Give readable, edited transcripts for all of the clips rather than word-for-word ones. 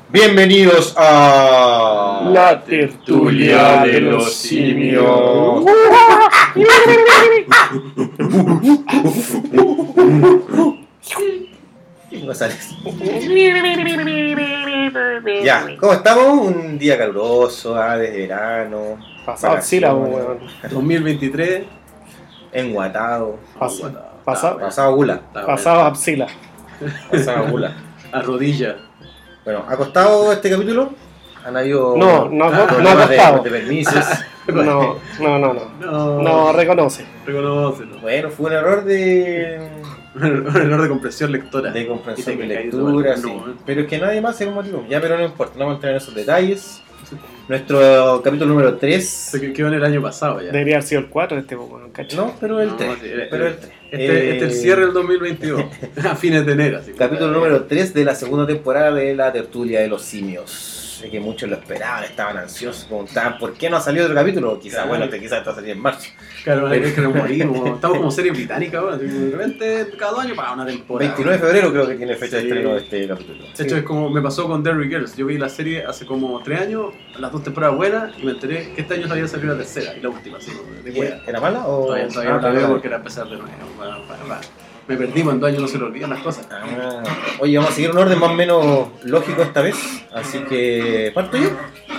Bienvenidos a La tertulia de los simios. No sales. Ya, ¿cómo estamos? Un día caluroso, de verano. Pasado sílabo, weón. 2023. Enguatado. Pasado Gula. Pasado Absila. Pasado Gula. A rodilla. Bueno, ¿acostado este capítulo? ¿Han habido No problemas acostado. de permisos? No, reconoce. Reconócelo. Bueno, fue un error de Un error de comprensión lectora. de comprensión Y de te caí lectura, todo. sí. No, Pero es que nadie más se motivó. Ya, pero no importa, no vamos a entrar en esos detalles. Nuestro capítulo número 3. Se quedó en el año pasado ya. Debería haber sido el 4 este weón, ¿cachai? No, pero el No, 3. sí, Pero el 3. Este es el cierre del 2022. A fines de enero. Así que- Capítulo número 3 de la segunda temporada de la tertulia de los simios. Sé que muchos lo esperaban, estaban ansiosos, preguntaban por qué no ha salido otro capítulo. Quizás, Claro. Quizás está a salir en marzo. Claro, hay que nos morimos. Estamos como serie británica ahora. De repente, cada 2 años para una temporada. 29 de febrero creo que tiene fecha de Sí. estreno de este capítulo. De hecho, es como me pasó con Derry Girls. Yo vi la serie hace como 3 años, las 2 temporadas buenas, y me enteré que este año había salido la tercera y la última, así, de wea. ¿Era mala o...? Todavía no la veo porque era empezar de nuevo. Me perdí, en 2 años no se le olvidan las cosas. Ah, oye, vamos a seguir un orden más o menos lógico esta vez. Así que... ¿Parto yo?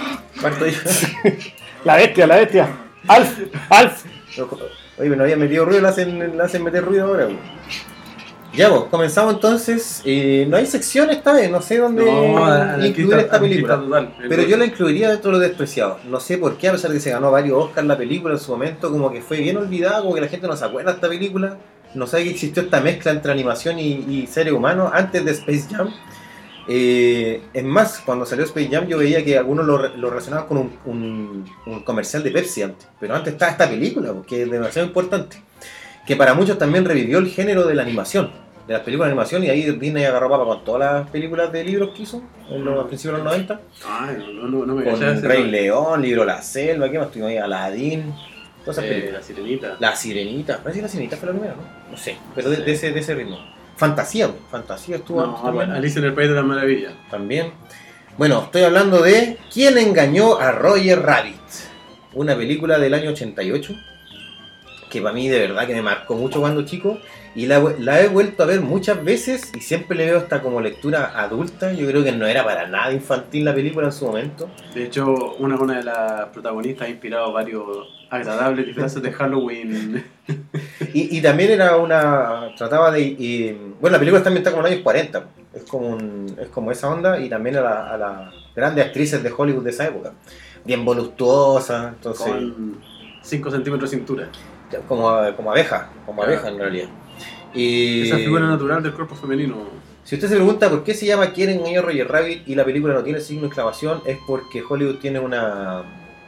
La bestia. Alf. Oye, me no había metido ruido, le hacen meter ruido ahora. Güey. Ya vos, comenzamos entonces. No hay sección esta vez, no sé dónde incluir esta película. Total. Pero yo la incluiría dentro de lo despreciado. No sé por qué, a pesar de que se ganó varios Oscars la película en su momento, como que fue bien olvidada, como que la gente no se acuerda de esta película. No sabe que existió esta mezcla entre animación y seres humanos antes de Space Jam. Es más, cuando salió Space Jam yo veía que algunos lo relacionaban con un comercial de Pepsi antes. Pero antes estaba esta película, que es demasiado importante. Que para muchos también revivió el género de la animación, de las películas de animación, y ahí Disney agarró papa con todas las películas de libros que hizo a principios de los 90. Ay, no me Con cachaba Rey León, Libro La Selva, ¿qué más tuvimos ahí? Aladdin, todas esas películas. La sirenita. La Sirenita, parece que La Sirenita fue la primera, ¿no? No sé, pero de ese ritmo. Fantasía estuvo antes también. Alicia en el País de las Maravillas. También. Bueno, estoy hablando de ¿Quién engañó a Roger Rabbit? Una película del año 88 que para mí de verdad que me marcó mucho cuando chico y la he vuelto a ver muchas veces y siempre le veo hasta como lectura adulta. Yo creo que no era para nada infantil la película en su momento. De hecho, una de las protagonistas ha inspirado varios agradables disfraces de Halloween. Y también trataba de... bueno, la película está ambientada como en los años 40. Es como esa onda y también a las grandes actrices de Hollywood de esa época. Bien voluptuosa, entonces... Con 5 centímetros de cintura. Como abeja en realidad. Y Esa figura natural del cuerpo femenino. si usted se pregunta por qué se llama ¿Quién engañó a Roger Rabbit? Y la película no tiene signo de exclamación, es porque Hollywood tiene una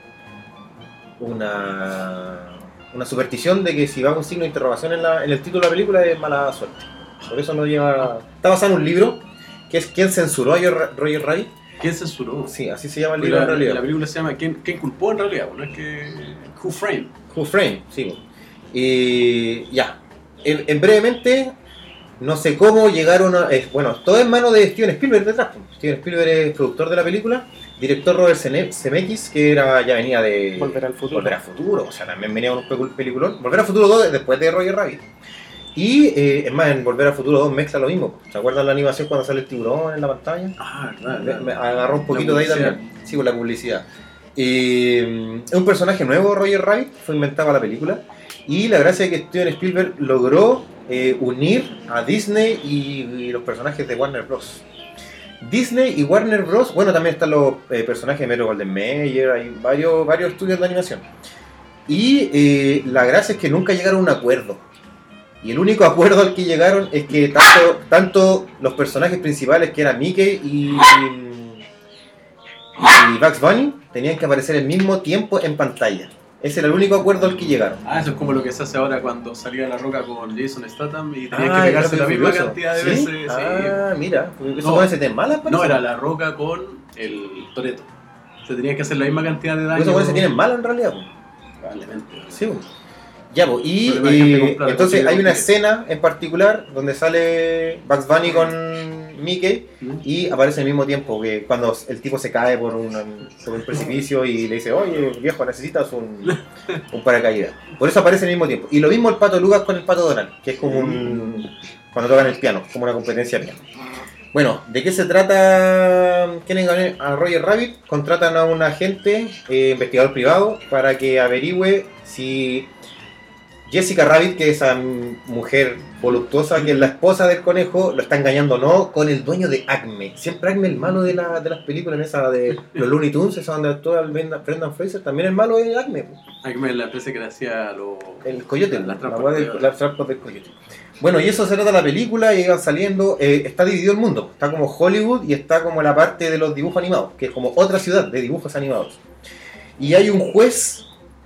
superstición de que si va con signo de interrogación en el título de la película es mala suerte. Por eso no lleva... Está basado en un libro que es ¿Quién censuró a Roger Rabbit? ¿Quién censuró? Sí, así se llama el libro en realidad. La película se llama ¿Quién culpó en realidad? No es que... Who Framed. Who Framed, sí. Y ya. En brevemente, no sé cómo llegaron a... bueno, todo en manos de Steven Spielberg detrás. Steven Spielberg es productor de la película, director Robert Zemeckis, que ya venía de... Volver al futuro. O sea, también venía con un peliculón. Volver al futuro 2 después de Roger Rabbit. Y es más, en Volver al futuro 2 mezcla lo mismo. ¿Se acuerdan la animación cuando sale el tiburón en la pantalla? Ah, verdad. Me agarró un poquito de ahí también. Sí, con la publicidad. Es un personaje nuevo, Roger Rabbit, fue inventado para la película. Y la gracia es que Steven Spielberg logró unir a Disney y los personajes de Warner Bros. Disney y Warner Bros. Bueno, también están los personajes de Metro Golden Mayer, hay varios estudios de animación. Y la gracia es que nunca llegaron a un acuerdo. Y el único acuerdo al que llegaron es que tanto los personajes principales, que eran Mickey y Bugs Bunny, tenían que aparecer al mismo tiempo en pantalla. Ese era el único acuerdo al que llegaron. Eso es como lo que se hace ahora cuando salía La Roca con Jason Statham y tenía que pegarse la misma cantidad de veces. Ah, mira, eso puede ser mal. No, era La Roca con el Toretto. Se tenía que hacer la misma cantidad de daño. Eso se tienen mal en realidad. Probablemente. Sí. Ya, pues, y entonces hay una escena en particular donde sale Bugs Bunny Mickey, y aparece al mismo tiempo que cuando el tipo se cae por un precipicio y le dice, oye viejo, necesitas un paracaídas. Por eso aparece al mismo tiempo. Y lo mismo el Pato Lucas con el Pato Donald, que es como cuando tocan el piano, como una competencia de piano. Bueno, ¿de qué se trata? ¿Quieren ganar a Roger Rabbit? Contratan a un agente, investigador privado, para que averigüe si Jessica Rabbit, que es esa mujer voluptuosa, que es la esposa del conejo, lo está engañando o no con el dueño de Acme. Siempre Acme, el malo de las películas, en esa de los Looney Tunes, esa donde actúa el Brendan Fraser, también el malo de Acme. Acme es la empresa que le hacía el coyote, las las trampas del coyote. Bueno, y eso se trata de la película, y iban saliendo, está dividido el mundo, está como Hollywood y está como la parte de los dibujos animados, que es como otra ciudad de dibujos animados. Y hay un juez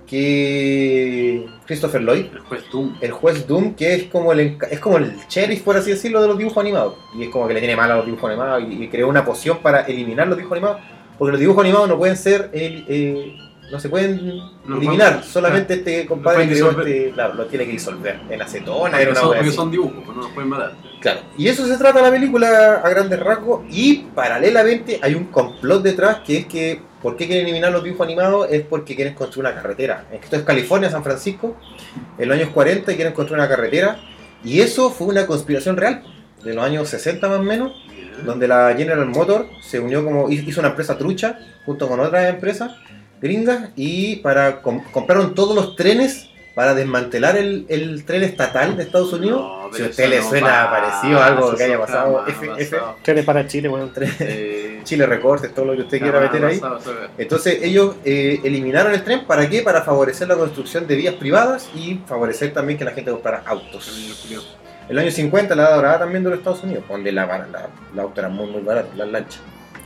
Christopher Lloyd, el juez Doom, que es como el sheriff, por así decirlo, de los dibujos animados, y es como que le tiene mal a los dibujos animados y creó una poción para eliminar los dibujos animados, porque los dibujos animados no pueden ser no se pueden eliminar, solamente este compadre creó claro, lo tiene que disolver en acetona, porque son dibujos, no los pueden matar. Claro, y eso se trata la película a grandes rasgos, y paralelamente hay un complot detrás, que es que ¿por qué quieren eliminar los dibujos animados? Es porque quieren construir una carretera. Esto es California, San Francisco, en los años 40, y quieren construir una carretera, y eso fue una conspiración real, de los años 60 más o menos, donde la General Motors se unió hizo una empresa trucha, junto con otras empresas gringas, y compraron todos los trenes para desmantelar el tren estatal de Estados Unidos. No, si a usted le suena parecido a algo que haya pasado, trenes para Chile, bueno, Chile Recortes, todo lo que usted quiera meter ahí. Entonces ellos eliminaron el tren, ¿para qué? Para favorecer la construcción de vías privadas y favorecer también que la gente comprara autos. En los años 50, la edad dorada también de los Estados Unidos, donde la auto era muy barato, las lanchas.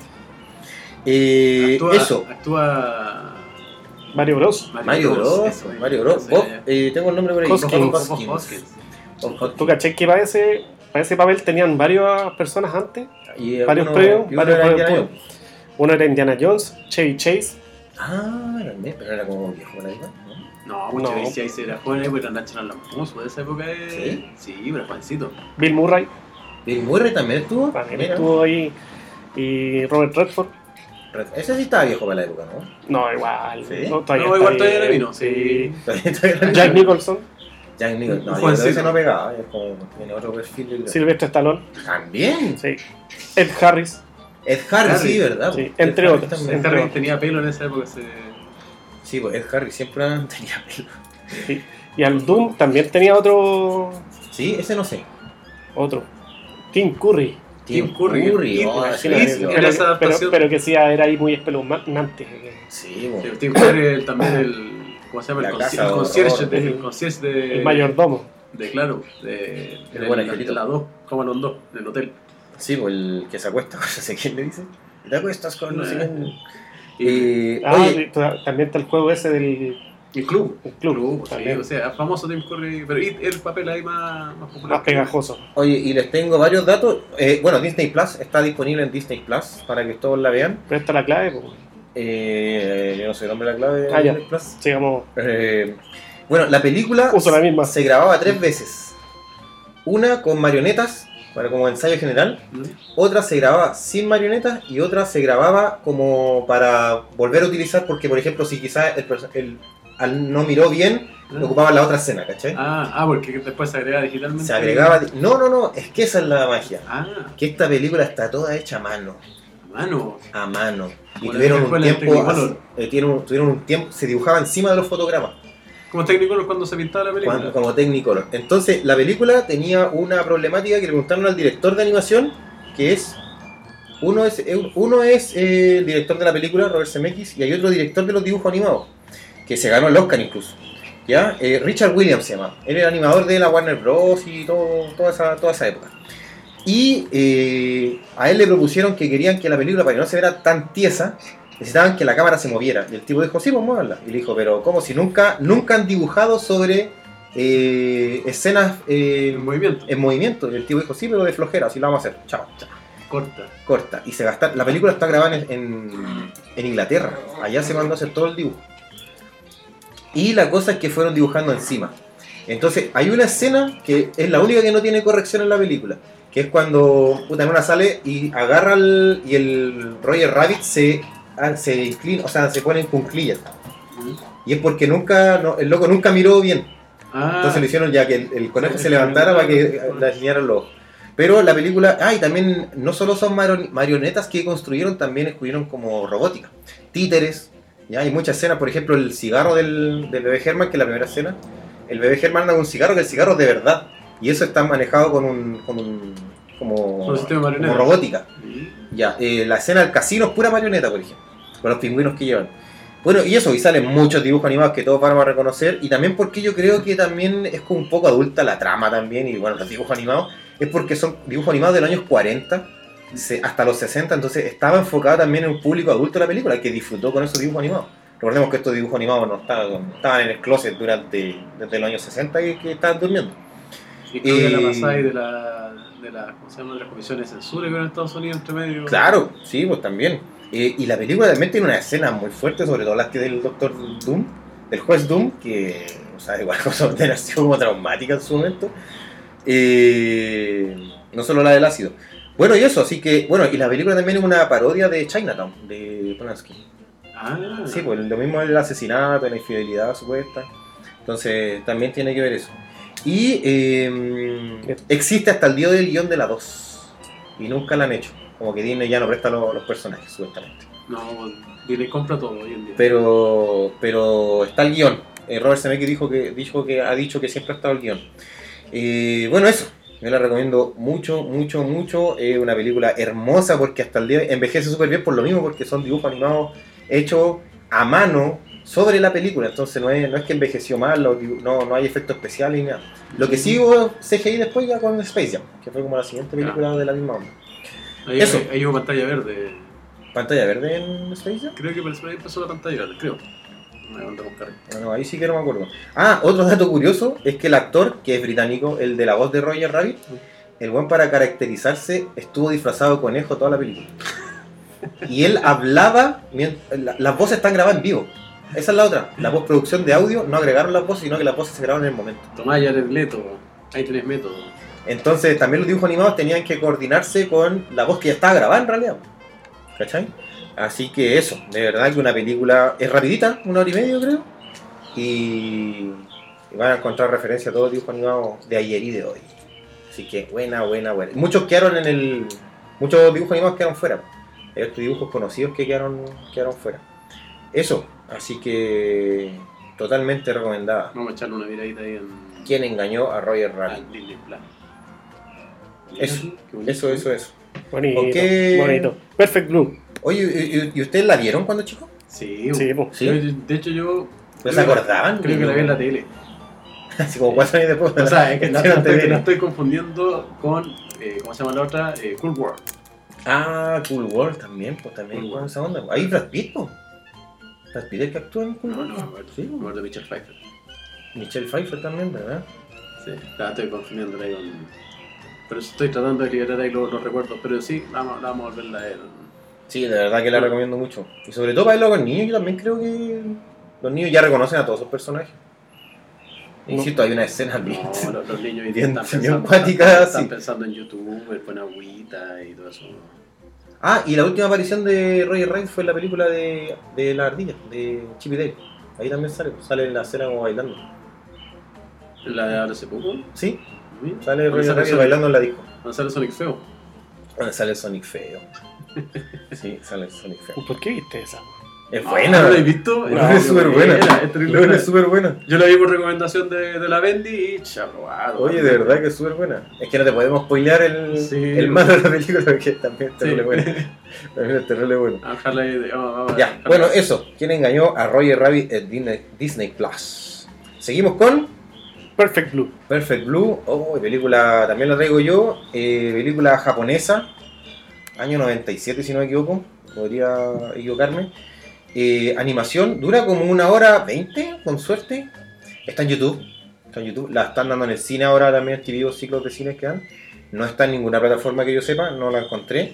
Actúa Mario Bros. Mario Bros. Bob, tengo el nombre por ahí. Hoskins. ¿Tú caché que para ese papel tenían varias personas antes? Varios premios. Uno era Indiana Jones, Chevy Chase. Pero era como viejo por ahí, ¿no? No, Chevy Chase era joven, porque era National Lampoon de esa época. Sí, pero jovencito. Bill Murray también estuvo. Estuvo ahí. Y Robert Redford. Ese sí estaba viejo para la época, ¿no? No, igual. ¿Sí? No, todavía era vino. Sí. Jack Nicholson. No, ese no pegaba, es como tiene otro perfil. Sylvester Stallone. También. Sí. Ed Harris, sí, ¿verdad? Sí, entre otros. Ed Harris tenía pelo en esa época. Sí, pues Ed Harris siempre tenía pelo. Sí. Y al Doom también tenía otro. Sí, ese no sé. Otro. Tim Curry. Pero que sí era ahí muy espeluznante. Sí, bueno. Tim Curry también ¿cómo se llama? El concierge de el mayordomo. La 2, como los dos, del hotel. Sí, pues el que se acuesta, no sé quién le dice. ¿Te acuestas con no sé quién? También está el juego ese del... El club, sí, o sea, famoso Tim Curry, pero el papel ahí más popular. Más pegajoso. Oye, y les tengo varios datos. Bueno, Disney Plus está disponible en Disney Plus para que todos la vean. Pero esta es la clave, pues. Yo no sé el nombre de la clave de Disney Plus. Sigamos. Bueno, la película Uso la misma. Se grababa 3 veces. Una con marionetas, como ensayo general. Otra se grababa sin marionetas y otra se grababa como para volver a utilizar, porque por ejemplo si quizás al no miró bien, ocupaban la otra escena, ¿cachai? Porque después se agregaba digitalmente. Se agregaba... No, es que esa es la magia. Que esta película está toda hecha a mano. A mano. Y tuvieron un tiempo, se dibujaba encima de los fotogramas. Como Technicolor cuando se pintaba la película. Como Technicolor. Entonces, la película tenía una problemática que le preguntaron al director de animación, que es... Uno es el director de la película, Robert Zemeckis, y hay otro director de los dibujos animados, que se ganó el Oscar incluso. ¿Ya? Richard Williams se llama. Él era animador de la Warner Bros. Y toda esa época. Y a él le propusieron que querían que la película, para que no se viera tan tiesa, necesitaban que la cámara se moviera. Y el tipo dijo, sí, pues muévanla. Y le dijo, pero ¿cómo si nunca han dibujado sobre escenas en movimiento? Y el tipo dijo, sí, pero de flojera, así lo vamos a hacer. Chao. Corta. Y la película está grabada en Inglaterra. Allá se mandó a hacer todo el dibujo. Y la cosa es que fueron dibujando encima. Entonces hay una escena que es la única que no tiene corrección en la película. que es cuando puta, en una sale y agarra y el Roger Rabbit se inclina, o sea, se pone en cunclillas. Y es porque el loco nunca miró bien. Entonces le hicieron ya que el conejo se levantara para que le alinearan los ojos. Pero la película, y también no solo son marionetas que construyeron, también escogieron como robótica. Títeres, ya hay muchas escenas, por ejemplo el cigarro del bebé Herman, que es la primera escena. El bebé Herman anda con un cigarro, que el cigarro es de verdad. Y eso está manejado como robótica. Ya, la escena del casino es pura marioneta, por ejemplo, con los pingüinos que llevan. Bueno, y eso, y salen muchos dibujos animados que todos van a reconocer, y también porque yo creo que también es como un poco adulta la trama también, y bueno, los dibujos animados, es porque son dibujos animados de los años 40 hasta los 60, entonces estaba enfocado también en un público adulto la película, que disfrutó con esos dibujos animados. Recordemos que estos dibujos animados no estaban en el closet desde los años 60 y que estaban durmiendo. Y la pasada y de las comisiones de censura que hubo en Estados Unidos entre medio. Claro, sí, pues también. Y la película también tiene una escena muy fuerte, sobre todo las que del Doctor Doom, del juez Doom, que, o sea, igual cosa de nació como traumática en su momento. No solo la del ácido. Bueno, y eso, así que, bueno, y la película también es una parodia de Chinatown, de Polanski. Sí, pues lo mismo el asesinato, la infidelidad supuesta. Entonces, también tiene que ver eso. Y existe hasta el día del guión de la 2. Y nunca la han hecho. Como que Disney ya no presta los personajes, supuestamente. No, Disney compra todo hoy en día. Pero está el guión. Robert Zemeckis ha dicho que siempre ha estado el guión. Bueno, eso. Yo la recomiendo mucho, mucho, mucho. Es una película hermosa porque hasta el día envejece súper bien por lo mismo, porque son dibujos animados hechos a mano sobre la película. Entonces no es que envejeció mal, no hay efectos especiales ni nada. Lo que sí hubo CGI después ya con Space Jam, que fue como la siguiente película de la misma onda. Ahí hubo pantalla verde. ¿Pantalla verde en Space Jam? Creo que por ahí empezó la pantalla verde, creo. No, ahí sí que no me acuerdo. Otro dato curioso es que el actor, que es británico, el de la voz de Roger Rabbit, el buen para caracterizarse estuvo disfrazado de conejo toda la película. Y él hablaba, las voces están grabadas en vivo. Esa es la otra, la postproducción de audio no agregaron las voces, sino que las voces se grabaron en el momento. Tomás, ya eres método, ahí tenés método. Entonces también los dibujos animados tenían que coordinarse con la voz que ya estaba grabada en realidad. ¿Cachai? Así que eso, de verdad que una película es rapidita, 1 hora y media creo. Y van a encontrar referencia a todos los dibujos animados de ayer y de hoy. Así que buena. Muchos dibujos animados quedaron fuera. Hay otros dibujos conocidos que quedaron fuera. Eso, así que totalmente recomendada. Vamos a echarle una miradita ahí en... ¿Quién engañó a Roger Rabbit? Disney Plus. Eso. Bonito. Perfect Blue. Oye, ¿y ustedes la vieron cuando chicos? Sí. De hecho yo... ¿No se acordaban? Creo que la vi en la tele. Así como 4 años después. O sea, es que la estoy confundiendo con... ¿cómo se llama la otra? Cool World. Cool World también, pues también con esa onda. Ahí Brad Pitt, ¿no? Brad Pitt el que actúa en Cool World. Sí, me acuerdo de Michelle Pfeiffer. Michelle Pfeiffer también, ¿verdad? Sí, la estoy confundiendo ahí con... Pero estoy tratando de liberar ahí los recuerdos, pero sí, vamos a volverla a ver. Sí, de verdad que la recomiendo mucho. Y sobre todo para verlo con niños, yo también creo que los niños ya reconocen a todos esos personajes. Insisto, hay una escena los niños bien están pensando en YouTube, en agüita y todo eso. Y la última aparición de Roger Rabbit fue en la película de la ardilla, de Chip y Dale. Ahí también sale en la escena como bailando. ¿La de hace poco? Sí. Sale Roger Rabbit bailando en la disco. ¿Dónde sale Sonic Feo? ¿Dónde sale Sonic Feo? Sí, sale Sonic Feo. ¿Por qué viste esa? Es buena. ¿No la he visto? Es súper buena. Es súper buena. Yo la vi por recomendación de la Bendy y chabrobado. Oye, de verdad que es súper buena. Es que no te podemos spoilear el malo de la película porque también es terrible bueno. También es terrible bueno. Ya, bueno, eso. ¿Quién engañó a Roger Rabbit en Disney Plus? Seguimos con Perfect Blue. Perfect Blue, película, también la traigo yo, película japonesa, año 97 si no me equivoco, podría equivocarme. Animación, dura como 1 hora 20, con suerte. Está en YouTube, la están dando en el cine ahora también, este vivo ciclos de cines que dan. No está en ninguna plataforma que yo sepa, no la encontré.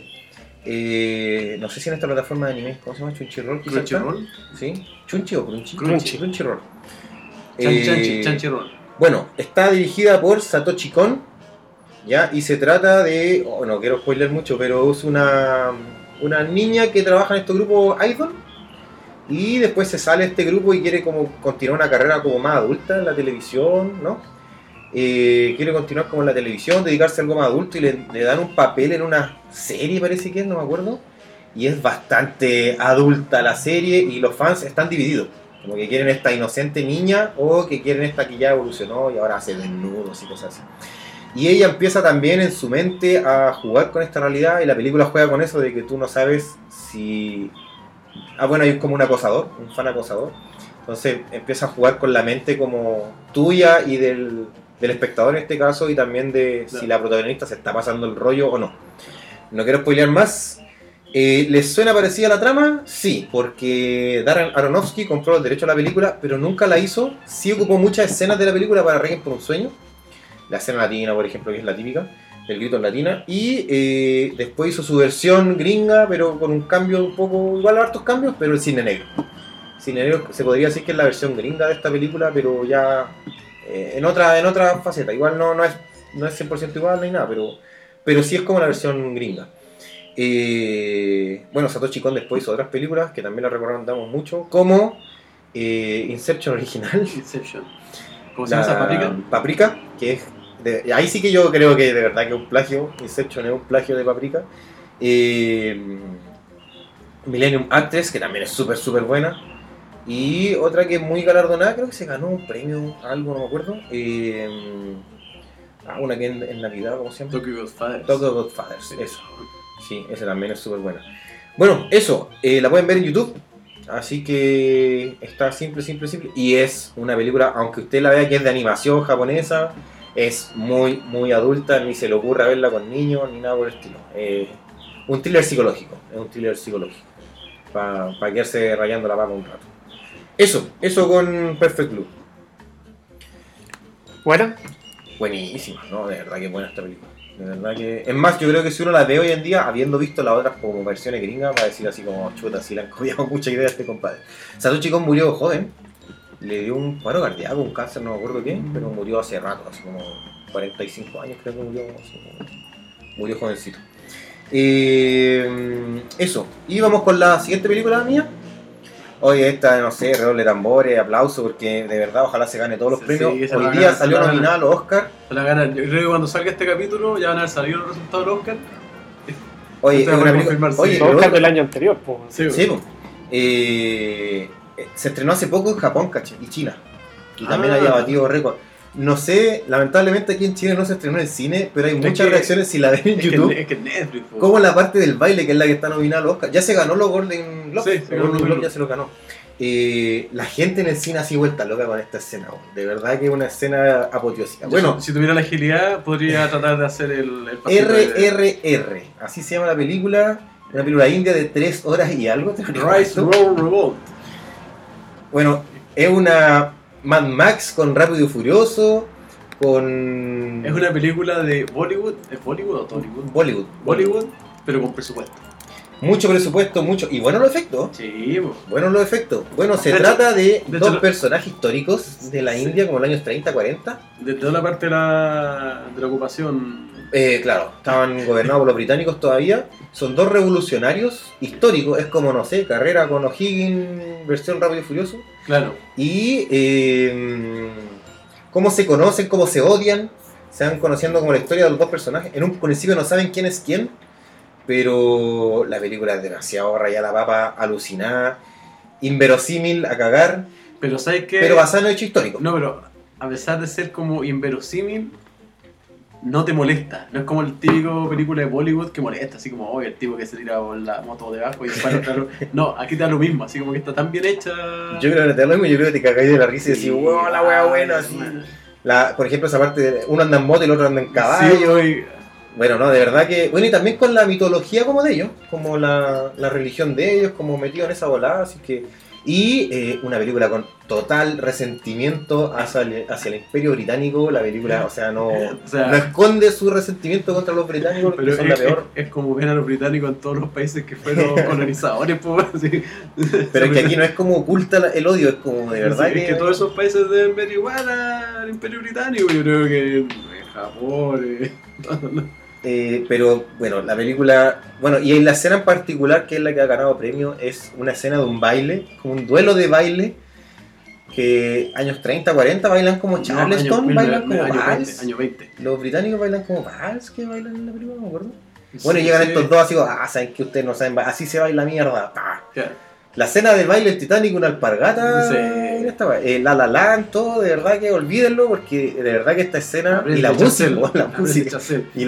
No sé si en esta plataforma de anime, ¿cómo se llama? Crunchyroll. ¿Crunchyroll? ¿Sí? ¿Chunchi o Crunchy? Crunchyroll. Bueno, está dirigida por Satoshi Kon, ¿ya? Y se trata de, no quiero spoiler mucho, pero es una niña que trabaja en este grupo idol y después se sale de este grupo y quiere como continuar una carrera como más adulta en la televisión, ¿no? Quiere continuar como en la televisión, dedicarse a algo más adulto y le dan un papel en una serie, parece que es, no me acuerdo, y es bastante adulta la serie y los fans están divididos, como que quieren esta inocente niña o que quieren esta que ya evolucionó y ahora hace desnudos y cosas así. Y ella empieza también en su mente a jugar con esta realidad y la película juega con eso de que tú no sabes si... bueno, hay como un acosador, un fan acosador. Entonces empieza a jugar con la mente como tuya y del espectador en este caso y también de si la protagonista se está pasando el rollo o no. No quiero spoilear más. ¿Les suena parecida la trama? Sí, porque Darren Aronofsky compró los derechos a la película, pero nunca la hizo. Sí ocupó muchas escenas de la película para Requiem por un sueño. La escena latina, por ejemplo, que es la típica, del grito en latina. Y después hizo su versión gringa, pero con un cambio un poco, igual a hartos cambios, pero el cine negro. El cine negro se podría decir que es la versión gringa de esta película, pero ya en otra faceta. Igual no es 100% igual ni nada, pero sí es como la versión gringa. Bueno, Satoshi Kon después hizo otras películas que también la recomendamos mucho, como Inception original. Inception. ¿Cómo se llama esa? Paprika. Paprika, que es... ahí sí que yo creo que de verdad que es un plagio. Inception es un plagio de Paprika. Millennium Actress, que también es súper buena. Y otra que es muy galardonada, creo que se ganó un premio, algo, no me acuerdo. Una que en Navidad, ¿cómo se llama? Tokyo Godfathers. Tokyo Godfathers, eso. Sí, esa también es súper buena. Bueno, eso, la pueden ver en YouTube. Así que está simple. Y es una película, aunque usted la vea que es de animación japonesa, es muy adulta, ni se le ocurra verla con niños, ni nada por el estilo. Un thriller psicológico, para quedarse rayando la papa un rato. Eso con Perfect Blue. ¿Buena? Buenísima, ¿no? De verdad que buena esta película. De verdad que... Es más, yo creo que si uno la ve hoy en día, habiendo visto las otras como versiones gringas, va a decir así como, chuta, si le han copiado mucha idea a este compadre. Satoshi Kon murió joven, le dio un paro cardíaco, un cáncer, no me acuerdo qué, pero murió hace rato, hace como 45 años creo que murió jovencito. Eso, y vamos con la siguiente película mía. Oye, esta, no sé, redoble de tambores, aplauso, porque de verdad ojalá se gane todos los premios. Sí, hoy día salió nominada a los Oscar. Yo creo que cuando salga este capítulo ya van a haber salido los resultados de los Oscar. Oye, es una película. Oye, los Oscar del año anterior, pues. Sí, se estrenó hace poco en Japón, ¿cachai? Y China. Y también había batido récord. No sé, lamentablemente aquí en Chile no se estrenó en el cine, pero hay muchas reacciones si la ven en YouTube. Es que Netflix, como la parte del baile, que es la que está nominada a los Oscar. Ya se ganó los Golden Globes. Sí, los Golden Globes ya se lo ganó. La gente en el cine así vuelta loca con esta escena. De verdad que es una escena apoteósica. Bueno, si tuviera la agilidad, podría tratar de hacer el RRR. Así se llama la película. Una película india de 3 horas y algo. Rise, Roll, Revolt. Bueno, es una Mad Max con Rápido y Furioso, con... Es una película de Bollywood. ¿Es Bollywood o Tollywood? Bollywood, pero con presupuesto. Mucho presupuesto, mucho... Y buenos los efectos. Sí, buenos los efectos. Bueno, se trata de dos personajes históricos de la India, como en los años 30, 40. De toda la parte de la ocupación... Claro, estaban gobernados por los británicos todavía. Son dos revolucionarios históricos. Es como, no sé, Carrera con O'Higgins, versión Rápido y Furioso. Claro. Y cómo se conocen, cómo se odian. Se van conociendo como la historia de los dos personajes. En un principio no saben quién es quién, pero la película es demasiado rayada la papa, alucinada, inverosímil a cagar. Pero ¿sabes qué? Pero basada en hechos históricos. No, pero a pesar de ser como inverosímil, no te molesta. No es como el típico película de Bollywood que molesta, así como, el tipo que se tira por la moto debajo y dispara. No, aquí te da lo mismo, así como que está tan bien hecha. Yo creo que te da lo mismo, yo creo que te cagáis de la risa y decís, wow, la wea buena, así. Por ejemplo, esa parte de uno anda en moto y el otro anda en caballo. Sí, bueno, no, de verdad que... Bueno, y también con la mitología como de ellos, como la religión de ellos, como metido en esa volada, así que... Y una película con total resentimiento hacia el Imperio Británico. La película, no esconde su resentimiento contra los británicos, pero que son la peor. Es como ven a los británicos en todos los países que fueron colonizadores, pues, así. Pero es que aquí no es como oculta el odio, es como de verdad sí, es que todos esos países deben ver igual al Imperio Británico. Yo creo que Japón. Pero bueno, la película, bueno, y en la escena en particular, que es la que ha ganado premio, es una escena de un baile, como un duelo de baile, que años 30, 40 bailan como Charleston, bailan como vals. Año 20. Los británicos bailan como vals, que bailan en la película, no me acuerdo. Bueno, llegan estos dos así, saben que ustedes no saben, así se baila mierda. Claro. La escena del baile del Titanic, una alpargata, La La Land, todo, de verdad que olvídenlo, porque de verdad que esta escena y la música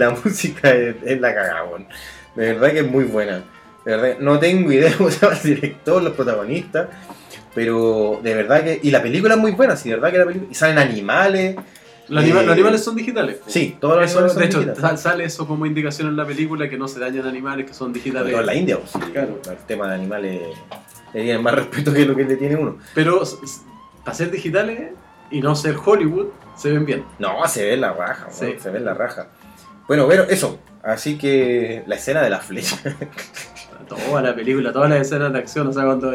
es la cagada, bueno. De verdad que es muy buena. De verdad, no tengo idea cómo se llama el director, los protagonistas, pero de verdad que... Y la película es muy buena, sí, de verdad que la película... Y salen animales... Los animales son digitales. Sí, todos los animales son digitales. De hecho, sale eso como indicación en la película, que no se dañan animales, que son digitales. Pero en la India, pues, claro, el tema de animales le tienen más respeto que lo que le tiene uno. Pero para ser digitales y no ser Hollywood, se ven bien. No, se ve la raja, sí. Se ve la raja. Bueno, eso. Así que la escena de la flecha. Toda la película, todas las escenas de acción, o sea, cuando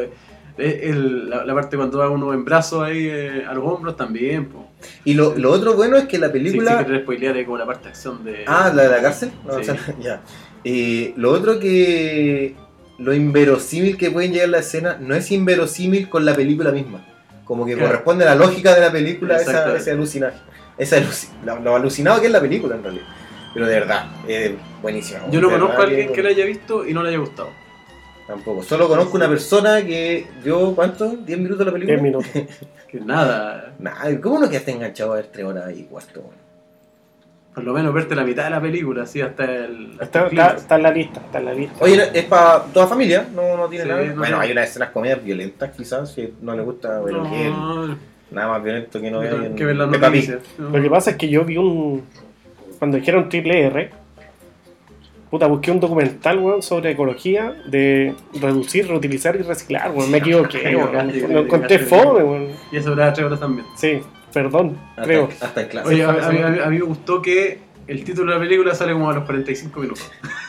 la parte cuando va uno en brazos ahí a los hombros también, po. Y lo otro bueno es que la película... Sí, que te spoilearé como la parte de acción de... Ah, ¿la de la cárcel? No, sí. O sea, ya. Lo otro que... Lo inverosímil que pueden llegar a la escena no es inverosímil con la película misma. Como que corresponde a la lógica de la película ese alucinaje. Lo alucinado que es la película en realidad. Pero de verdad, es buenísima. Yo no conozco a alguien que la haya visto y no le haya gustado. Tampoco. Solo conozco una persona que dio, ¿cuánto? ¿10 minutos de la película? 10 minutos. Que nada. ¿Cómo no quedaste enganchado a ver 3 horas y cuarto? Por lo menos verte la mitad de la película, así hasta el... Está en la lista, Oye, es para toda familia, no tiene nada. No, bueno, hay unas escenas comedias violentas quizás, si no le gusta, pero nada más violento que no vean que ver las noticias. Lo que pasa es que yo vi cuando dijeron triple R, busqué un documental, weón, sobre ecología, de reducir, reutilizar y reciclar, weón. Me equivoqué, weón. Lo encontré fome, weón. Y eso duraba 3 horas también. Sí, perdón, creo. Hasta en clase. Oye, a mí me gustó que el título de la película sale como a los 45 minutos.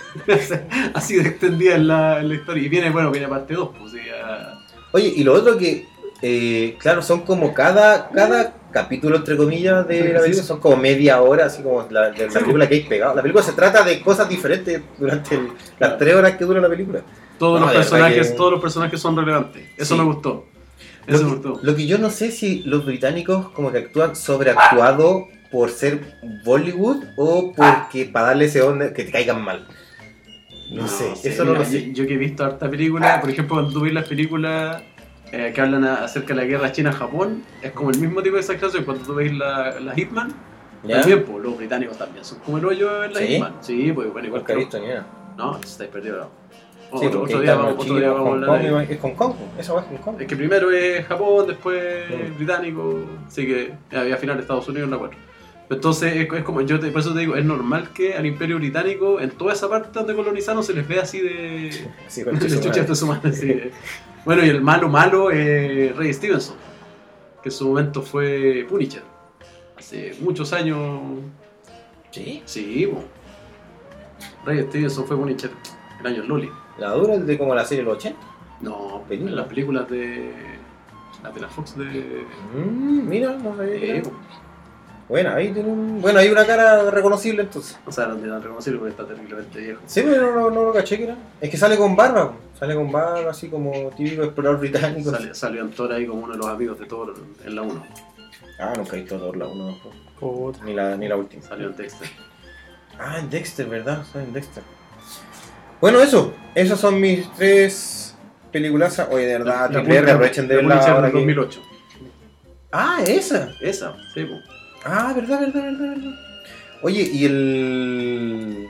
Así de extendida en la historia. Y viene parte 2, pues. Oye, y lo otro que, claro, son como cada capítulo, entre comillas, de la película, son como media hora, así como la película que hay pegado. La película se trata de cosas diferentes durante las 3 horas que dura la película. Todos los personajes son relevantes. Eso me gustó. Lo que yo no sé si los británicos como que actúan sobreactuado por ser Bollywood o porque para darle ese onda que te caigan mal. No sé, eso no lo sé. Yo que he visto harta película, por ejemplo, cuando tú ves las películas que hablan acerca de la guerra China-Japón, es como el mismo tipo de exageración. Cuando tú ves la Hitman, también, pues, los británicos también son como el hoyo en la Hitman. Sí, pues bueno, igual que no, estáis perdidos. Sí, otro día vamos a hablar de... Es Hong Kong, esa va es Hong Kong. Es que primero es Japón, después británico, así que al final Estados Unidos no acuerdo. Entonces es como, por eso te digo, es normal que al Imperio Británico, en toda esa parte donde colonizaron, se les ve así de chuchas de su madre. Bueno, y el malo es Ray Stevenson, que en su momento fue Punisher. Hace muchos años. ¿Sí? Sí, Ray Stevenson fue Punisher en años Loli. ¿La dura es de como la serie de los 80? No, en las películas de la Fox de... mira, no sabía. Bueno, ahí tiene hay una cara reconocible entonces. O sea, no tiene reconocible porque está terriblemente viejo. Sí, pero no lo caché que era. Es que sale con barba, así como típico explorador británico. Salió en Thor ahí como uno de los amigos de Thor en la 1. Nunca he visto Thor la 1 ni la última. Salió en Dexter. En Dexter, ¿verdad? Sale en Dexter. Bueno, esas son mis 3 películas. Oye, de verdad, triple R, aprovechen de verla ahora. 2008. Esa, sí, pues. Verdad. Oye, y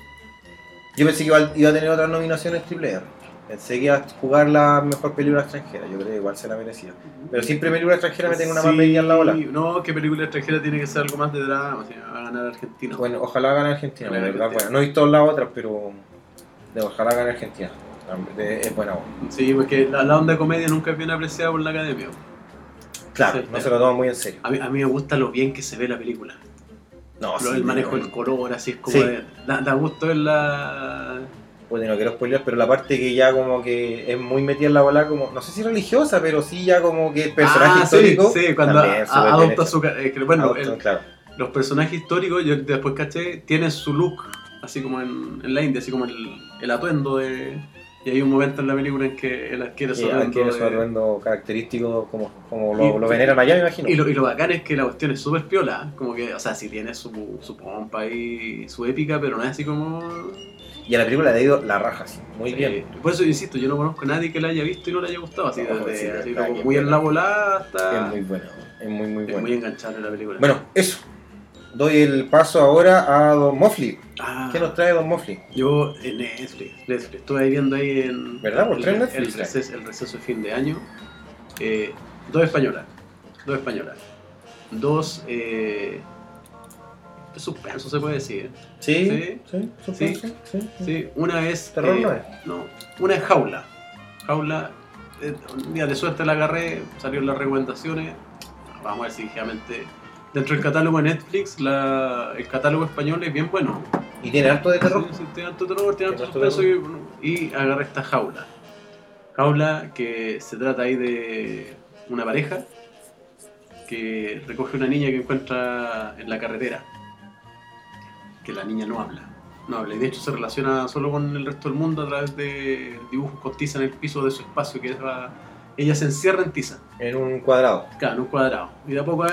yo pensé que iba a tener otras nominaciones triple R. Pensé que iba a jugar la mejor película extranjera. Yo creo que igual se la merecía. Pero siempre película extranjera me tengo una más medida en la ola. No, que película extranjera tiene que ser algo más de drama. O sea, va a ganar Argentina. Bueno, ojalá gane Argentina. La verdad, bueno, no he visto las otras, pero ojalá gane Argentina. Es buena onda. Sí, porque la onda de comedia nunca es bien apreciada por la academia. Claro, no se lo toman muy en serio. A mí me gusta lo bien que se ve la película. El manejo del color, así es como... Sí. Da gusto en la... Pues no quiero spoiler, pero la parte que ya como que es muy metida en la bola, como, no sé si religiosa, pero sí ya como que el personaje histórico... Sí, cuando adopta su... claro. los personajes históricos, yo después caché, tienen su look, así como en la India, así como el atuendo de... Y hay un momento en la película en que él adquiere su atuendo característico como lo veneran allá, me imagino. Y lo bacán es que la cuestión es súper piola, como que, o sea, sí tiene su pompa y su épica, pero no es así como... Y a la película le ha ido la raja, sí, muy bien. Por eso insisto, yo no conozco a nadie que la haya visto y no le haya gustado, así, así como muy en la volada hasta... Es muy bueno, es muy bueno. Es muy enganchable la película. Bueno, eso. Doy el paso ahora a Don Mofli. ¿Qué nos trae Don Mofli? Yo, Netflix. Estuve ahí viendo ahí en... ¿Verdad? Por tres Netflix. El receso de fin de año. Dos españolas. Dos... de suspenso se puede decir. Sí. Suspenso. Sí. Una es... ¿Terror no es? No. Una es Jaula. Un día de suerte la agarré, salieron las recomendaciones. Vamos a ver si ligeramente... Dentro del catálogo de Netflix, el catálogo español es bien bueno. ¿Y tiene harto de terror? Sí, tiene harto terror, tiene harto suspenso y agarra esta Jaula. Jaula que se trata ahí de una pareja que recoge una niña que encuentra en la carretera. Que la niña no habla. Y de hecho se relaciona solo con el resto del mundo a través de dibujos con tiza en el piso de su espacio, que ella se encierra en tiza. En un cuadrado. Claro, en un cuadrado. Y de a poco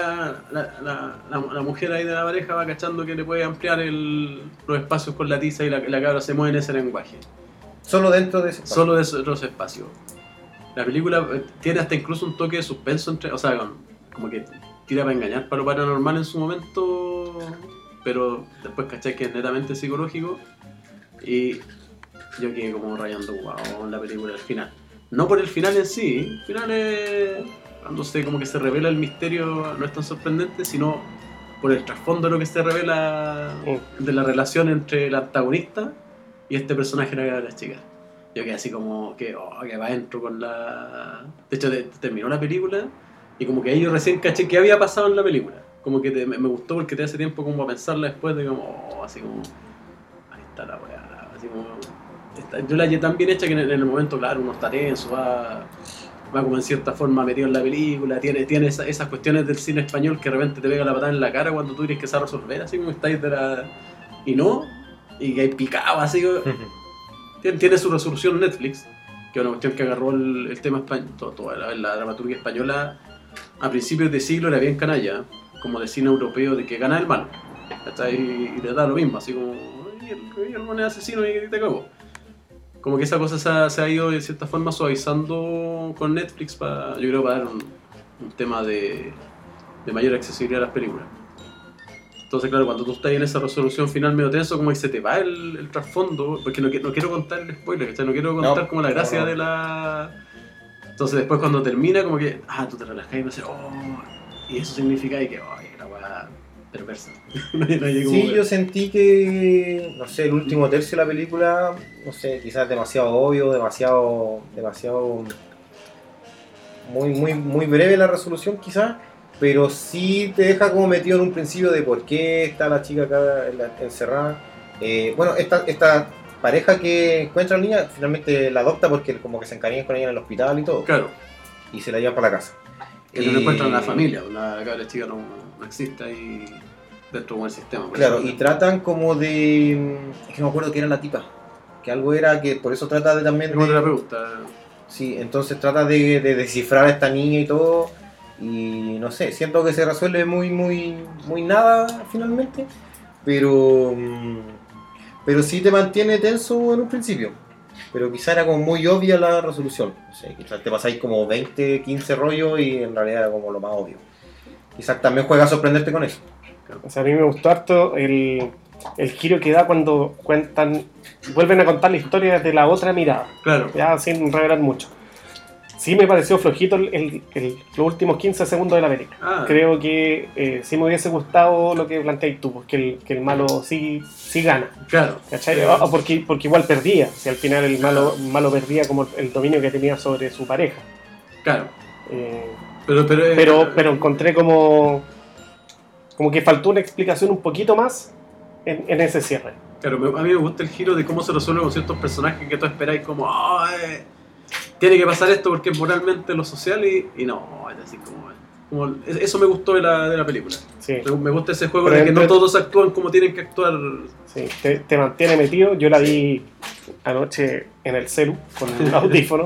la mujer ahí de la pareja va cachando que le puede ampliar los espacios con la tiza y la cabra se mueve en ese lenguaje. Solo dentro de ese espacio. Solo de esos espacios. La película tiene hasta incluso un toque de suspenso, o sea, como que tira para engañar para lo paranormal en su momento, pero después cachai que es netamente psicológico y yo quedé como rayando en la película al final. No por el final en sí, el final es cuando como que se revela el misterio, no es tan sorprendente, sino por el trasfondo de lo que se revela de la relación entre el antagonista y este personaje de la chica. Yo quedé así como que va adentro con la... De hecho, terminó la película y como que ahí yo recién caché qué había pasado en la película. Como que me gustó porque te hace tiempo como a pensarla después de como... así como... Ahí está la weá, así como... Yo la hallé tan bien hecha que en el momento, claro, uno está tenso, va como en cierta forma metido en la película, tiene esas cuestiones del cine español que de repente te pega la patada en la cara cuando tú tienes que saber resolver, así como estáis de la... Y no, y que hay picado, así como... Tiene su resolución Netflix, que es una cuestión que agarró el tema español, toda la dramaturgia española a principios de siglo era bien canalla, como de cine europeo, de que gana el malo, y te da lo mismo, así como, y el moneda asesino y te cagó. Como que esa cosa se ha ido de cierta forma suavizando con Netflix, yo creo, para dar un tema de mayor accesibilidad a las películas. Entonces, claro, cuando tú estás en esa resolución final medio tenso, como que se te va el trasfondo, porque no quiero contar el spoiler, ¿cachai? No quiero contar como la gracia de la... Entonces después cuando termina, como que, tú te relajás y me dices, y eso significa que, la weá perversa. Sí, yo sentí que, no sé, el último tercio de la película, no sé, quizás demasiado obvio, demasiado muy breve la resolución quizás, pero sí te deja como metido en un principio de por qué está la chica acá encerrada. Bueno, esta pareja que encuentra a la niña finalmente la adopta porque como que se encariñan con ella en el hospital y todo. Claro. Y se la llevan para la casa. Que no encuentran a la familia, la cabra chica no existe ahí dentro del sistema. Claro, y tratan como de... Es que no me acuerdo que era la tipa. Que algo era que por eso trata de también... Como terapeuta. Sí, entonces trata de descifrar a esta niña y todo. Y no sé, siento que se resuelve muy nada finalmente. Pero sí te mantiene tenso en un principio. Pero quizá era como muy obvia la resolución. O sea, quizás te pasáis como 20, 15 rollos y en realidad era como lo más obvio. Quizás también juega a sorprenderte con eso. O sea, a mí me gustó harto el giro que da cuando vuelven a contar la historia desde la otra mirada. Claro. Ya sin revelar mucho. Sí me pareció flojito los últimos 15 segundos de la película. Creo que sí me hubiese gustado lo que planteáis tú, porque el malo sí gana. Claro. ¿Cachai? Porque igual perdía. Si al final el malo perdía como el dominio que tenía sobre su pareja. Claro. Pero encontré como que faltó una explicación un poquito más en ese cierre. Claro, a mí me gusta el giro de cómo se resuelve con ciertos personajes que tú esperáis como... tiene que pasar esto porque es moralmente lo social y no, es así como Como, eso me gustó de la película. Sí. Me gusta ese juego Pero de que no entre- todos actúan como tienen que actuar. Sí, te mantiene metido. Yo la vi anoche en el celu con un audífono.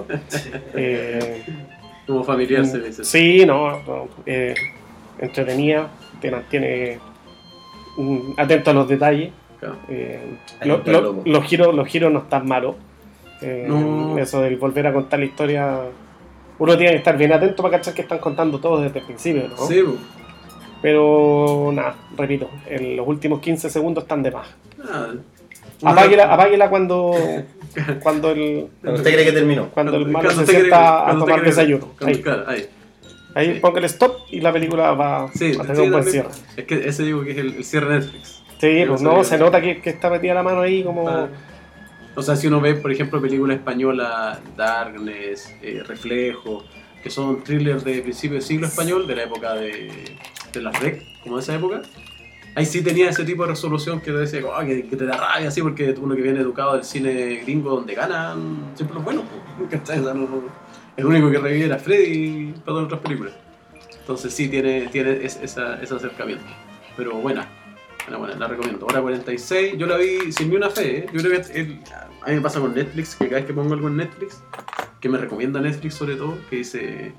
Como familiar se dice. Sí, no, entretenida, te mantiene atento a los detalles. Claro. Ahí está el loco. Los giros no están malos. No. Eso del volver a contar la historia, uno tiene que estar bien atento para cachar que están contando todo desde el principio, ¿no? Sí, pues. Pero nada, repito, en los últimos 15 segundos están de más. Nada. Apáguela cuando el Cuando usted cree que terminó. cuando el malo Cuando se usted sienta quiere- a cuando tomar usted quiere- desayuno. cuando- Ahí, claro, ahí. ahí póngale stop y la película va a Sí, tener sí, un buen también. cierre. Es que ese digo que es el cierre de Netflix. Sí, Yo pues sabía. no, se nota que está metida la mano ahí como... Ah. O sea, si uno ve, por ejemplo, películas españolas, Darkness, Reflejo, que son thrillers de principio de siglo español, de la época de las REC, como de esa época, ahí sí tenía ese tipo de resolución que te decía, oh, que te da rabia así, porque uno que viene educado del cine gringo donde ganan siempre los buenos, pues, ¿cachai? O sea, el único que revive era Freddy para todas las otras películas. Entonces sí tiene ese acercamiento. Pero buena, la recomiendo. Hora 46, yo la vi sin ni una fe, ¿eh? Yo creo que a mí me pasa con Netflix, que cada vez que pongo algo en Netflix, que me recomienda Netflix sobre todo, que dice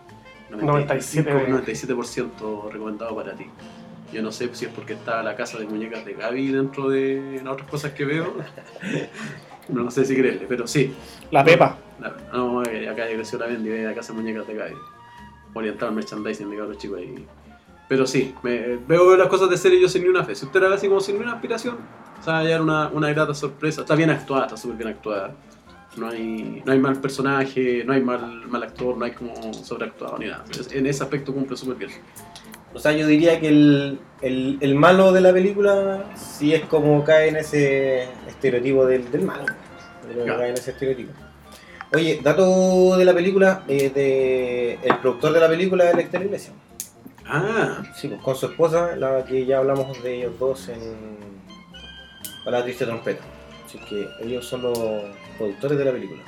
97% recomendado para ti. Yo no sé si es porque está la casa de muñecas de Gaby dentro de las otras cosas que veo. No sé si creerle, pero sí. La Pepa. No, acá creció la Bendy, la casa de muñecas de Gaby. Orientado al merchandising de cabros chicos ahí. Pero sí, veo las cosas de serie yo sin ni una fe. Si usted la ve así como sin ni una aspiración, o sea, ya era una grata sorpresa. Está bien actuada, está súper bien actuada. No hay mal personaje, no hay mal actor, no hay como sobreactuado ni nada. En ese aspecto cumple súper bien. O sea, yo diría que el malo de la película sí es como cae en ese estereotipo del malo. Yo creo que Claro. cae en ese estereotipo. Oye, dato de la película, el productor de la película es Lecter Iglesias. Ah, Sí, pues con su esposa, la que ya hablamos de ellos dos en La Triste Trompeta. Así que ellos son los productores de la película.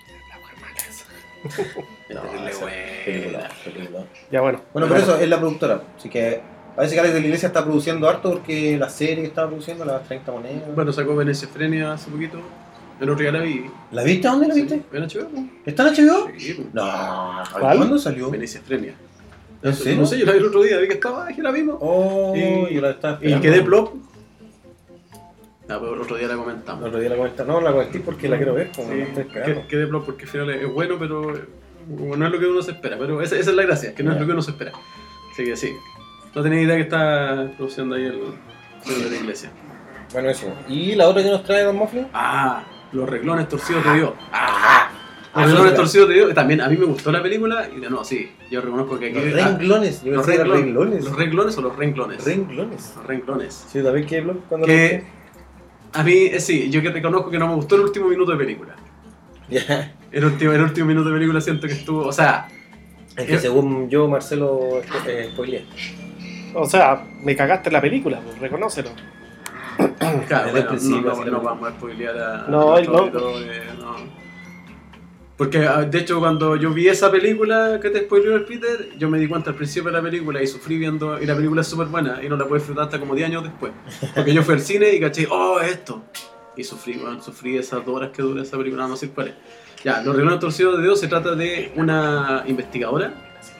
No, terrible esa buena. película. Ya bueno. Bueno, pero eso es la productora. Así que parece que Alex de la Iglesia está produciendo harto porque la serie que estaba produciendo, las 30 monedas. bueno, sacó Venecia Frenia hace poquito. El otro día la vi. ¿La viste? ¿Dónde la viste? ¿En HBO? ¿No? ¿Está en HBO? Sí, pues. No, ¿Cuál? ¿cuándo salió? Venecia Frenia. ¿En serio? No sé, yo la vi el otro día, vi que estaba, dije la vimos. Oh, Y- yo la estaba Y esperando. quedé plop. No, pero el otro día la El comentamos. otro día la comenté. No, la comenté porque la quiero ver, como Sí, la estoy esperando. quedé plop porque al final es bueno, pero no es lo que uno se espera. Pero esa es la gracia, que no es lo que uno se espera. Así que sí. No tenía idea que está produciendo ahí el señor de la iglesia. Bueno, eso. ¿Y la otra que nos trae Don Mofle? Ah, los reglones torcidos de Dios. Ah, Los reglones sí, torcidos de Dios. También a mí me gustó la película y no, sí, yo reconozco que aquí. Los renglones. Yo los pensé que eran renglones. renglones. ¿Los renglones o los renglones? Renglones. Los renglones. Sí, también que blog cuando Que a mí, sí, yo que reconozco que no me gustó el último minuto de película. Ya. El último minuto de película siento que estuvo, o sea, Es que según yo, Marcelo, spoileé. O sea, me cagaste en la película, pues, reconócelo. claro, Desde el bueno, principio, así no lo- vamos a spoilear a No, nuestros no. auditores, no. Porque de hecho cuando yo vi esa película que te spoileó el Peter, yo me di cuenta al principio de la película y sufrí viendo, y la película es súper buena y no la pude disfrutar hasta como 10 años después. Porque yo fui al cine y caché, oh, esto. Y sufrí esas 2 horas que dura esa película, no sé cuál es. Ya, Los Reglones Torcidos de Dios se trata de una investigadora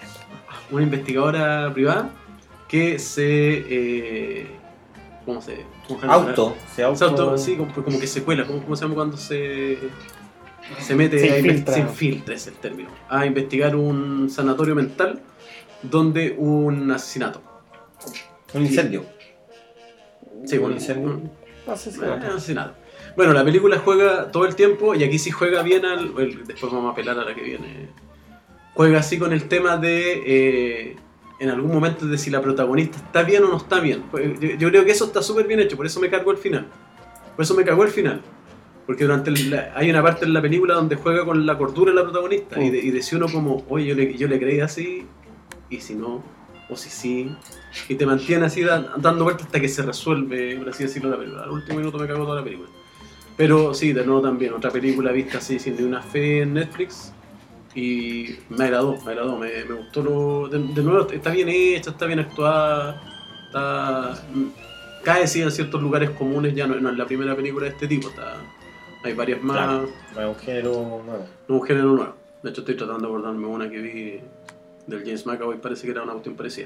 privada que ¿cómo se Se sí, como que se cuela, ¿cómo se llama cuando se mete Se a infiltra. se infiltra, es el término, a investigar un sanatorio mental donde hubo un asesinato. Un incendio. Sí, un incendio. asesinato. Bueno, la película juega todo el tiempo y aquí sí juega bien después vamos a apelar a la que viene. Juega así con el tema de en algún momento de si la protagonista está bien o no está bien. Yo creo que eso está súper bien hecho, por eso me cargó el final. Porque hay una parte en la película donde juega con la cordura de la protagonista y decía uno como, oye, yo le creí así, y si no, o si sí, y te mantiene así dando vueltas hasta que se resuelve, por así decirlo, la película. Al último minuto me cagó toda la película. Pero sí, de nuevo también, otra película vista así sin ni una fe en Netflix, Y me agradó, me gustó de nuevo, está bien hecha, está bien actuada, cae sí en ciertos lugares comunes, ya no es la primera película de este tipo, hay varias más. Claro, no es un género nuevo. No es un género nuevo. De hecho estoy tratando de acordarme una que vi del James McAvoy, parece que era una cuestión parecida.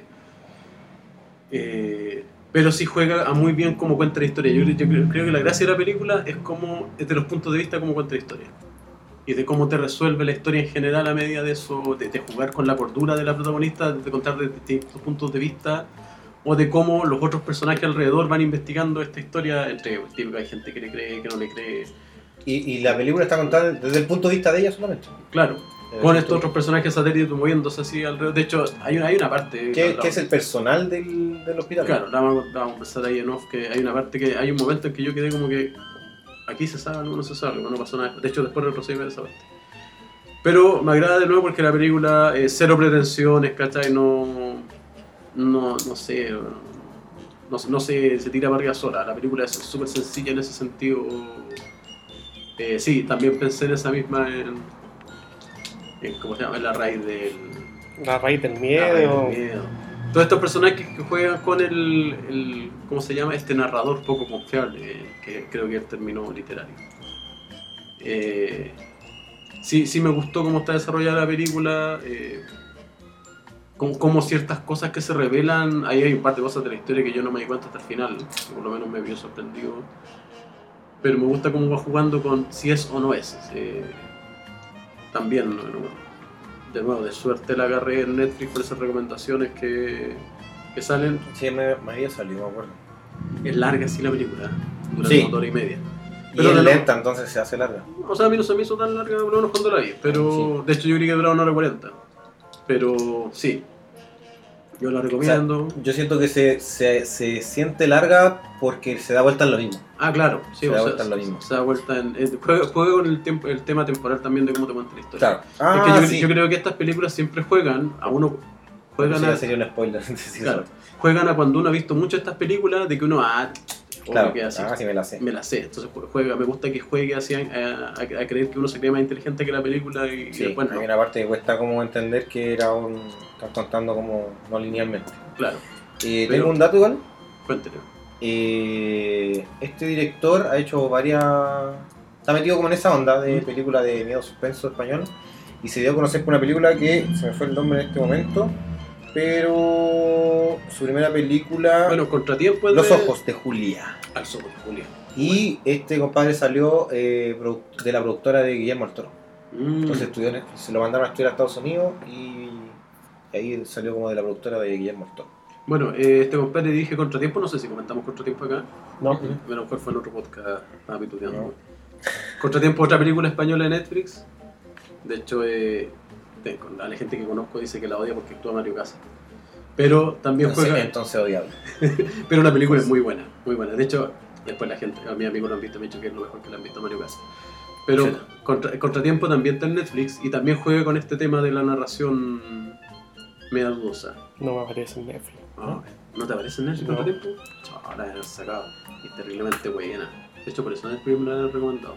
Pero sí juega a muy bien cómo cuenta la historia. Yo creo que la gracia de la película es de los puntos de vista cómo cuenta la historia. Y de cómo te resuelve la historia en general a medida de eso, de jugar con la cordura de la protagonista, de contar desde distintos puntos de vista, o de cómo los otros personajes alrededor van investigando esta historia, entre típico, hay gente que le cree, que no le cree. Y la película está contada desde el punto de vista de ella solamente. Claro, con estos otros personajes satélites moviéndose así alrededor. De hecho, hay una parte... ¿Qué es el personal del hospital? Claro, la vamos a empezar ahí en off, que hay una parte que hay un momento en que yo quedé como que aquí se sabe algo, no se sabe algo, no pasó nada. De hecho, después retrocedí a esa parte. Pero me agrada de nuevo porque la película, cero pretensiones, ¿cachai? No sé, no se tira para arriba sola. La película es súper sencilla en ese sentido. Sí, también pensé en esa misma, ¿cómo se llama? En la raíz del... La raíz del La miedo. raíz del miedo. Todos estos personajes que juegan con el ¿cómo se llama? Este narrador poco confiable, que creo que es el término literario. Sí me gustó cómo está desarrollada la película, como ciertas cosas que se revelan. Ahí hay un par de cosas de la historia que yo no me di cuenta hasta el final, que por lo menos me vio sorprendido. Pero me gusta cómo va jugando con si es o no es. También, de nuevo, de suerte la agarré en Netflix por esas recomendaciones que salen. Sí, me había salido, me acuerdo. Es larga sí la película, dura Sí. como 2 horas y media. Pero es lenta, entonces se hace larga. O sea, a mí no se me hizo tan larga, por lo menos cuando la vi. Pero, Sí. de hecho, yo creí que duraba 1 hora y 40. Pero, sí. Yo la recomiendo. O sea, yo siento que se siente larga porque se da vuelta en lo mismo. Ah, claro. Sí, se da vuelta en lo mismo. Se da vuelta en... juega con el tema temporal también de cómo te cuenta la historia. Claro. Es que Sí. yo creo que estas películas siempre juegan a uno... Bueno, Juegan sí, a... ya sería un spoiler. Sí, Claro. Juegan a cuando uno ha visto mucho estas películas de que uno... Claro. queda así. Sí me la sé. Me la sé, entonces me gusta que juegue así a creer que uno se cree más inteligente que la película y Sí, después no. hay una parte que cuesta como entender que están contando como no linealmente. Claro, Tengo un dato igual. cuéntelo. Este director ha hecho varias... Está metido como en esa onda de película de miedo suspenso español. Y se dio a conocer por una película que se me fue el nombre en este momento. Pero su primera película... Bueno, Contratiempo es Los de... ojos de Julia. Al Ojos de Julia. Y este compadre salió de la productora de Guillermo del Toro. Entonces se lo mandaron a estudiar a Estados Unidos y ahí salió como de la productora de Guillermo del Toro. Bueno, este compadre dirige Contratiempo, no sé si comentamos Contratiempo acá. No. A lo mejor fue en otro podcast, estaba pituteando. No. Contratiempo, otra película española de Netflix. De hecho, la gente que conozco dice que la odia porque actúa Mario Casas. Pero también Entonces odiable. Pero la película es muy buena, muy buena. De hecho, después la gente, a mis amigos lo han visto, me han dicho que es lo mejor que le han visto a Mario Casas. Pero Contratiempo también está en Netflix y también juega con este tema de la narración media dudosa. No me aparece en Netflix. ¿No te aparece en Netflix No. Contratiempo? Ahora la han sacado. Y es terriblemente buena. De hecho, por eso Netflix me la han recomendado.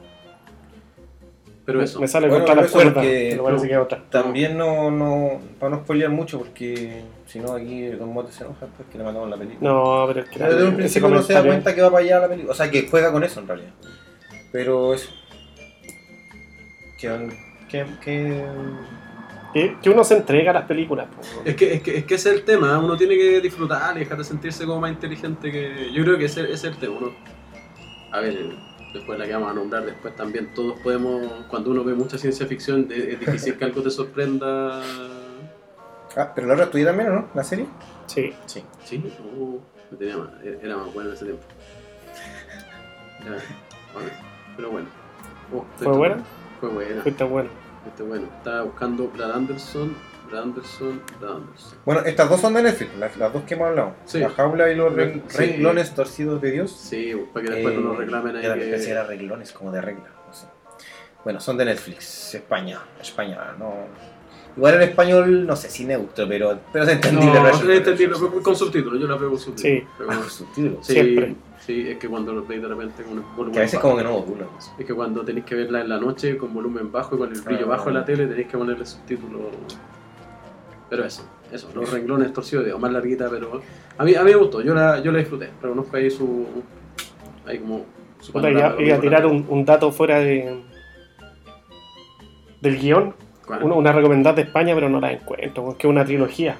Pero eso. Me sale Bueno, contra las eso es cuerdas, que- pero parece que es otra. También para no spoilear mucho porque si no aquí Don Mote se enoja pues que le matamos la película. No, pero es que Pero desde un ese principio no se da comentario- cuenta que va para allá la película. O sea, que juega con eso en realidad. Pero eso. que uno se entrega a las películas. Po. Es que ese es el tema, uno tiene que disfrutar y dejar de sentirse como más inteligente que... Yo creo que ese es el tema, a ver, después la que vamos a nombrar después también, todos podemos, cuando uno ve mucha ciencia ficción, es difícil que algo te sorprenda. Pero la otra tuya también, ¿o no? ¿La serie? Sí. Sí. ¿Sí? Era más bueno en ese tiempo. Pero bueno. ¿Fue buena? Fue buena. Fue tan buena. Estaba buscando Brad Anderson. Bueno, estas dos son de Netflix, las dos que hemos hablado. Sí. La jaula y los Sí. renglones torcidos de Dios. Sí, para que después no nos reclamen ahí. Yo también pensé que era renglones como de regla. No sé. Bueno, son de Netflix, España, no. Igual en español, no sé si neutro, pero es entendible. No, Russian es entendible, Federation. pero con subtítulos, yo la veo con subtítulos. Sí. Pero Ah, no. con subtítulos. Sí, Siempre. sí, es que cuando lo veis de repente con volumen Que a veces bajo. como que no modulan. Es que cuando tenéis que verla en la noche con volumen bajo y con el brillo bajo de la tele, tenéis que ponerle subtítulos. Pero eso, los renglones torcidos, digo, más larguita, pero a mí me gustó, yo la disfruté, reconozco ahí ahí como su Puta, panorama, iba a lo tirar mismo. un dato fuera del guión. ¿Cuál? Una recomendada de España, pero no la encuentro, porque es una trilogía.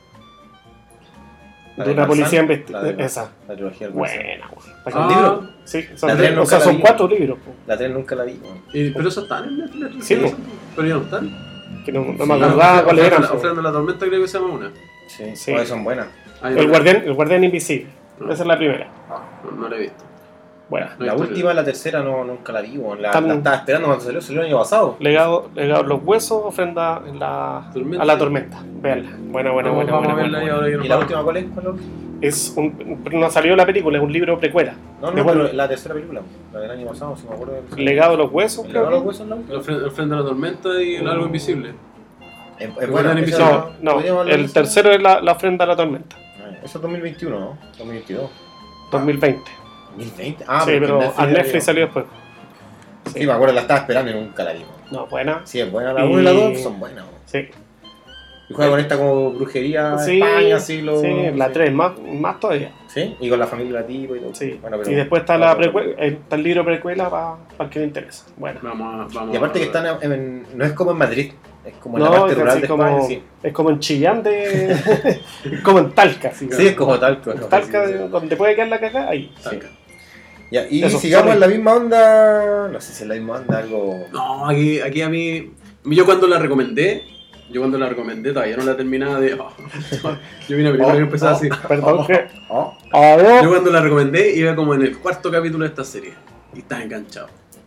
La De de una Tarzán, policía la de- investigada. Esa. La trilogía del Tarzán. Buena, weón. ¿Son libros? Sí, La son, tres o nunca sea, la son vi. 4 libros, po, La 3 nunca la vi. weón. Pero eso está en Netflix. Sí, po. Pero ya no están. que no me Sí. acordaba cuáles eran. po. Ofrenda a la tormenta creo que se llama una. Sí, Sí. oye, son buenas. Ah, El guardián invisible. No. Esa es la primera. No la he visto. Buena. No La hay última, historia. la tercera, no la vi. weón. La Tan- estaba esperando cuando salió el año pasado. Legado los huesos, ofrenda Tormenta. a la tormenta. Veanla. Buena. Vamos a verla y ahora ya nos ¿Y la vamos. última cuál es? ¿Cuál es? Es no salió la película, es un libro precuela. No, Después- pero la tercera película. La del año pasado, si me acuerdo. Legado de los huesos, ¿El creo legado de los que. huesos en la última? Ofrenda a la tormenta y el algo invisible. Es Guardián buena. Invisible. esa- No, podríamos hablar de el eso. tercero es la ofrenda a la tormenta. Eso es 2021, ¿no? 2022. 2020. 2020. Sí, pero a Netflix salió después. Sí, me acuerdo, la estaba esperando y nunca la vi. No, buena. Sí, es buena. La Y- 1 y la 2 son buenas. weón. Sí. Y juega con esta como brujería Sí, España, siglo... sí, la sí. 3 más todavía. Sí, y con la familia tipo y todo. Sí. Bueno, pero- Y después está la precuela, está el libro precuela para el que le interesa. Bueno. Vamos Y aparte que están no es como en Madrid, es como en la No, parte es rural así de como, España, sí. es como en Chillán de. Es como en Talca, sí. Sí, es como Talco. ¿no? Talca, Sí, sí, sí. donde puede quedar la cagada, ahí. Talca. Ya, y Eso, sigamos sorry. en la misma onda, no sé si en la misma onda, algo... No, aquí a mí. Yo cuando la recomendé todavía no la terminaba de. Yo vi una película que empezaba así. Perdón que. Oh, A ver. Yo cuando la recomendé iba como en el cuarto capítulo de esta serie y estaba enganchado.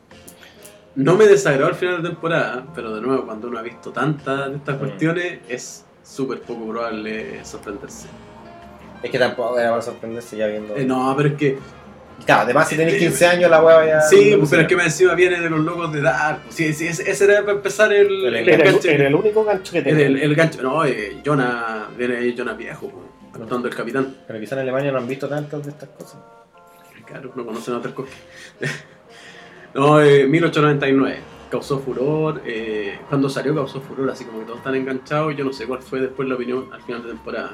No me desagradó al final de temporada, pero de nuevo, cuando uno ha visto tantas de estas cuestiones, es súper poco probable sorprenderse. es que tampoco era para sorprenderse ya viendo... No, pero es que. Claro, además si tenés 15 años la hueá ya... Sí, pero es que me encima viene de los locos de Dark. Sí, ese era para empezar el Era gancho. el único gancho que tenía. El gancho. No, Jonah, viene ahí Jonah viejo, contando el capitán. Pero quizás en Alemania no han visto tantas de estas cosas. Claro, no conocen otras cosas. No, 1899. Causó furor. Cuando salió causó furor, así como que todos están enganchados. Yo no sé cuál fue después la opinión al final de temporada.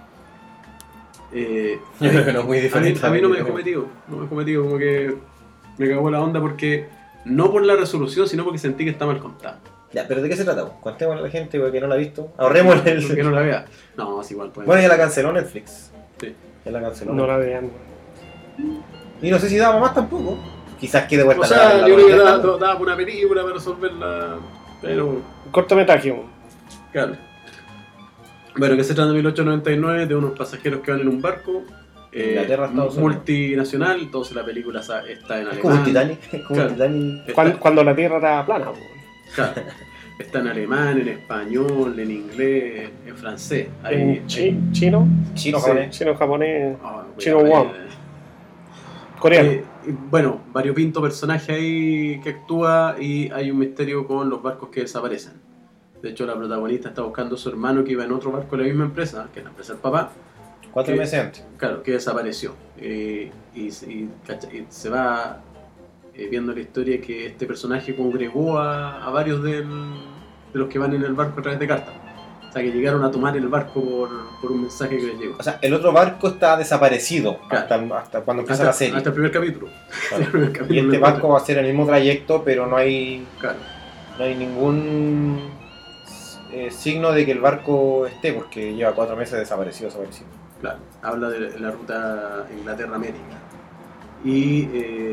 Yo creo que no es muy diferente. A mí no me yo dejó creo. metido, como que me cagó la onda porque no por la resolución, sino porque sentí que está mal contada. Ya, pero ¿de qué se trata? Contémosle a la gente que no la ha visto. Ahorremos el... Que no la vea. No, es igual. Pues. Bueno, ya la canceló Netflix. Sí. Ya la canceló. No la vean. Y no sé si daba más tampoco. Quizás quede vuelta O sea, la yo creo que completa. daba una película para resolverla, pero Cortometraje. claro. Bueno, que se trata de 1899 de unos pasajeros que van en un barco Inglaterra, Estados Unidos. multinacional, entonces la película está en Es como un alemán. Titanic. Es como Claro. un Titanic. Cuando la tierra era plana. po. Claro. Está en alemán, en español, en inglés, en francés. Ahí, En chino, Chino, Sí. japonés. chino, japonés, Ah, Chino cuidado, Wong. coreano. y bueno, variopinto personaje ahí que actúa y hay un misterio con los barcos que desaparecen. De hecho, la protagonista está buscando a su hermano que iba en otro barco de la misma empresa, que es la empresa del papá, 4 ¿Qué? meses antes. claro, que desapareció. Y se va viendo la historia que este personaje congregó a varios de los que van en el barco a través de cartas. O sea, que llegaron a tomar el barco por un mensaje que les llegó. O sea, el otro barco está desaparecido Claro. hasta cuando empieza la serie. Hasta el primer capítulo. Claro. El primer Y capítulo este del barco va a ser el mismo trayecto, pero no hay Claro. ningún signo de que el barco esté, porque lleva 4 meses desaparecido. Claro, habla de la ruta Inglaterra-América. Y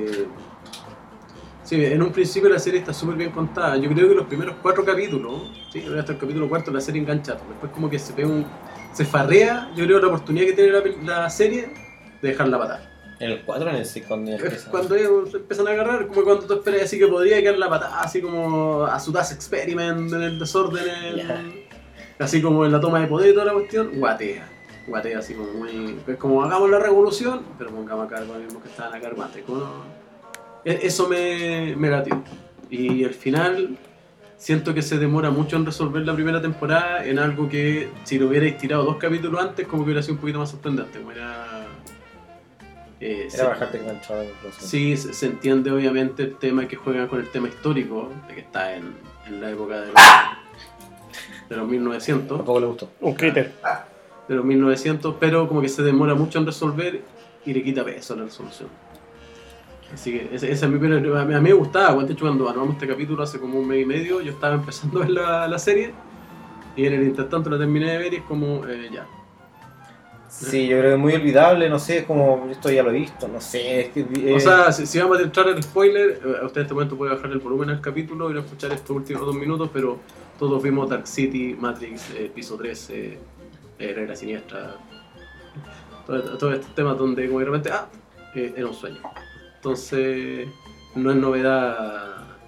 sí, en un principio la serie está súper bien contada. Yo creo que los primeros 4 capítulos, sí, hasta el capítulo 4 la serie engancha. Después como que se farrea, yo creo, la oportunidad que tiene la serie de dejarla patada. En el 4 en el 6 cuando Es cuando ellos se empiezan a agarrar, como cuando tú esperas así que podría quedar la patada, así como a su Das Experiment, en el desorden, así como en la toma de poder y toda la cuestión, guatea así como muy... Es como hagamos la revolución, pero pongamos a cargo a los mismos que estaban a cargo antes. Eso me latió. Y el final, siento que se demora mucho en resolver la primera temporada en algo que si lo hubierais tirado 2 capítulos antes como que hubiera sido un poquito más sorprendente. Como era bastante enganchado en el proceso. Sí, se entiende obviamente el tema que juegan con el tema histórico, de que está en la época de los 1900. Tampoco le gustó. Un críter. De los 1900, pero como que se demora mucho en resolver y le quita peso a la resolución. Así que esa es mi opinión. A mí me gustaba, de hecho cuando armamos este capítulo hace como un mes y medio, yo estaba empezando a ver la serie y en el intertanto la terminé de ver y es como, ya. Sí, yo creo que es muy olvidable, no sé, es como, esto ya lo he visto, no sé, es que... O sea, si vamos a entrar el spoiler, usted en este momento puede bajar el volumen al capítulo y no escuchar estos últimos 2 minutos, pero todos vimos Dark City, Matrix, Piso 13, Regla Siniestra, todos estos temas donde como de repente, era un sueño. Entonces, no es novedad.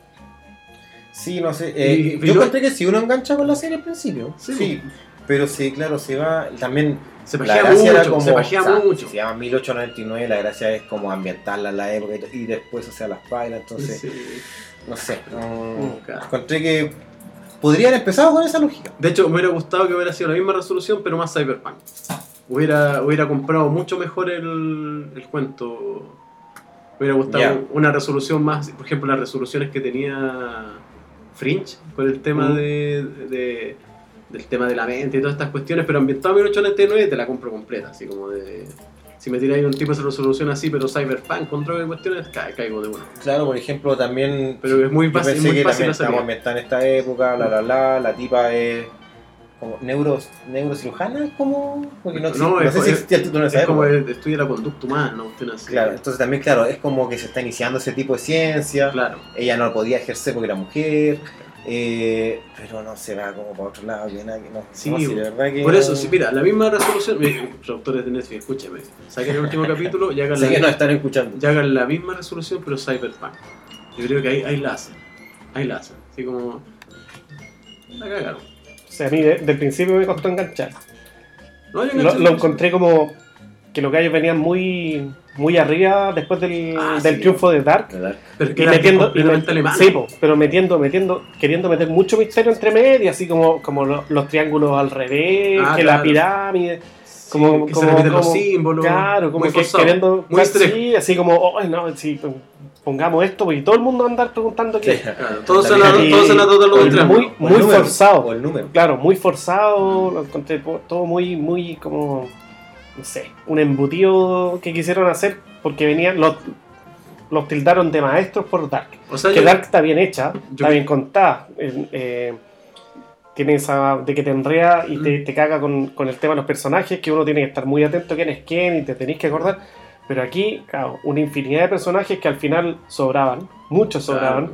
Sí, no sé, yo encontré que si uno engancha con la serie al principio, sí, pero sí, claro, se va, también... Se pajea mucho, mucho. Se llama 1899, la gracia es como ambientarla en la época y después, o sea, las páginas, entonces, sí. No sé, encontré que podrían empezar con esa lógica. De hecho, me hubiera gustado que hubiera sido la misma resolución, pero más cyberpunk. Hubiera comprado mucho mejor el cuento. Me hubiera gustado una resolución más, por ejemplo, las resoluciones que tenía Fringe con el tema del tema de la mente y todas estas cuestiones, pero ambientado en 1899 te la compro completa, así como de... Si me tiráis un tipo de resolución así, pero cyberpunk, con drogas y cuestiones, caigo de uno. Claro, por ejemplo, también... Pero es muy fácil, pensé que también hacer. estamos ambientados en esta época, la tipa es... como neurocirujana, es como... Porque no sé si existía el título en esa es época. como estudia la conducta humana, ¿no? Claro, entonces también, claro, es como que se está iniciando ese tipo de ciencia. Claro. Ella no podía ejercer porque era mujer. Pero no se va como para otro lado, que nada, que no. Sí, no, sí, de verdad que por eso, sí, mira, la misma resolución, productores de Netflix, escúchame, saquen el último capítulo y hagan sé que nos están escuchando. y hagan la misma resolución, pero cyberpunk. Yo creo que ahí la hacen, así como, la cagaron. O sea, a mí del principio me costó enganchar. No, yo Lo encontré como que los gallos venían muy arriba después del triunfo de Dark. Pero que y metiendo sí, pero queriendo meter mucho misterio entre medio, así como los triángulos al revés, que la pirámide, como se repiten los símbolos, claro, como muy que forzado, queriendo, muy sí, así como, pongamos esto, porque todo el mundo va a andar preguntando qué. Claro, todos se la todos los triángulos. Muy forzado. O el número. Claro, muy forzado, lo encontré todo muy como, no sé, un embutido que quisieron hacer porque venían, los tildaron de maestros por Dark. O sea, que Dark está bien hecha, está bien contada. Tiene esa de que te enrea y te caga con el tema de los personajes, que uno tiene que estar muy atento a quién es quién y te tenéis que acordar. Pero aquí, claro, una infinidad de personajes que al final sobraban, muchos sobraban.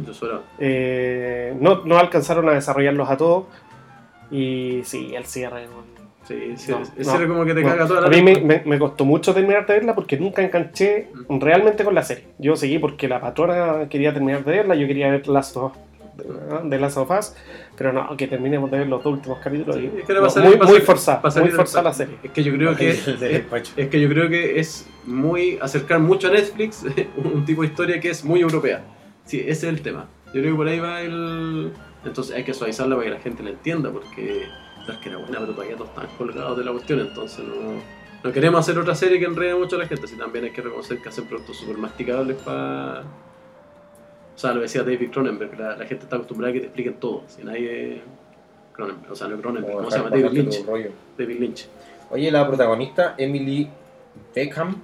No alcanzaron a desarrollarlos a todos. Y sí, el cierre. Era como que te caga toda la... A mí me costó mucho terminar de verla porque nunca enganché realmente con la serie. Yo seguí porque la patrona quería terminar de verla, yo quería ver The Last of Us, pero no, que terminemos de ver los 2 últimos capítulos. Sí, muy forzada la serie. Es que yo creo que es muy acercar mucho a Netflix un tipo de historia que es muy europea. Sí, ese es el tema. Yo creo que por ahí va entonces hay que suavizarla para que la gente la entienda, porque es que era buena, pero todavía todos están colgados de la cuestión, entonces no queremos hacer otra serie que enrede mucho a la gente, si también hay que reconocer que hacen productos súper masticables para... O sea, lo decía David Cronenberg, la gente está acostumbrada a que te expliquen todo, si nadie... Cronenberg, o sea, no Cronenberg, ¿cómo se llama? David Lynch. Oye, la protagonista, Emily Beckham,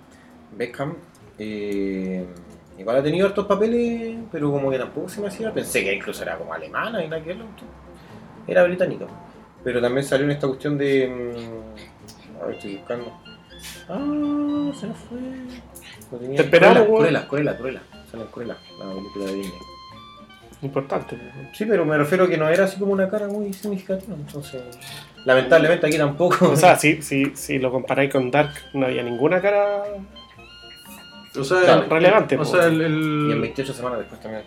igual ha tenido hartos papeles, pero como que tampoco se me hacía, pensé que incluso era como alemana y nada que era británica. Pero también salió en esta cuestión de... A ver, estoy buscando. Se nos fue. Te esperamos, Cruella. Sale en Cruella, la película de Disney. Importante. Sí, pero me refiero a que no era así como una cara muy significativa, entonces... Lamentablemente aquí tampoco. O sea, si lo comparáis con Dark, no había ninguna cara... O sea, relevante. O sea, Y en 28 semanas después también.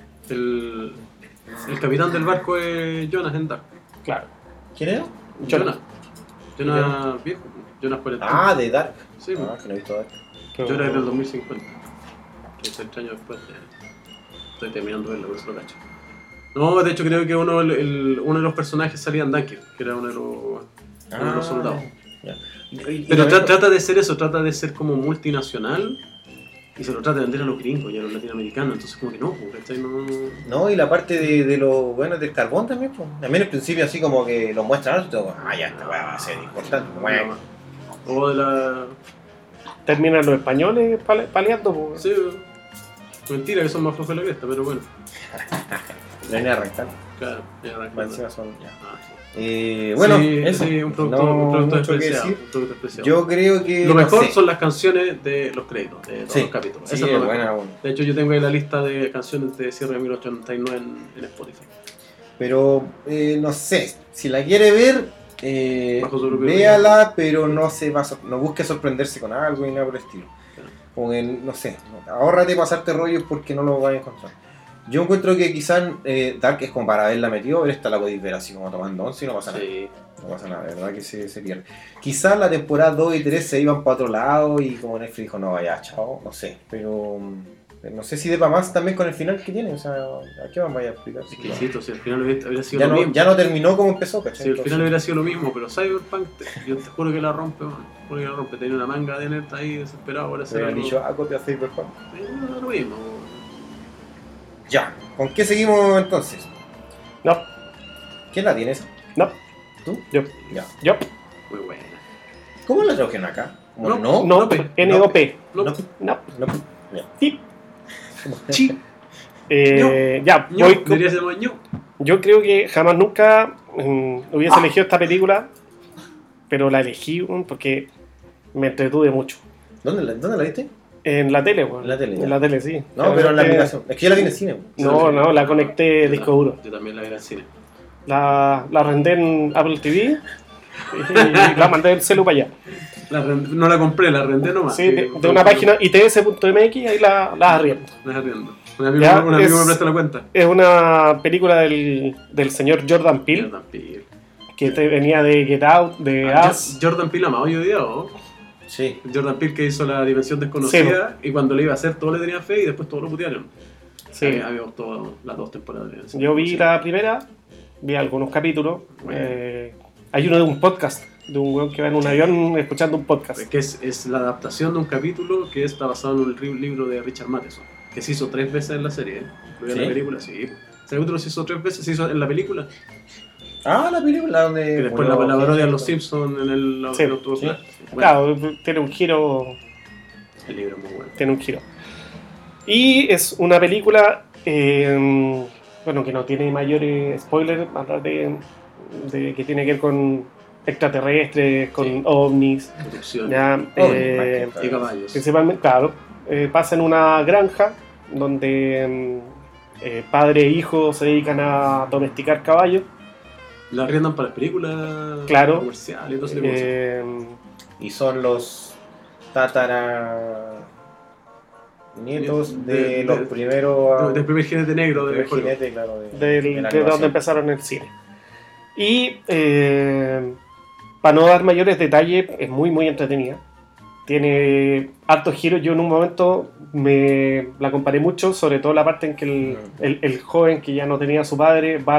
El capitán del barco es Jonas en Dark. Claro. ¿Quién era? Jonas viejo. Jonas 40. Ah, de Dark. Sí, que no he visto Dark. Jonas es del 2050. 13 años después estoy terminando de verlo, por eso lo cacho. No, de hecho creo que uno de los personajes salía en Dunkirk, que era uno de los soldados. Ya. Pero trata de ser eso, trata de ser como multinacional y se lo trata de vender a los gringos y a los latinoamericanos, entonces como que no, ¿cachai? No, y la parte de lo bueno del carbón también, pues. También al principio así como que lo muestran alto, ya esta weá va a ser importante. Bueno. O de la... Terminan los españoles paleando, pues. Sí, mentira que son más flojos de la cresta, pero bueno. La línea rectal. Claro, ya Más encima son ya. sí. Bueno, Sí, eso. sí, un producto mucho que especial, decir. un producto especial. Yo creo que Lo mejor no sé. son las canciones de los créditos, de todos Sí, los capítulos. sí, Esa es lo buena mejor. aún. De hecho, yo tengo ahí la lista de canciones de cierre de 1989 en Spotify. Pero no sé, si la quiere ver, Bajo su propio véala, pero no no busque sorprenderse con algo ni nada por el estilo. Claro. Como que, no sé, ahórrate pasarte rollos porque no lo vas a encontrar. Yo encuentro que quizás Dark es como para haberla metido, pero esta la podéis ver así como tomando once y no pasa nada. Sí. No pasa nada, de verdad que se pierde. Quizás la temporada 2 y 3 se iban para otro lado y como Netflix dijo, no, vaya, chao, no sé. Pero no sé si de para más también con el final que tiene, o sea, ¿a qué vamos a explicar? Es que insisto, si al final hubiera sido Ya lo no, mismo. ya no terminó como empezó, ¿cachai? Si al final hubiera sido lo mismo, pero Cyberpunk, yo te juro que la rompe, man. Te juro que la rompe. Tenía una manga de nerd ahí desesperado por hacer Se algo. han dicho, copia Cyberpunk. Lo mismo. Ya, ¿con qué seguimos entonces? No, ¿Quién la tiene esa? no, ¿Tú? yo. Ya. Yo. Muy buena. ¿Cómo la trajeron acá? ¿Como No, no? No, Nope. N-O-P. No, No. No. No. Ya. Tip. chi. Ya, Ño, voy. debería ser más ño. Yo creo que jamás nunca hubiese elegido esta película, pero la elegí porque me entretuve mucho. ¿Dónde la viste? En la tele, weón. En la tele, ya. En la tele, sí. No, pero en la aplicación. Es que yo la vi en el cine. No, la conecté disco duro. Yo también la vi en el cine. La renté en Apple TV y la mandé del celu para allá. No la compré, la arrendé nomás. Sí, de una página its.mx, ahí la arriendo. Me arriendo. Un amigo, Ya, un amigo es- me presta la cuenta. Es una película del señor Jordan Peele, Jordan Peele. que venía de Get Out, de Us. Jordan Peele amado hoy día, ¿o? Sí. Jordan Peele que hizo La Dimensión Desconocida y cuando le iba a hacer todos le tenían fe y después todos lo putearon. Sí. A mí me gustó las dos temporadas de Dimensión Yo vi Desconocida. la primera, vi algunos capítulos. Bueno. Hay uno de un podcast, de un weón que va en un avión escuchando un podcast. Que es la adaptación de un capítulo que está basado en un libro de Richard Matheson, que se hizo 3 veces en la serie, incluida ¿Sí? la película, sí. Ese capítulo se hizo 3 veces, se hizo en la película, Ah, la película donde. que después la parodian los Simpsons en el Sí, autobús. sí. Bueno, Claro, tiene un giro. el libro es muy bueno. Tiene un giro. Y es una película, bueno, que no tiene mayores spoilers, hablar de que tiene que ver con extraterrestres, con Sí. ovnis, Producción ya, y caballos. principalmente, claro, pasa en una granja donde padre e hijo se dedican a domesticar caballos. La arriendan para las películas Claro. comerciales y todo ese tipo de cosas. eh, Y son los tatara nietos de los primeros. Del primer jinete negro de primer Hollywood. jinete, claro, de la de donde animación. empezaron el cine. Y para no dar mayores detalles, es muy muy entretenida. Tiene hartos giros. Yo en un momento la comparé mucho, sobre todo la parte en que el joven que ya no tenía a su padre va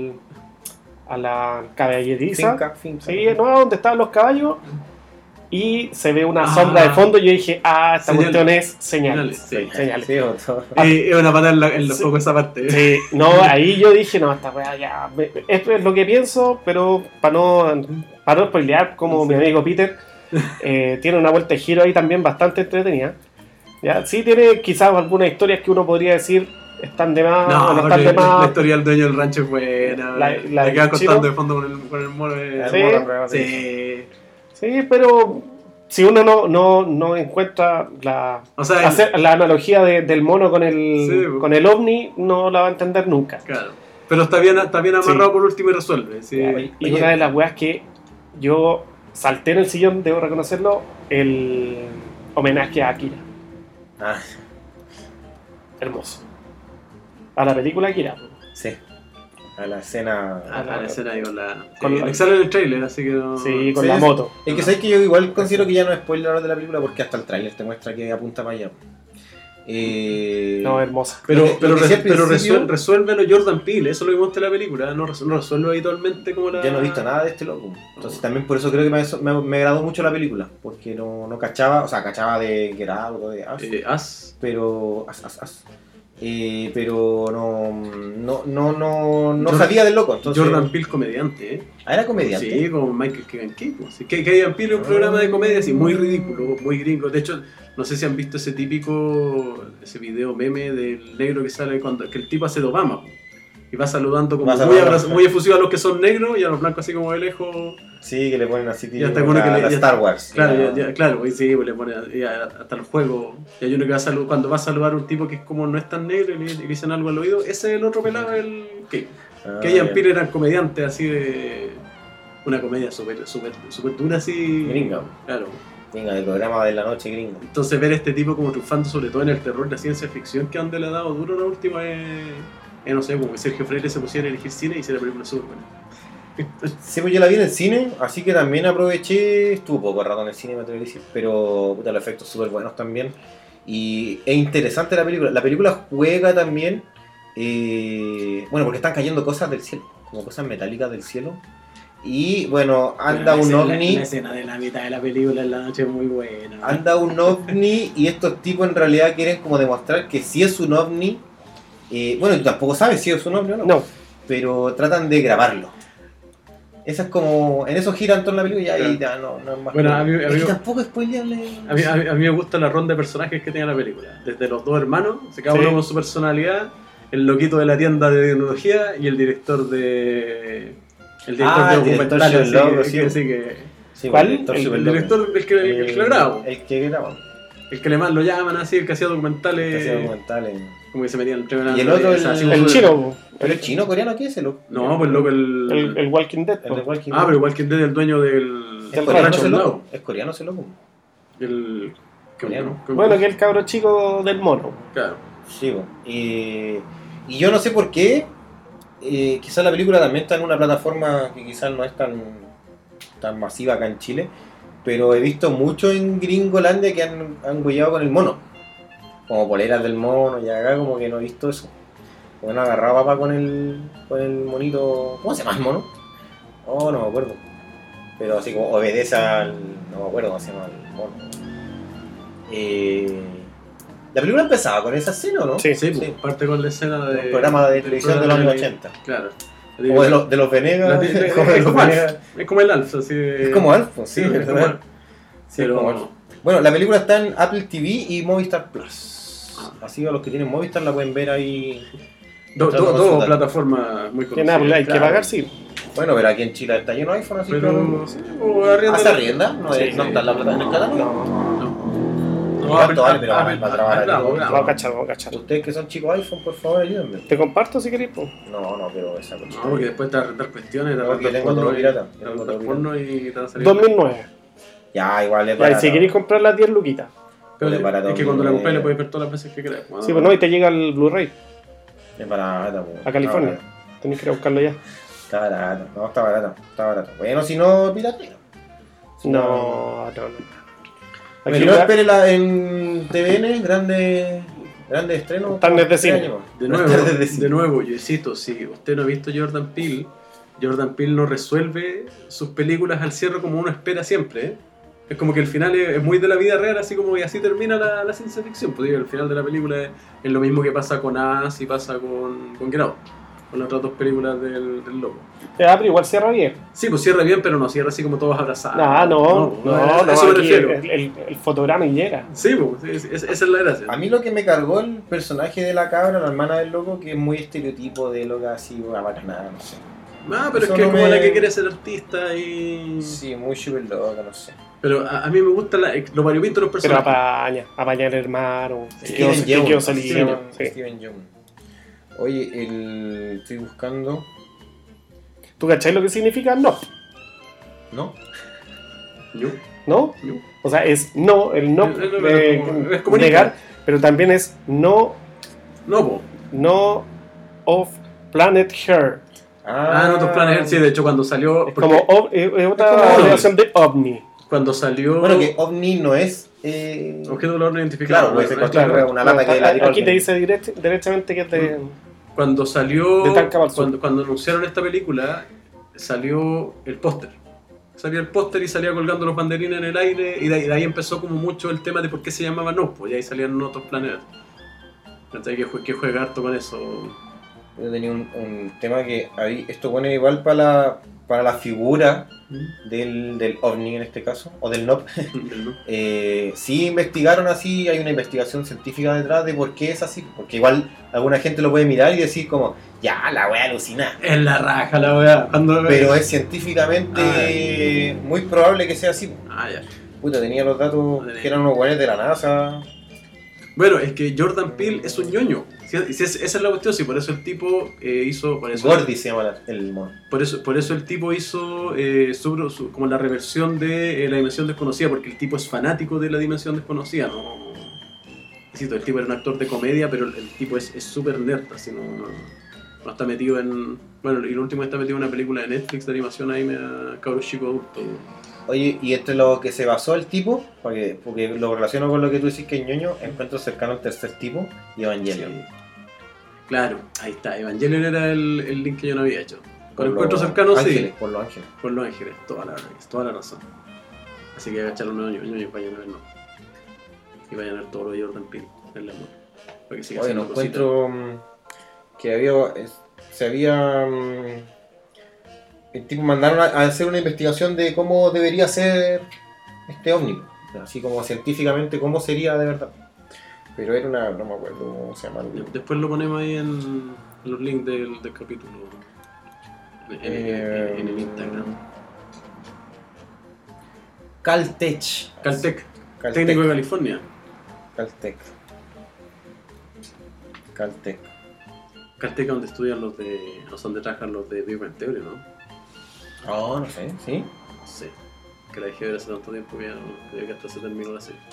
a la caballeriza. Finca. Sí, no, donde estaban los caballos. Y se ve una Ah. sombra de fondo. Y yo dije, esta Señales. cuestión es señales. Sí. Señales. Sí, otro. Es una patada en los focos esa parte. Sí, no, ahí yo dije, no, esta weá ya. Esto es lo que pienso, pero para no spoilear, como Sí. mi amigo Peter, tiene una vuelta de giro ahí también bastante entretenida. ¿Ya? Sí, tiene quizás algunas historias que uno podría decir están de más, o no No, están de la más. historia del dueño del rancho es buena. La La que va del chino. contando de fondo con el mono. Sí. Sí. Sí, pero si uno no encuentra O sea, hacer la analogía del mono con Sí, con el ovni, no la va a entender nunca. claro. Pero está bien amarrado Sí. por último y resuelve. Sí. Y Oye. una de las weas que yo salté en el sillón, debo reconocerlo, el homenaje a Akira. Ah, Hermoso. A la película Akira. sí. A la escena. A la escena ahí con la. Con Sí, la- sale en el trailer, así que no. Sí, con Sí, la es- moto. Es que sabes que yo igual considero que ya no es spoiler ahora de la película porque hasta el tráiler te muestra que apunta para allá. No, hermosa. Pero decía al principio- resuélvelo Jordan Peele, eso lo vimos en la película, no resuelve habitualmente como la... Yo no he visto nada de este loco. Entonces también por eso creo que me agradó mucho la película. Porque no cachaba, o sea, cachaba de Get Out o de Us. As. Pero pero no sabía del loco. Entonces, Jordan Peele comediante, ¿eh? era comediante. Sí, como Michael Keegan Key. Pues. Keegan Peele es un programa de comedia así, muy ridículo, muy gringo. De hecho, no sé si han visto ese video meme del negro que sale cuando que el tipo hace de Obama. Pues. Y va saludando como muy efusivo a los que son negros y a los blancos así como de lejos. Sí, que le ponen así y hasta uno que le, Star Wars. Claro, claro, y sí, pues le ponen hasta el juego. Y hay uno que cuando va a saludar a un tipo que es como no es tan negro y le dicen algo al oído, ese es el otro pelado, el que Keegan Peele era comediante así de una comedia súper dura así. Gringa. Claro. Venga, del programa de la noche gringo. Entonces ver a este tipo como triunfando sobre todo en el terror, la ciencia ficción, que donde le ha dado duro la última no sé, como que Sergio Freire se pusiera a elegir cine y hiciera película súper buena. Sí, pues yo la vi en el cine, así que también aproveché, estuvo poco rato en el cine, me atrevo a decir, pero puta, los efectos súper buenos también. Y es interesante la película. La película juega también, bueno, porque están cayendo cosas del cielo, como cosas metálicas del cielo. Y bueno, anda un ovni. La escena de la mitad de la película en la noche es muy buena. Anda un ovni y estos tipos en realidad quieren como demostrar que sí es un ovni. Bueno, tú tampoco sabes si es un ovni o no. No. Pero tratan de grabarlo. Esa es como. En eso giran toda la película y ahí ya no es más. Bueno, a mí tampoco spoilearle. A mí me gusta la ronda de personajes que tiene la película. Desde los dos hermanos, cada uno con su personalidad, el loquito de la tienda de tecnología y el director de. El director de documentales. Sí, ¿Cuál? El director, el que lo graba. El que graba. El que lo llaman así, el que hacía documentales. Como que se metían en el y el otro, el chino. ¿Pero el chino coreano qué es el loco? No, pues loco el Walking Dead. El de Walking Dead. Pero el Walking Dead es el dueño del. ¿Es coreano ese loco? ¿Es coreano ese loco? El. Coreano. Bueno, que el cabro chico del mono. Claro. Sí, y yo no sé por qué. Quizás la película también está en una plataforma que quizás no es tan masiva acá en Chile, pero he visto mucho en Gringolandia que han huellado con el mono, como poleras del mono, y acá como que no he visto eso. Bueno, agarraba papá con el monito. ¿Cómo se llama el mono? Oh, no me acuerdo. Pero así como obedece al. No me acuerdo cómo se llama el mono. La película empezaba con esa escena, ¿no? Sí. Parte con la escena de. Un programa de televisión de los años 80. Claro. Como de los Venegas. Es como el Alf, así. Es como Alf, sí, ¿verdad? Sí, pero... como Alf. Bueno, la película está en Apple TV y Movistar Plus. Así que los que tienen Movistar la pueden ver ahí. Dos plataformas muy conocidas. Hay que pagar, sí. Bueno, pero aquí en Chile está lleno de iPhone, así pero... ¿Hace arrienda? ¿No está en la plataforma en el catálogo? No. ¿Cuánto vale? Pero va a trabajar aquí. Vamos a cachar. Ustedes que son chicos iPhone, por favor, ayúdenme. ¿Te comparto si querés? No, pero esa cosa. No, porque después te va a rentar cuestiones, te va a rentar porno pirata. Te va a rentar porno y te va a salir... 2009. Ya, igual es barato. Ya, si queréis comprar las 10 luquitas. Pero es que cuando la compré le puedes ver todas las veces que quieras. Sí, pues no, y te llega el Blu-ray. Es barata, a California. Tenés que ir a buscarlo ya. Está barato. No, está barato. Bueno, si no, pirateo. No. Si no, espérela en TVN, grande estreno. Tardes de cine. De nuevo, yo insisto, si usted no ha visto Jordan Peele no resuelve sus películas al cierre como uno espera siempre, ¿eh? Es como que el final es muy de la vida real, así como y así termina la ciencia ficción. Pues digo, el final de la película es lo mismo que pasa con As y pasa con Get Out, con las otras dos películas del loco. Pero igual cierra bien. Sí, pues cierra bien, pero no cierra así como todos abrazados. No, eso me refiero. El fotograma y llega. Sí, pues, esa es la gracia. A mí lo que me cargó el personaje de la cabra, la hermana del loco, que es muy estereotipo de loca así, abacanada, no sé. Pero es que es como la que quiere ser artista y... Sí, muy super loca, no sé. Pero a mí me gusta lo variopinto de los personajes. Pero apaña el hermano. Steven Yeun. Oye, estoy buscando... ¿Tú cachai lo que significa no? ¿No? ¿No? O sea, es no, el no es como negar, pero también es no of planet Earth. No otros planes, sí, de hecho cuando salió... Es como otra relación de ovni. Cuando salió... Bueno, que ovni no es Objeto volador no identificado. Claro, puede ser ¿no? cualquier una lata que la tiró Aquí te alguien. dice directamente que es de... Cuando salió, De Talca para el sur. cuando anunciaron esta película, salió el póster. Salía el póster y salía colgando los banderines en el aire, y de ahí empezó como mucho el tema de por qué se llamaba No, pues y ahí salían otros planetas. Entonces que juega harto con eso. Yo tenía un tema que esto pone igual para la figura del ovni en este caso, o del NOP. Sí investigaron así, hay una investigación científica detrás de por qué es así, porque igual alguna gente lo puede mirar y decir como, ya, la wea alucina. Es la raja la weá. Pero es científicamente muy probable que sea así. Ah, ya. Puta, tenía los datos que eran unos weones de la NASA. Bueno, es que Jordan Peele es un ñoño. Esa es la cuestión, sí, por eso el tipo hizo... Gordy se llama el mono. Por eso el tipo hizo como la reversión de la dimensión desconocida, porque el tipo es fanático de la dimensión desconocida, ¿no? El tipo era un actor de comedia, pero el tipo es súper nerd, así no está metido en... Bueno, y lo último está metido en una película de Netflix de animación, ahí me da cabros chico adulto. Oye, y entre lo que se basó el tipo, porque lo relaciono con lo que tú decís que es ñoño, encuentro cercano al tercer tipo y Evangelion. Sí. Claro, ahí está, Evangelion era el link que yo no había hecho. Por Con encuentro los cercano, ángeles, sí. por los ángeles. Por Los Ángeles, toda la razón. Así que agachar los ñoños y vayan a verlo. Y vayan a ver todo lo de Jordan Peele, el amor. Para que siga Oye, no haciendo cositas. encuentro que el tipo mandaron a hacer una investigación de cómo debería ser este ovni, así como científicamente cómo sería de verdad. Pero era no me acuerdo cómo se llama. Después lo ponemos ahí en los links del capítulo. En el Instagram. Caltech. Caltech, técnico de California. Caltech, Caltech, donde estudian los donde trabajan los de Big Bang Theory, ¿no? Oh, no sé, ¿sí? No sé. Que la dejé ver hace tanto tiempo que ya creo que hasta se terminó la serie.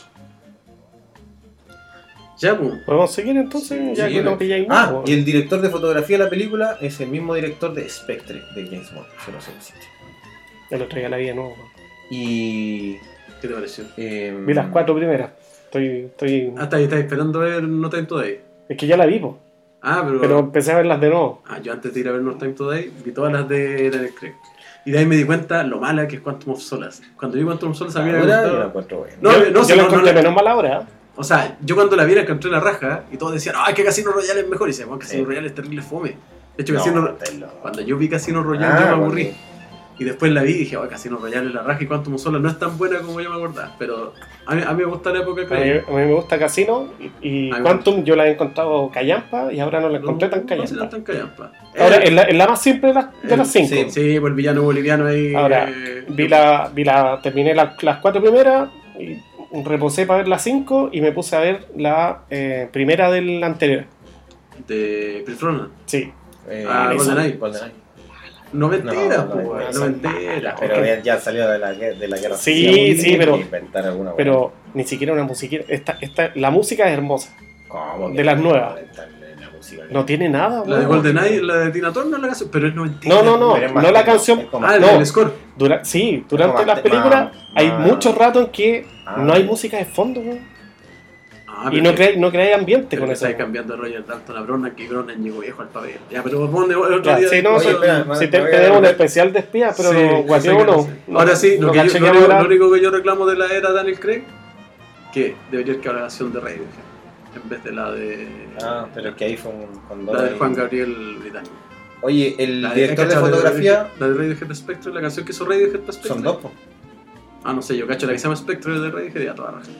Ya, pues. ¿Podemos seguir entonces? Ya Sí, que no pilláis más. y el director de fotografía de la película es el mismo director de Spectre, de James Bond, 007. El otro día la vi de nuevo. Y... ¿Qué te pareció? Vi las 4 primeras. Estoy... Estás esperando ver No Time Today. Es que ya la vi, po. Pero empecé a verlas de nuevo. Yo antes de ir a ver No Time Today vi todas las de Daniel Craig. Y de ahí me di cuenta lo mala que es Quantum of Solace. Cuando vi Quantum of Solace a mí me Ahora gustaba. yo la encuentro buena. Yo la encontré menos mala ahora. O sea, yo cuando la vi la encontré la raja y todos decían, que Casino Royale es mejor. Y decían, Casino Royale es terrible fome. De hecho, cuando yo vi Casino Royale yo me aburrí. Y después la vi y dije, Casino Royale es la raja y Quantum of Solace no es tan buena como yo me acordaba. Pero a mí me gusta la época que a mí me gusta Casino y Quantum yo la he encontrado callampa y ahora no la encontré tan callampa. No tan callampa. Ahora, es la más simple de las 5. Sí, por el villano boliviano ahí. Ahora, terminé las 4 primeras y reposé para ver las 5 y me puse a ver la primera del anterior. De Pilfrona. Sí. GoldenEye. Noventera, No, noventera. Pero ya salió de la guerra. Sí, pero pero ni siquiera una musiquita. La música es hermosa. ¿Cómo? De las nuevas. La música. No tiene nada. La de GoldenEye, la de Tina Turner, la canción, pero es noventera. No la canción. El score. Durante las películas hay mucho rato en que no hay música de fondo, güey. Y no creáis ambiente con eso. Estáis cambiando de Roger Dalton a Bronan, que Bronan llegó viejo al papel. Ya, pero ponle otro día. Sí, no, si tenemos un especial de espías, pero no. Ahora sí, lo único que yo reclamo de la era Daniel Craig, que debería ir a la canción de Radiohead, en vez de la de... pero es que ahí fue con la de Juan Gabriel Británico. Oye, el director de fotografía... La de Radiohead Spectre, la canción que hizo Radiohead Spectre. Son dos, po. No sé, yo cacho la que se llama Spectre de Radiohead y a toda raja.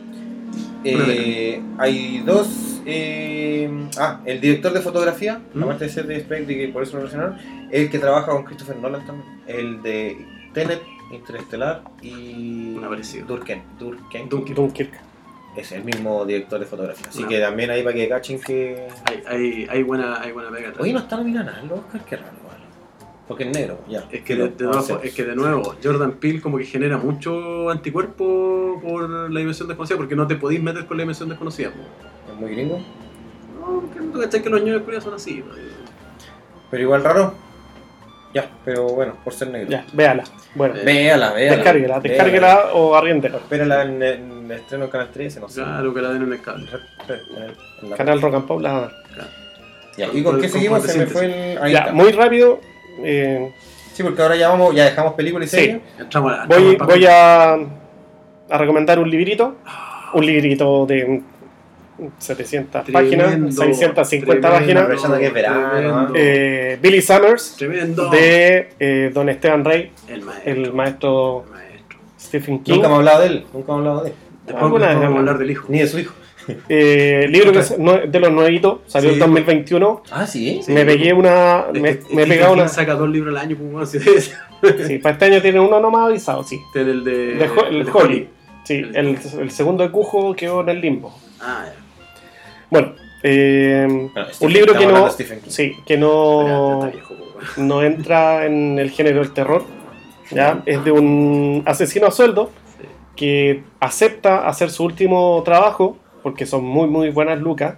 Hay dos. El director de fotografía, aparte de ser de Spectre, que por eso lo mencionaron, es el que trabaja con Christopher Nolan también. El de Tenet, Interestelar y. Dunkirk. Es el mismo director de fotografía. Así que también ahí para que cachen que. Hay buena pega. Hoy no está nominado nada el Oscar, qué raro, igual. Porque es negro, ya. Es que de nuevo, Jordan Peele como que genera mucho anticuerpo por la dimensión desconocida, porque no te podís meter con la dimensión desconocida. ¿Es muy gringo? No, que no te cachai que los ñoños curiosos son así. Pero igual raro. Ya, pero bueno, por ser negro. Ya, véala. Bueno, Véala. descárguela o arriéndela. Espérala en estreno en Canal 13, no sé. Claro, que la den en el cable. En la- Canal Rock and Pop la van a dar. Claro. Ya, ¿y con qué seguimos? Se me fue el... Ahí Ya, está. muy rápido. Sí, porque ahora ya dejamos películas y Sí. series. Entramos al Voy papel. a recomendar un librito. Un librito de 700 Tremendo, páginas, 650 tremendo. páginas. Aprovechando que es verano, Tremendo. Billy Summers, Tremendo. de Don Esteban Rey, El maestro. el maestro El maestro. Stephen King. Nunca hemos hablado de él. Después Alguna vez vamos a hablamos. hablar del hijo. Ni de su hijo. Libro que es de los nuevitos, salió en Sí. 2021. Ah, sí. Me pegué una. Me he pegado una. saca 2 libros al año, pues, bueno, Sí, para este año tiene uno nomás avisado, sí. Tiene el de. El de Holly. Sí, el segundo de Cujo quedó en el limbo. Ah, ya. Bueno, Stephen- un libro que estamos hablando no. de Stephen King. Sí, que Ya no. está viejo, pues, bueno. No entra en el género del terror. ¿Ya? Es de un asesino a sueldo Sí. que acepta hacer su último trabajo, porque son muy, muy buenas lucas,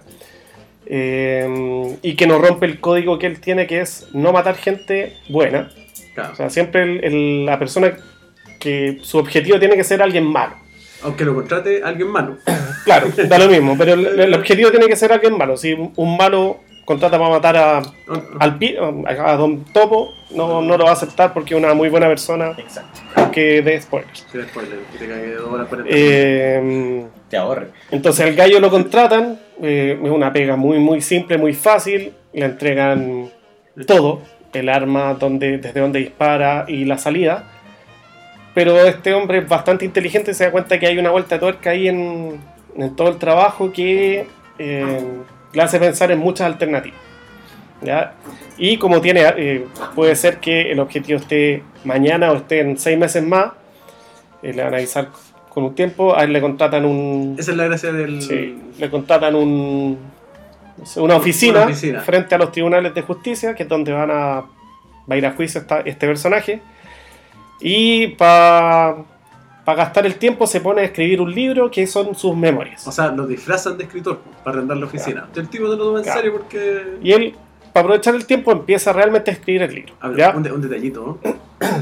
y que no rompe el código que él tiene, que es no matar gente buena. Claro. O sea, siempre la persona que su objetivo tiene que ser alguien malo. Aunque lo contrate alguien malo. Claro, da lo mismo, pero el objetivo tiene que ser alguien malo. Si un malo contrata para matar a Don Topo, no lo va a aceptar porque es una muy buena persona. Exacto. Que de spoilers. Sí, spoiler, que te cague 2 horas 40. Te ahorre. Entonces al gallo lo contratan, es una pega muy muy simple, muy fácil, le entregan todo, el arma, desde donde dispara y la salida, pero este hombre es bastante inteligente y se da cuenta que hay una vuelta de tuerca ahí en todo el trabajo que le hace pensar en muchas alternativas. ¿Ya? Y como puede ser que el objetivo esté mañana o esté en 6 meses más, le van a avisar con un tiempo, a él le contratan Esa es la gracia del. Sí, le contratan una oficina frente a los tribunales de justicia, que es donde va a ir a juicio este personaje. Y para gastar el tiempo se pone a escribir un libro que son sus memorias. O sea, lo disfrazan de escritor para arrendar la oficina. El tipo no lo toma en Claro. serio porque. Y él, para aprovechar el tiempo, empieza realmente a escribir el libro. A ver, ¿ya? un detallito, ¿no?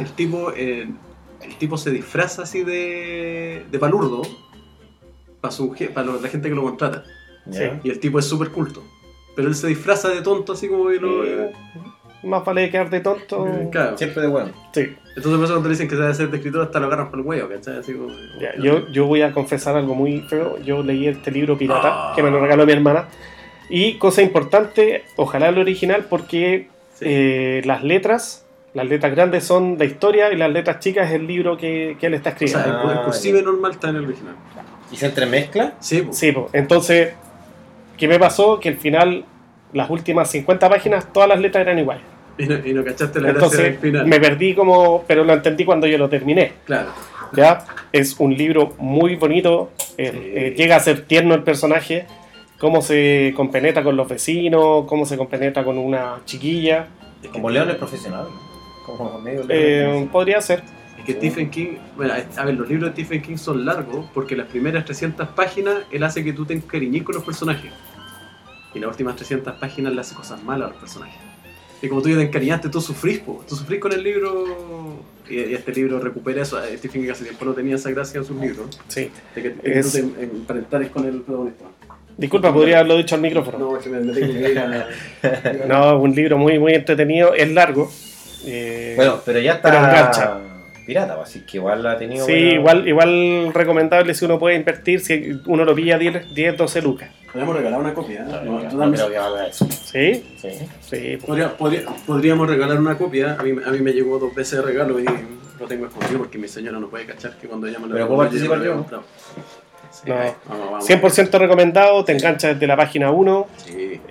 El tipo se disfraza así de palurdo para la gente que lo contrata. Ya. Y el tipo es súper culto. Pero él se disfraza de tonto así como que lo. Más vale quedar de tonto. Claro. Siempre de bueno. Sí. Entonces por eso cuando le dicen que se debe hacer de escritor hasta lo agarran por el huevo, ¿cachai? Así como. Ya, yo voy a confesar algo muy feo. Yo leí este libro pirata, que me lo regaló mi hermana. Y cosa importante, ojalá el original, porque Sí. las letras grandes son de historia y las letras chicas es el libro que él está O escribiendo. sea, el cursive normal está en el original. ¿Y se entremezcla? Sí, pues. Sí, pues, entonces, ¿qué me pasó? Que al final, las últimas 50 páginas, todas las letras eran iguales. Y no cachaste la gracia del Entonces, final. me perdí pero lo entendí cuando yo lo terminé. Claro. ¿Ya? Es un libro muy bonito, llega a ser tierno el personaje, cómo se compenetra con los vecinos, cómo se compenetra con una chiquilla. Como León es profesional. Como medio León. Podría ser. Es que Stephen King, bueno, a ver, los libros de Stephen King son largos porque las primeras 300 páginas él hace que tú te encariñes con los personajes. Y las últimas 300 páginas le hace cosas malas a los personajes. Y como tú ya te encariñaste, tú sufrís con el libro. Y este libro recupera eso. Stephen King hace tiempo no tenía esa gracia en sus libros. Sí. De que tú te emparentares con el protagonista. Disculpa, podría haberlo dicho al micrófono. No, es que me tengo que ir a. No, un libro muy, muy entretenido, es largo. Bueno, pero ya está pero engancha. pirata, así que igual la ha tenido. Sí, buena- igual recomendable si uno puede invertir, si uno lo pilla 10, 12 lucas. Podríamos regalar una copia. ¿eh? No, no creo que valga eso. ¿Sí? Sí. Sí. Podríamos regalar una copia. A mí me llegó 2 veces de regalo y lo tengo escondido porque mi señora no puede cachar que cuando ella me lo Pero regaló, ¿puedo participar lo había yo? comprado. Sí, No. vamos. 100% recomendado, te engancha desde la página 1. Sí.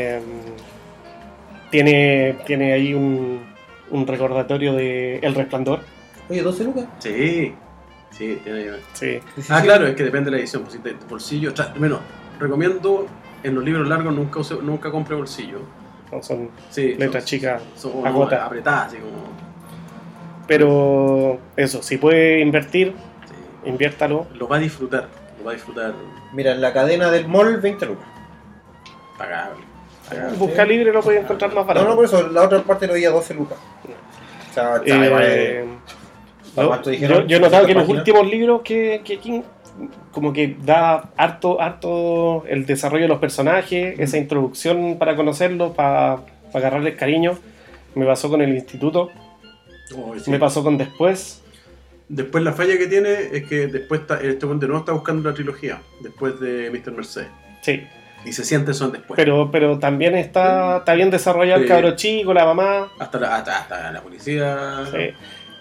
Tiene ahí un recordatorio de El Resplandor. Oye, 12 lucas. Sí, tiene. Sí. Claro, es que depende de la edición. Pues si te bolsillo. Bueno, recomiendo en los libros largos nunca compre bolsillo. No, son Sí, letras chicas son a gota. apretadas, así como. Pero eso, si puede invertir, Sí. inviértalo. Lo va a disfrutar. Mira, en la cadena del mall, 20 lucas. Pagable. Busca libre lo puede encontrar más barato. No, por eso, la otra parte lo veía 12 lucas. Yo he notado que los últimos libros que King como que da harto el desarrollo de los personajes, esa introducción para conocerlos, para agarrarles cariño. Me pasó con El Instituto, me pasó con Después. Después la falla que tiene es que después este de nuevo está buscando la trilogía, después de Mr. Mercedes. Sí. Y se siente eso en Después. Pero también está bien desarrollado el cabro chico, la mamá. Hasta la policía. Sí.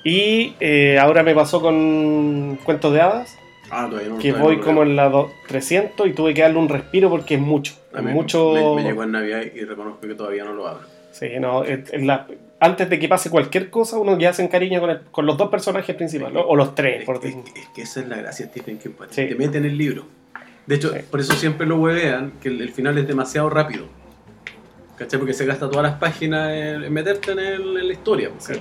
Y ahora me pasó con Cuentos de Hadas. Todavía no. Que voy como en la 300 y tuve que darle un respiro porque es mucho. Me llegó en Navidad y reconozco que todavía no lo abro. Sí, no, antes de que pase cualquier cosa, uno ya se encariña con los dos personajes principales, ¿no? O los tres, por decirlo. Es que esa es la gracia de Stephen King, sí. Te mete en el libro. De hecho, por eso siempre lo huevean, que el final es demasiado rápido. ¿Cachai? Porque se gasta todas las páginas en meterte en la historia. Sí.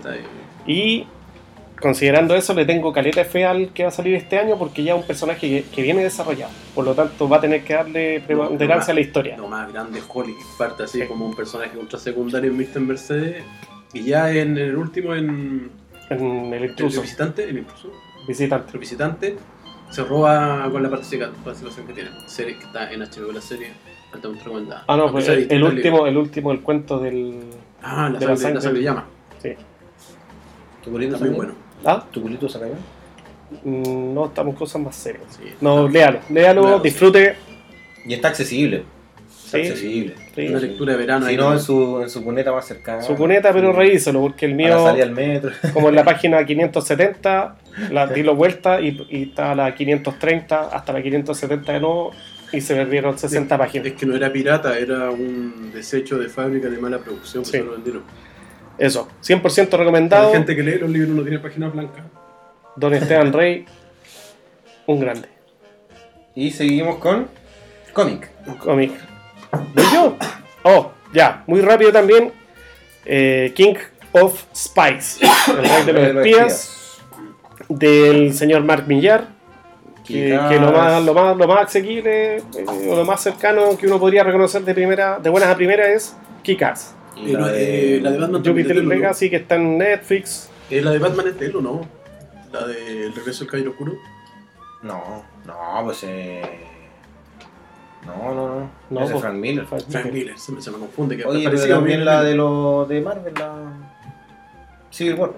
Y considerando eso, le tengo caleta de fe al que va a salir este año porque ya es un personaje que viene desarrollado. Por lo tanto, va a tener que darle preponderancia a la historia. Lo más grande, Holly, parte así como un personaje ultra secundario en Mr. Mercedes. Y ya en el último, en El Intruso. El visitante se roba con la participación que tiene. Serie que está en HBO, la serie altamente recomendada. No, pues el último, el cuento del... la sangre llama. Sí. ¿Tu culito está muy bueno? ¿Tu culito se cayó? No, estamos en cosas más serias. Sí, no, léalo, disfrute. Y está accesible. Sí, accesible. Sí. Una lectura de verano. Si no, en su cuneta más cercana. Su cuneta, pero revísalo, porque el mío, salida al metro. como en la página 570, di la vuelta y está a la 530, hasta la 570 de nuevo, y se perdieron 60 páginas. Es que no era pirata, era un desecho de fábrica de mala producción, Sí. que se lo vendieron. Eso, 100% recomendado. La gente que lee los libros no tiene páginas blancas. Don Esteban Rey, un grande. Y seguimos con cómic. Un cómic. ¿Voy yo? Oh, ya, muy rápido también. King of Spies, el rey de los espías, del señor Mark Millar, que lo más asequible o lo más cercano que uno podría reconocer de buenas a primeras es Kick-Ass. Y la de Batman Jupiter Legacy, que está en Netflix. La de Batman es de él, ¿o no? La de El regreso del Caballero Oscuro. No, pues No, pues, Frank Miller. Frank Miller, se me confunde. Que Oye, pero también la de Marvel, la Civil War.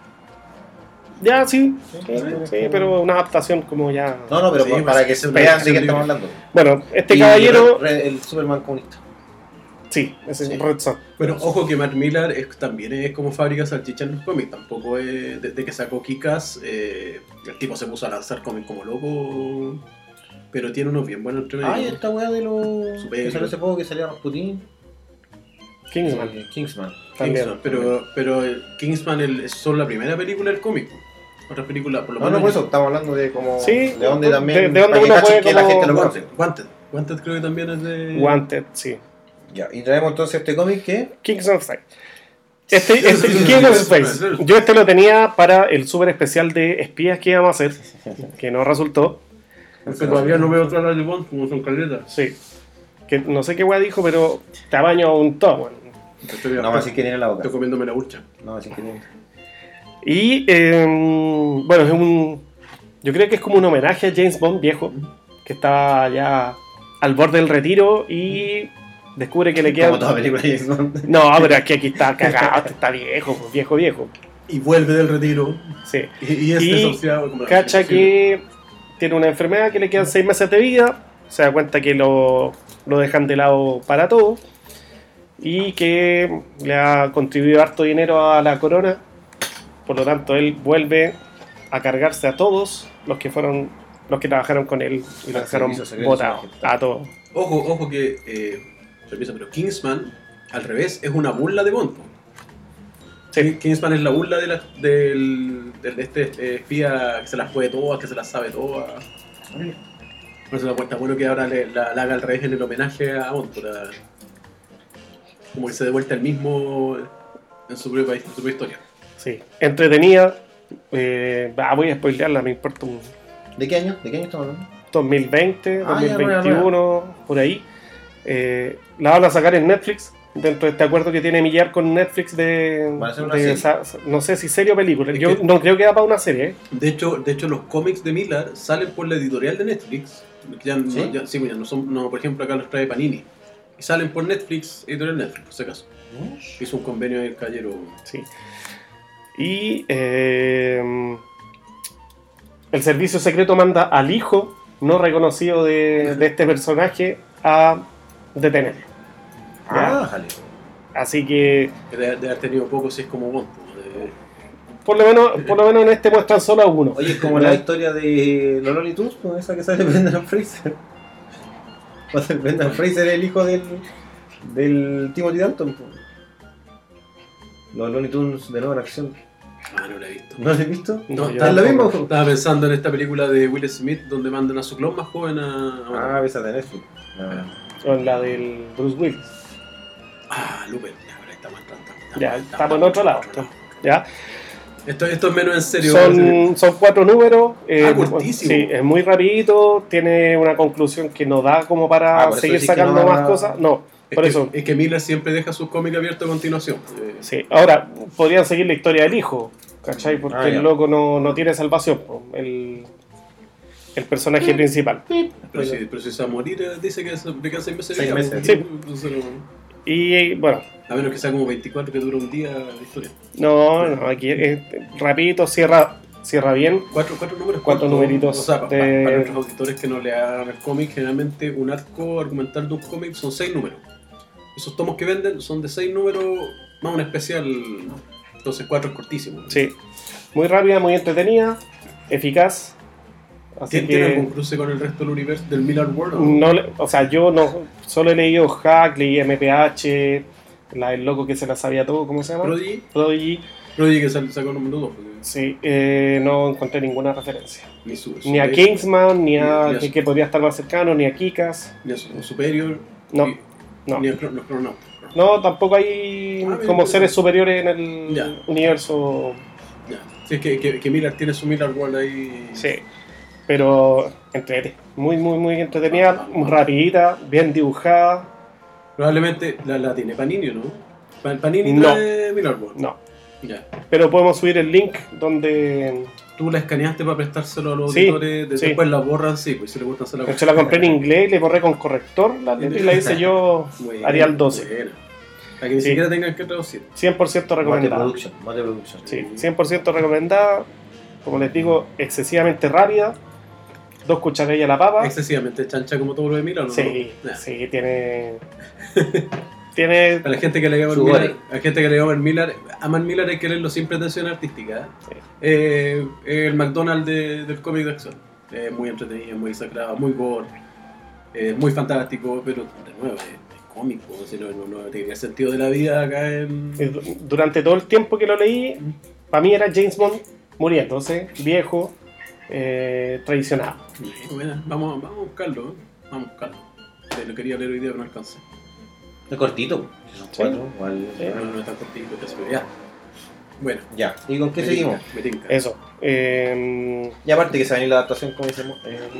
Ya, sí, pero una adaptación como ya... No, pero sí, para que se vean de qué estamos hablando. Bueno, este caballero... El Superman comunista. Sí, ese es Red Son. Pero ojo que Mark Millar también es como fábrica salchicha en los cómics. Tampoco es... Desde que sacó Kick-Ass, el tipo se puso a lanzar cómics como loco. Pero tiene unos bien buenos entre medio. Y esta weá de los... que salió hace poco, que salía Rasputin. Kingsman. También. Pero Kingsman es solo la primera película del cómic. Otras películas, por lo menos... No, por eso, estamos hablando de como... Sí, de dónde también... de dónde uno puede que la gente lo conoce. Wanted creo que también es de... Wanted, sí. Ya, y traemos entonces este cómic que... Kings of Spies. King of Spies. Yo lo tenía para el super especial de espías que íbamos a hacer, que no resultó. Porque todavía no veo otra de Bond como son caletas. Sí. Que no sé qué weá dijo, pero tamaño un top. No más si que tiene la boca. Estoy comiéndome la hucha. No más si que tiene. Y bueno, yo creo que es como un homenaje a James Bond viejo, que está ya al borde del retiro y descubre que le queda... Como toda película de James Bond. No, pero es que aquí está cagado, está viejo, pues, viejo. Y vuelve del retiro. Sí. Y es desahuciado como la cacha gente. que tiene una enfermedad que le quedan 6 meses de vida, se da cuenta que lo dejan de lado para todo y que le ha contribuido harto dinero a la corona, por lo tanto él vuelve a cargarse a todos los que trabajaron con él y lo dejaron botado a todos. Ojo que pero Kingsman al revés es una burla de Bond. Sí. Kingsman es la burla de este espía que se las puede todas, que se las sabe todas. Por eso está bueno que ahora la haga al revés en el homenaje a Bond, como que se devuelta el mismo en su propia historia. Sí, entretenida. Voy a spoilearla, me importa un... ¿De qué año? estamos hablando? 2020, ya, 2021, por ahí. La van a sacar en Netflix. dentro de este acuerdo que tiene Millar con Netflix Van a hacer una serie. no sé si serie o película. Es Yo que- no creo que da para una serie, ¿eh? De hecho, los cómics de Miller salen por la editorial de Netflix. Que ya, ¿Sí? sí, mira, no son, no, por ejemplo, acá los trae Panini. Y salen por Netflix, editorial Netflix, por si acaso. Hizo un convenio del caballero. Sí. Y el servicio secreto manda al hijo no reconocido de este personaje a detenerlo. ¿Ya? Ah, jale. Así que Que de haber tenido poco si es como Bond. por lo menos en este muestran solo a uno. Oye, es como la historia de los Looney Tunes, pues, esa que sale Brendan Fraser. Va a ser Brendan Fraser el hijo del Timothy Dalton. Pues. Los Looney Tunes de nueva en acción. Ah, no la he visto. ¿No lo has visto? No, yo ¿Está en lo mismo? Estaba pensando en esta película de Will Smith donde mandan a su clon más joven a... Ah, esa de Netflix. Ah. Con la del Bruce Willis. Lupin. Ya, pero ahí estamos entrando. Ya, estamos en otro lado. ¿Ya? Esto es menos en serio. Son 4 números. Cortísimo. Sí, es muy rapidito. Tiene una conclusión que no da como para por eso seguir decís que sacando no va más a- cosas. No, por eso. Es que Miller siempre deja sus cómics abiertos a continuación. Sí. Ahora, podrían seguir la historia del hijo, ¿cachai? Porque Ah, ya. el loco no tiene salvación, po, el personaje principal. Pero si se va a morir, dice que le quedan 6 meses. 6 ya, meses. pues. Sí. Entonces, Y bueno, a menos que sea como 24 que dura un día de historia. no, aquí rapidito cierra bien. 4 números. 4 cortos. numeritos O sea, de- para nuestros auditores que no le hagan el cómic, generalmente un arco argumental de un cómic son 6 números. Esos tomos que venden son de 6 números más un especial. Entonces 4 es cortísimo. Sí, muy rápida, muy entretenida, eficaz. Así ¿Tiene algún que cruce con el resto del universo del Miller World? no, o sea, yo no solo he leído Hack, leí MPH, el loco que se la sabía todo, ¿cómo se llama? Prodigy. Prodigy. Que sacó número 2. Sí, no encontré ninguna referencia. Ni Ni a Kingsman, ni a ni a- que podría estar más cercano, ni a Kikas. Ni a Superior. No, ni- no. Ni a Chrononauta. No, tampoco hay Ah, como bien, seres superiores en el Ya. universo. Ya. Sí, es que Miller tiene su Miller World ahí. Sí, pero muy entretenida, rapidita, bien dibujada. Probablemente la tiene Panini, ¿no? Panini No. trae Miller World. No, Ya. pero podemos subir el link donde Tú la escaneaste para prestárselo a los Sí, auditores, sí. después la borran, sí, pues si le gusta hacer la se la compré en inglés, le borré con corrector y la hice yo Buena, Arial 12. buena. Para que ni Sí. siquiera tengan que traducir. 100% Mate recomendada. Production. Mate Production. Sí, 100% recomendada. Como les digo, excesivamente rápida. 2 cucharillas a la papa. Excesivamente chancha como todo lo de Miller, ¿no? Sí, Nah. sí, tiene A la gente que le llama Su Miller, gore. a la gente que le llama Miller, aman Miller hay que leerlo sin pretensión artística. Sí. El McDonald's del cómic de acción. Muy entretenido, muy sacrado, muy gore, muy fantástico, pero de nuevo es cómico, si no tiene sentido de la vida acá en... durante todo el tiempo que lo leí, para mí era James Bond muriéndose, viejo, traicionado. Bueno, vamos a buscarlo, vamos a buscarlo. Lo quería leer hoy día pero no alcancé. Es cortito. Son Sí. 4. Igual. Sí. No es tan cortito, casi, pero ya. Bueno, Ya. ¿Y con qué me seguimos? tinca, me tinca. Eso. Y aparte que se va a venir la adaptación, como decimos.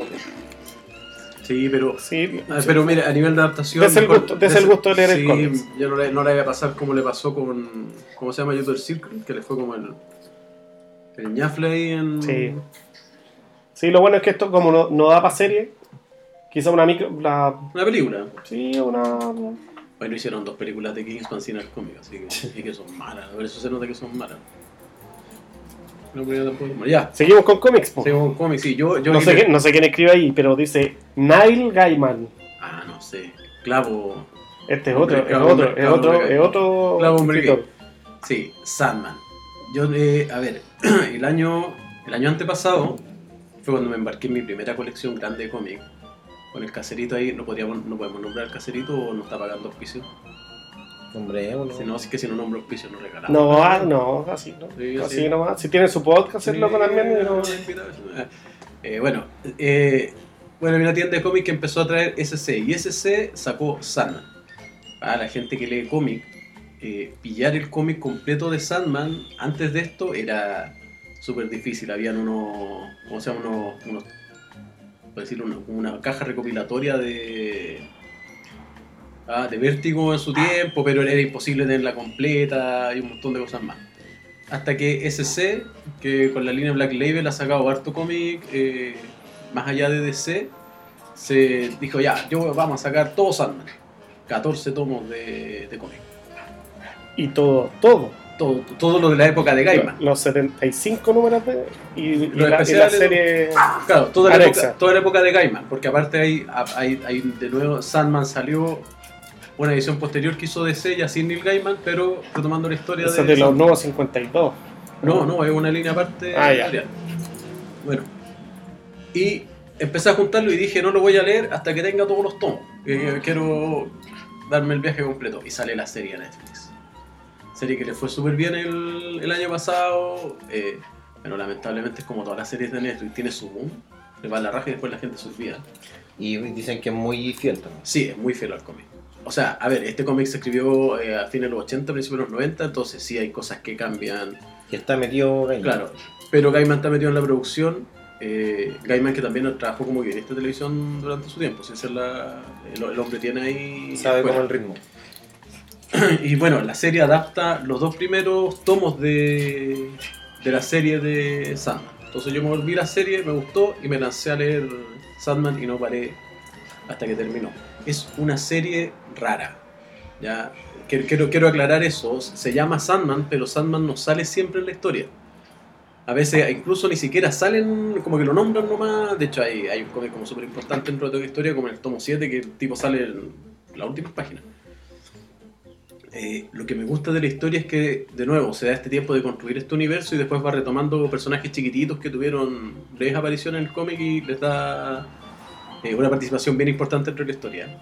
Sí, pero... Sí, Pero mira, a nivel de adaptación... Des el mejor- gusto de leer el sí, cómics. yo no le voy a pasar como le pasó con... ¿Cómo se llama? Youtuber Circle, que le fue como el ñafle ahí en... Sí. Sí, lo bueno es que esto, como no da para serie, quizá una micro. Una película. Sí, una. Bueno, hicieron 2 películas de Kingsman sin el cómic, así que, y que son malas. Por eso se nota que son malas. No, pero ya tampoco es malo. Ya, Seguimos con cómics, po. seguimos con cómics. Sí, yo No sé quién escribe ahí, pero dice Neil Gaiman. Ah, no sé. Clavo... Este es Hombre, otro, claro, hombre, es claro, otro, hombre, es otro claro, hombre, escritor. Sí, Sandman. Yo, a ver, el año antepasado fue cuando me embarqué en mi primera colección grande de cómics. Con el caserito ahí, no podemos nombrar el caserito o no está pagando auspicio. Hombre, uno. Si no, si nombro auspicio, no regalamos. No, así, ¿no? Sí, Así sí. nomás. Si tiene su podcast, el loco también. y no- Bueno, hay una tienda de cómics que empezó a traer SC y SC sacó Sandman. Para la gente que lee cómic, pillar el cómic completo de Sandman antes de esto era súper difícil. Habían ¿cómo se llama? Por decirlo, una caja recopilatoria de de Vértigo en su tiempo, pero era imposible tenerla completa y un montón de cosas más. Hasta que SC, que con la línea Black Label ha sacado harto cómic, más allá de DC, se dijo ya, vamos a sacar todo Sandman. 14 tomos de cómic. Y todo. Todo lo de la época de Gaiman. Los 75 números y Los la especiales, serie. Claro, toda Alexa. la época de Gaiman, porque aparte hay de nuevo Sandman salió una edición posterior que hizo DC ya sin Neil Gaiman, pero retomando la historia Esa de de los Sandman. nuevos 52. No, es una línea aparte. Ya. Bueno, y empecé a juntarlo y dije no lo voy a leer hasta que tenga todos los tomos. Quiero darme el viaje completo. Y sale la serie a Netflix. Serie que le fue súper bien el año pasado. Pero lamentablemente es como todas las series de Netflix, tiene su boom, le va a la raja y después la gente se olvida. Y dicen que es muy fiel también. Sí, es muy fiel al cómic. O sea, a ver, este cómic se escribió a fines de los 80, principios de los 90, entonces sí hay cosas que cambian. Que está metido Gaiman. Claro, pero Gaiman está metido en la producción. Gaiman que también trabajó como guionista de televisión durante su tiempo. Si ese es el hombre tiene ahí. Sabe bueno. cómo el ritmo. Y bueno, la serie adapta los dos primeros tomos de la serie de Sandman. Entonces yo me volví la serie, me gustó y me lancé a leer Sandman y no paré hasta que terminó. Es una serie rara. Ya quiero aclarar eso. Se llama Sandman, pero Sandman no sale siempre en la historia. A veces incluso ni siquiera salen, como que lo nombran nomás. De hecho hay un cómic como súper importante dentro de toda la historia, como en el tomo 7, que el tipo sale en las últimas páginas. Lo que me gusta de la historia es que, de nuevo, se da este tiempo de construir este universo y después va retomando personajes chiquititos que tuvieron breves apariciones en el cómic y les da una participación bien importante dentro de la historia.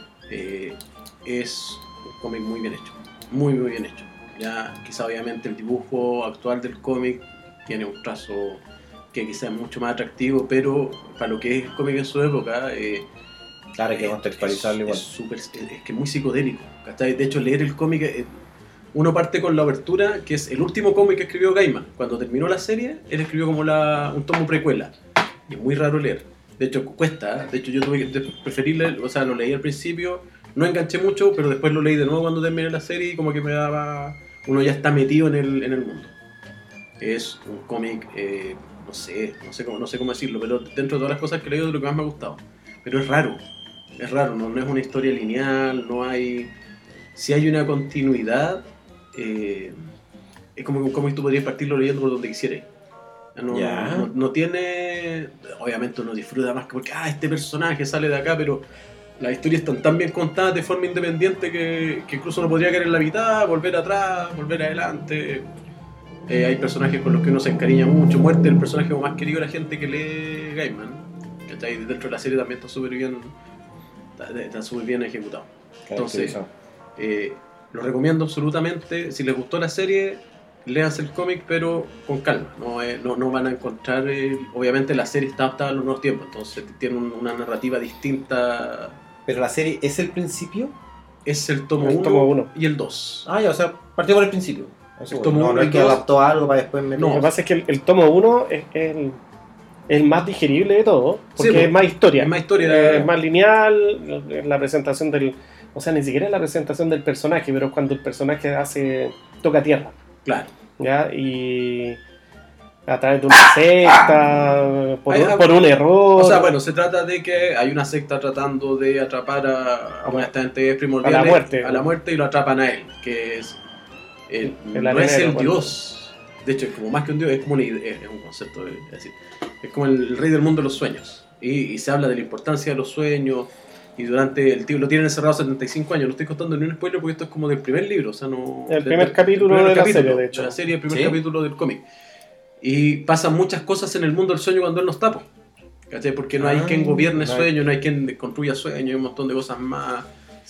Es un cómic muy bien hecho, muy bien hecho. Ya quizá obviamente el dibujo actual del cómic tiene un trazo que quizá es mucho más atractivo, pero para lo que es el cómic en su época... Claro, hay que contextualizarlo igual. Es que es muy psicodélico, ¿cachai? De hecho, leer el cómic, uno parte con la obertura, que es el último cómic que escribió Gaiman. Cuando terminó la serie, él escribió como un tomo precuela. Y es muy raro leer. De hecho, cuesta. De hecho, yo tuve que preferir leer, o sea, lo leí al principio, no enganché mucho, pero después lo leí de nuevo cuando terminé la serie y como que me daba... Uno ya está metido en el mundo. Es un cómic, no sé cómo decirlo, pero dentro de todas las cosas que he leído, es lo que más me ha gustado. Pero es raro. Es raro, no es una historia lineal, no hay... Si hay una continuidad, es como un cómic tú podrías partirlo leyendo por donde quisieras. No tiene... Obviamente uno disfruta más que porque este personaje sale de acá, pero las historias están tan bien contadas de forma independiente que incluso uno podría caer en la mitad, volver atrás, volver adelante. Hay personajes con los que uno se encariña mucho. Muerte es el personaje más querido de la gente que lee Gaiman. ¿Cachai? Dentro de la serie también está súper bien ejecutado. Entonces, lo recomiendo absolutamente. Si les gustó la serie, léanse el cómic, pero con calma. No van a encontrar... obviamente la serie está adaptada a los nuevos tiempos, entonces tiene una narrativa distinta. ¿Pero la serie es el principio? Es el tomo 1 y el 2. Ya, o sea, partió por el principio. El tomo 1 no es que adaptó algo para después meter. Lo que pasa es que el tomo 1 es el más digerible de todo, porque sí, es más historia. Es más historia. Es más lineal, la presentación del... O sea, ni siquiera es la presentación del personaje, pero es cuando el personaje toca tierra. Claro. ¿Ya? Y a través de una secta, por un error. O sea, bueno, se trata de que hay una secta tratando de atrapar a una de estas entidades primordiales a la muerte y lo atrapan a él, que es no es el dios. De hecho, es como más que un dios, es como es un concepto, es decir, es como el rey del mundo de los sueños. Y se habla de la importancia de los sueños. Y durante el tío lo tienen encerrado 75 años. No estoy contando ni un spoiler porque esto es como del primer libro. O sea, no. El primer capítulo de la serie, de hecho. De la serie, el primer capítulo del cómic. Y pasan muchas cosas en el mundo del sueño cuando él no está, ¿cachai? Porque no hay quien gobierne sueños, no hay quien construya sueños, hay un montón de cosas más.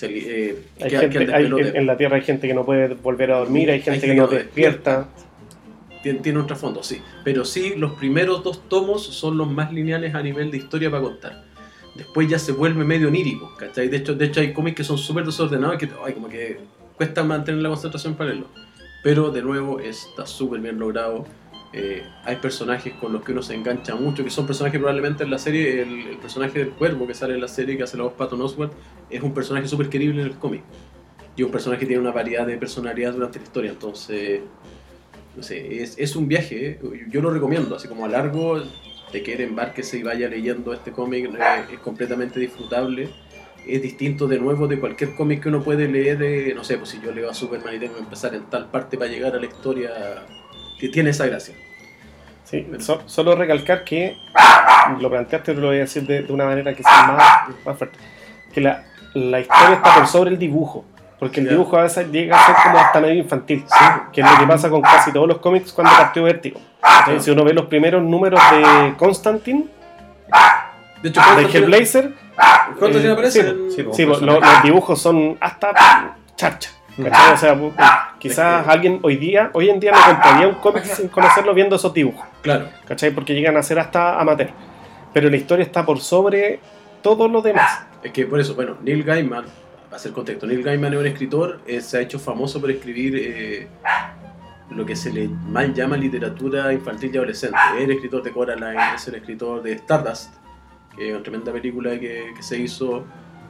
En la Tierra hay gente que no puede volver a dormir, hay gente que no despierta. Tiene un trasfondo, sí. Pero sí, los primeros 2 tomos son los más lineales a nivel de historia para contar. Después ya se vuelve medio onírico, ¿cachai? De hecho hay cómics que son súper desordenados que como que cuesta mantener la concentración para leerlo. Pero de nuevo está súper bien logrado. Hay personajes con los que uno se engancha mucho, que son personajes probablemente en la serie, el personaje del cuervo que sale en la serie, que hace la voz Patton Oswalt, es un personaje súper querible en el cómic. Y un personaje que tiene una variedad de personalidades durante la historia, entonces, no sé, es un viaje, yo lo recomiendo, así como a largo, de que embarquese y vaya leyendo este cómic, es completamente disfrutable. Es distinto de nuevo de cualquier cómic que uno puede leer, no sé, pues si yo leo a Superman y tengo que empezar en tal parte para llegar a la historia, que tiene esa gracia. Sí, solo recalcar que lo planteaste, pero lo voy a decir de una manera que sea más fuerte, que la historia está por sobre el dibujo, porque el dibujo a veces llega a ser como hasta medio infantil, que es lo que pasa con casi todos los cómics cuando partió Vértigo. Entonces, si uno ve los primeros números de Constantine, de hecho, de Hellblazer, Constantine aparece los dibujos son hasta charcha. ¿Cachai? O sea, quizás alguien hoy en día no compraría un cómic sin conocerlo viendo esos dibujos. Claro. ¿Cachai? Porque llegan a ser hasta amateur. Pero la historia está por sobre todo lo demás. Es que por eso, bueno, Neil Gaiman, para hacer contexto, Neil Gaiman es un escritor, se ha hecho famoso por escribir lo que se le mal llama literatura infantil y adolescente. Es el escritor de Coraline, es el escritor de Stardust, que es una tremenda película que se hizo.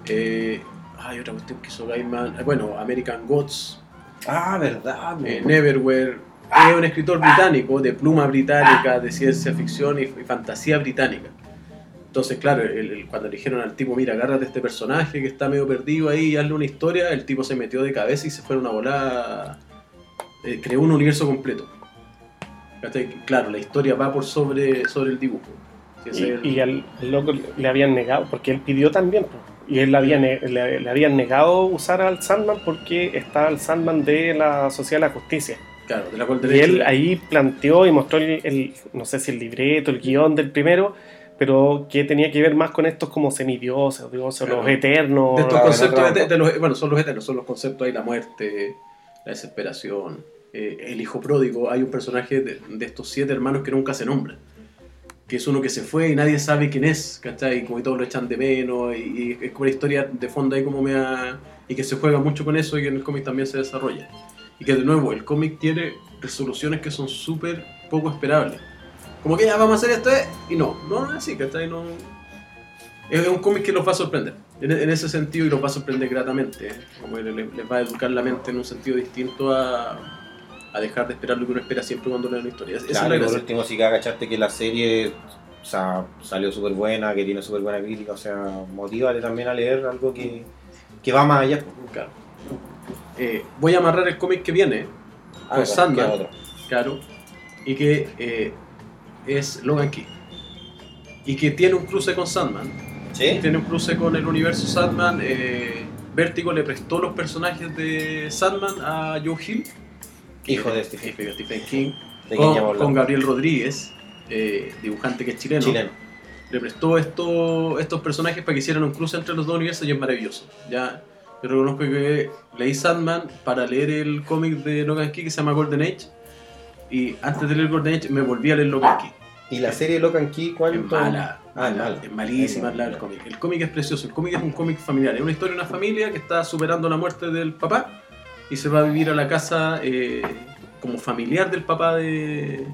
Hay otra cuestión que hizo Gaiman, bueno, American Gods, verdad, Neverwhere. Es un escritor británico, de pluma británica, de ciencia ficción y fantasía británica. Entonces, claro, cuando le dijeron al tipo, mira, agárrate este personaje que está medio perdido ahí y hazle una historia, el tipo se metió de cabeza y se fue a una volada, creó un universo completo. Claro, la historia va por sobre el dibujo. Y al loco le habían negado, porque él pidió también, y él le habían negado usar al Sandman porque estaba el Sandman de la Sociedad de la Justicia. Claro, de la cual y él ahí planteó y mostró no sé si el libreto, el guión del primero, pero que tenía que ver más con estos como semidioses, dioses, los eternos. De estos conceptos bueno, son los eternos, son los conceptos ahí, la muerte, la desesperación, el hijo pródigo. Hay un personaje de estos 7 hermanos que nunca se nombra, que es uno que se fue y nadie sabe quién es, ¿cachai? Como todos lo echan de menos, y es como una historia de fondo ahí como y que se juega mucho con eso y que en el cómic también se desarrolla. Y que de nuevo, el cómic tiene resoluciones que son súper poco esperables. Como que ya vamos a hacer esto, y no es así, ¿cachai? No, es un cómic que los va a sorprender, en ese sentido, y los va a sorprender gratamente, como que les va a educar la mente en un sentido distinto a dejar de esperar lo que uno espera siempre cuando lee una historia. Claro, por último, sí que agachaste que la serie, o sea, salió súper buena, que tiene súper buena crítica, o sea, motívate también a leer algo que va más allá. Claro. Voy a amarrar el cómic que viene con Sandman, claro, y que es Logan Key, y que tiene un cruce con Sandman. ¿Sí? Tiene un cruce con el universo Sandman. Vértigo le prestó los personajes de Sandman a Joe Hill, hijo de Stephen King, con Gabriel Rodríguez, dibujante que es chileno. Le prestó estos personajes para que hicieran un cruce entre los dos universos, y es maravilloso. Ya, yo reconozco que leí Sandman para leer el cómic de Logan Key que se llama Golden Age, y antes de leer Golden Age me volví a leer Logan Key. ¿Y la serie Logan Key cuánto? Es mala. Es malísima el cómic. El cómic es precioso, el cómic es un cómic familiar, es una historia de una familia que está superando la muerte del papá y se va a vivir a la casa como familiar del papá de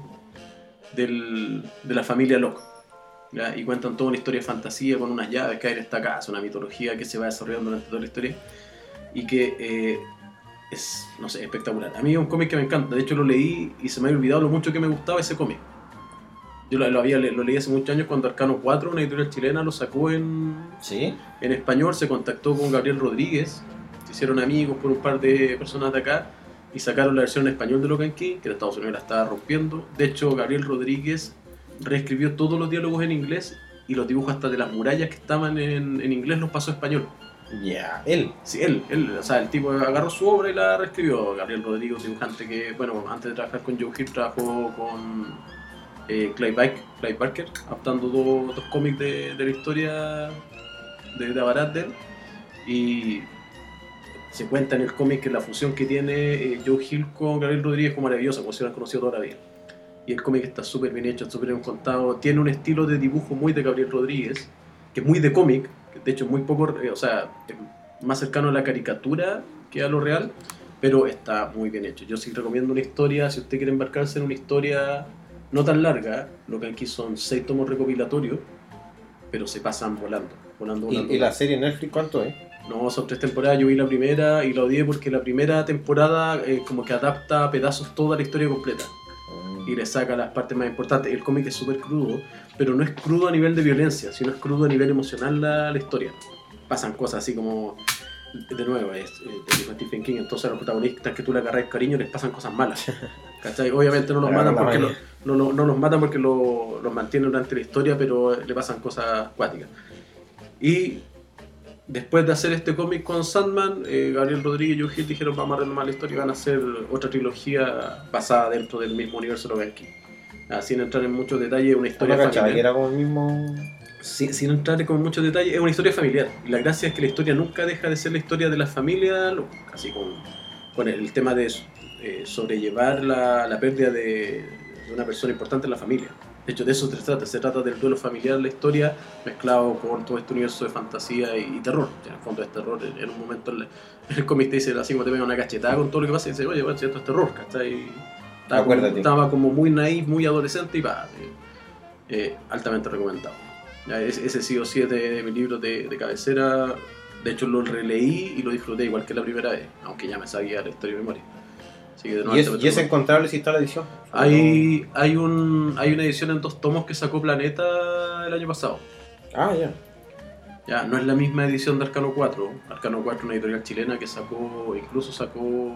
la familia Locke. ¿Ya? Y cuentan toda una historia de fantasía con unas llaves que hay en esta casa, una mitología que se va desarrollando durante toda la historia y que es, no sé, espectacular. A mí es un cómic que me encanta, de hecho lo leí y se me había olvidado lo mucho que me gustaba ese cómic. Yo lo leí hace muchos años cuando Arcano 4, una editorial chilena, lo sacó en español, se contactó con Gabriel Rodríguez, se hicieron amigos por un par de personas de acá y sacaron la versión en español de Logan Key, que en Estados Unidos la estaba rompiendo. De hecho, Gabriel Rodríguez reescribió todos los diálogos en inglés y los dibujos hasta de las murallas que estaban en inglés los pasó a español. Él. Sí, él, o sea, el tipo agarró su obra y la reescribió. Gabriel Rodríguez, dibujante que, bueno, antes de trabajar con Joe Hill, trabajó con Clay Barker, adaptando dos cómics de la historia de Abaraddel, y se cuenta en el cómic que la fusión que tiene Joe Hill con Gabriel Rodríguez es maravillosa, como si lo han conocido toda la vida. Y el cómic está súper bien hecho, súper bien contado, tiene un estilo de dibujo muy de Gabriel Rodríguez, que es muy de cómic, que de hecho es muy poco, o sea, más cercano a la caricatura que a lo real, pero está muy bien hecho. Yo sí recomiendo una historia, si usted quiere embarcarse en una historia no tan larga, lo que aquí son 6 tomos recopilatorios, pero se pasan volando. ¿Y la serie en Netflix cuánto es? No, son 3 temporadas, yo vi la primera y la odié porque la primera temporada como que adapta a pedazos toda la historia completa y le saca las partes más importantes. El cómic es súper crudo, pero no es crudo a nivel de violencia, sino es crudo a nivel emocional la historia. Pasan cosas así como, de nuevo, de Stephen King, entonces a los protagonistas que tú le agarras cariño les pasan cosas malas. ¿Cachai? Obviamente no los matan porque no los matan porque los mantienen durante la historia, pero le pasan cosas cuáticas. Y después de hacer este cómic con Sandman, Gabriel Rodríguez y Joe Hill dijeron vamos a renomar la historia y van a hacer otra trilogía basada dentro del mismo universo de Logan King. Sin entrar en muchos detalles, una historia familiar. Que era como el mismo... Sin entrar en muchos detalles, es una historia familiar. Y la gracia es que la historia nunca deja de ser la historia de la familia, así con el tema de sobrellevar la pérdida de una persona importante en la familia. De hecho, de eso se trata del duelo familiar, la historia, mezclado con todo este universo de fantasía y terror. En el fondo es terror. En un momento en el cómic te dice así como te pega una cachetada con todo lo que pasa y dice, oye, bueno, esto es terror, ¿cachai? Estaba como muy naif, muy adolescente y altamente recomendado. Ese sí o sí es de mis libros de cabecera. De hecho lo releí y lo disfruté igual que la primera vez, aunque ya me sabía la historia de memoria. Así que ¿Y es encontrable si está la edición? Hay una edición en 2 tomos que sacó Planeta el año pasado. Ah, ya. Ya, no es la misma edición de Arcano 4. Arcano 4 es una editorial chilena que incluso sacó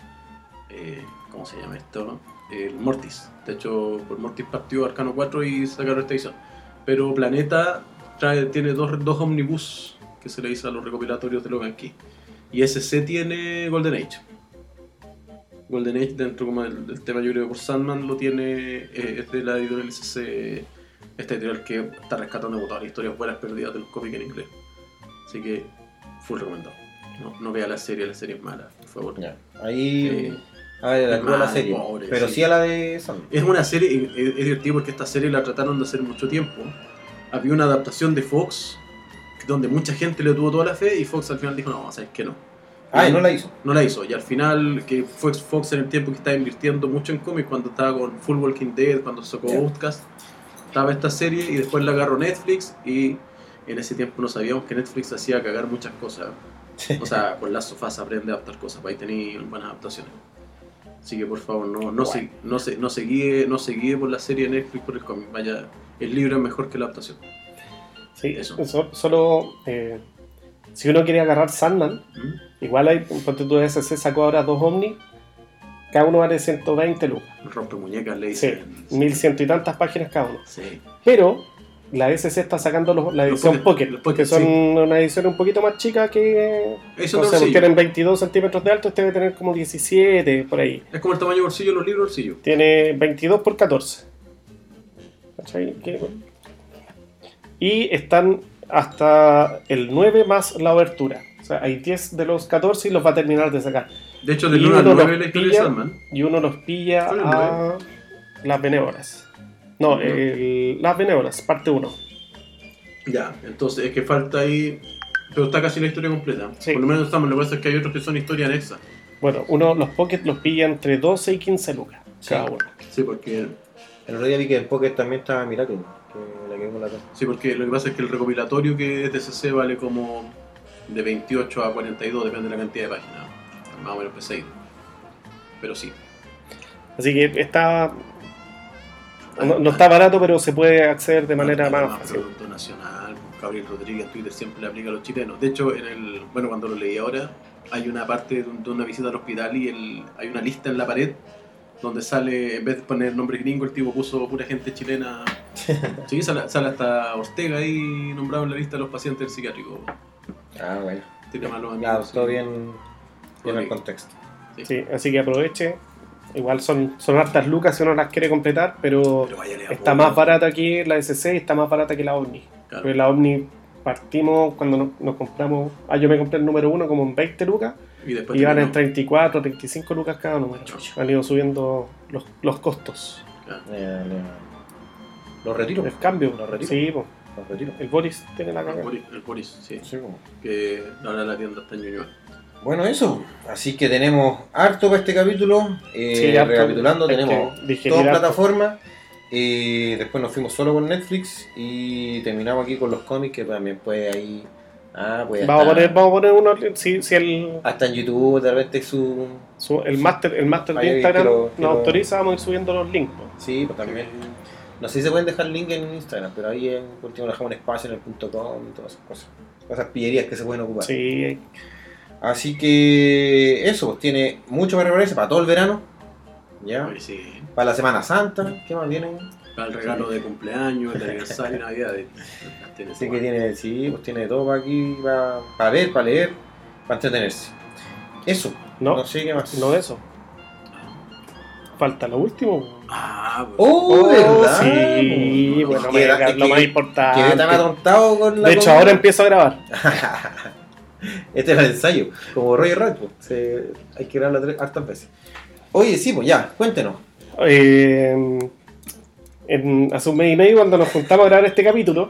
¿cómo se llama esto? ¿No? El Mortis. De hecho, por Mortis partió Arcano 4 y sacaron esta edición. Pero Planeta tiene dos omnibus que se le dice a los recopilatorios de Logan King. Y SC tiene Golden Age. Golden Age, dentro como del tema yo creo por Sandman, lo tiene, es de la editorial SC, esta editorial que está rescatando todas las historias buenas perdidas de los cómics en inglés. Así que, full recomendado. No vea la serie es mala, por favor. Ya. Ahí... A ver, la serie, pobre, pero sí a la de Sandman. Es una serie, es divertido porque esta serie la trataron de hacer mucho tiempo. Había una adaptación de Fox donde mucha gente le tuvo toda la fe y Fox al final dijo, no, sabes que no. Y no la hizo. No la hizo, y al final, que fue Fox en el tiempo que estaba invirtiendo mucho en cómics, cuando estaba con Full Walking Dead, cuando sacó Outcast, estaba esta serie y después la agarró Netflix y en ese tiempo no sabíamos que Netflix hacía cagar muchas cosas. O sea, con las sofás aprende a adaptar cosas, ahí tenéis buenas adaptaciones. Así que por favor no se guíe por la serie de Netflix, por el cómic. Vaya, el libro es mejor que la adaptación. Sí, eso. Solo si uno quiere agarrar Sandman, igual hay, ponte tu SC sacó ahora 2 Omni, cada uno vale 120 lucas. Rompe muñecas, le dicen. Sí, 1100 y tantas páginas cada uno. Sí. Pero la SC está sacando la edición Pocket, que son una edición un poquito más chica que... tienen 22 centímetros de alto, este debe tener como 17, por ahí. Es como el tamaño bolsillo de los libros bolsillo. Tiene 22 por 14. ¿Cachai? Y están hasta el 9 más la obertura. O sea, hay 10 de los 14 y los va a terminar de sacar. De hecho, del 1 al 9 la historia de Sandman. Y uno los pilla a las benévolas. No, las benévolas, parte 1. Ya, entonces es que falta ahí... Pero está casi la historia completa. Sí. Por lo menos estamos, lo que pasa es que hay otros que son historia anexa. Bueno, los Pocket los pilla entre 12 y 15 lucas cada uno. Sí, porque... El otro día vi que el Pocket también estaba Miracle, que la quedé con la cara. Sí, porque lo que pasa es que el recopilatorio que es de CC vale como de 28 a 42, depende de la cantidad de páginas. Más o menos pesadito. Pero sí. Así que está... No está barato, pero se puede acceder de manera más fácil. Producto nacional, Gabriel Rodríguez en Twitter siempre le aplica a los chilenos. De hecho, cuando lo leí ahora, hay una parte de una visita al hospital y hay una lista en la pared donde sale, en vez de poner nombre gringo, el tipo puso pura gente chilena. Sí, sale hasta Ortega ahí nombrado en la lista de los pacientes del psiquiátrico. Ah, bueno. Tiene malos amigos. Claro, todo bien el contexto. Sí, así que aproveche. Igual son hartas lucas si uno las quiere completar, pero está más barata aquí la SC y está más barata que la Omni. Claro. Porque la Omni partimos cuando nos compramos... yo me compré el número 1 como en 20 lucas y iban en 34, 35 lucas cada número. Han ido subiendo los costos. Claro. Los retiro. El cambio. Los retiro. Sí, Los retiro. el Boris tiene la cagada. El Boris, sí. Sí, como. Que ahora la tienda está en Ñuñoa. Bueno, eso. Así que tenemos harto para este capítulo. Sí, harto. Recapitulando, tenemos todas plataformas. Después nos fuimos solo con Netflix y terminamos aquí con los cómics que también puede ahí. Pues Vamos a poner uno. Si el hasta en YouTube de repente el máster de Ahí Instagram quiero- nos autoriza, vamos a ir subiendo los links. Po. Sí, pues también. No sé si se pueden dejar link en Instagram, pero ahí por último dejamos un espacio en el .com y todas esas cosas. Esas pillerías que se pueden ocupar. Sí, Así que eso, pues tiene mucho para prepararse para todo el verano. ¿Ya? Oye, sí. Para la Semana Santa, ¿qué más viene? Para el regalo de cumpleaños, de aniversario, Navidad. Así que tiene, sí, pues tiene todo para aquí, para ver, para leer, para entretenerse. Eso, no sé qué más. no de eso. Falta lo último. Ah, pues. ¡Oh, verdad! Sí, bueno, Que era- lo más importante. Quedé tan atontado con la De hecho, comida. ahora empiezo a grabar. Este era el ensayo, como Roger Rabbit, pues. Hay que grabarlo hartas veces. Oye, sí, pues ya, cuéntenos. Hace un mes y medio, cuando nos juntamos a grabar este capítulo,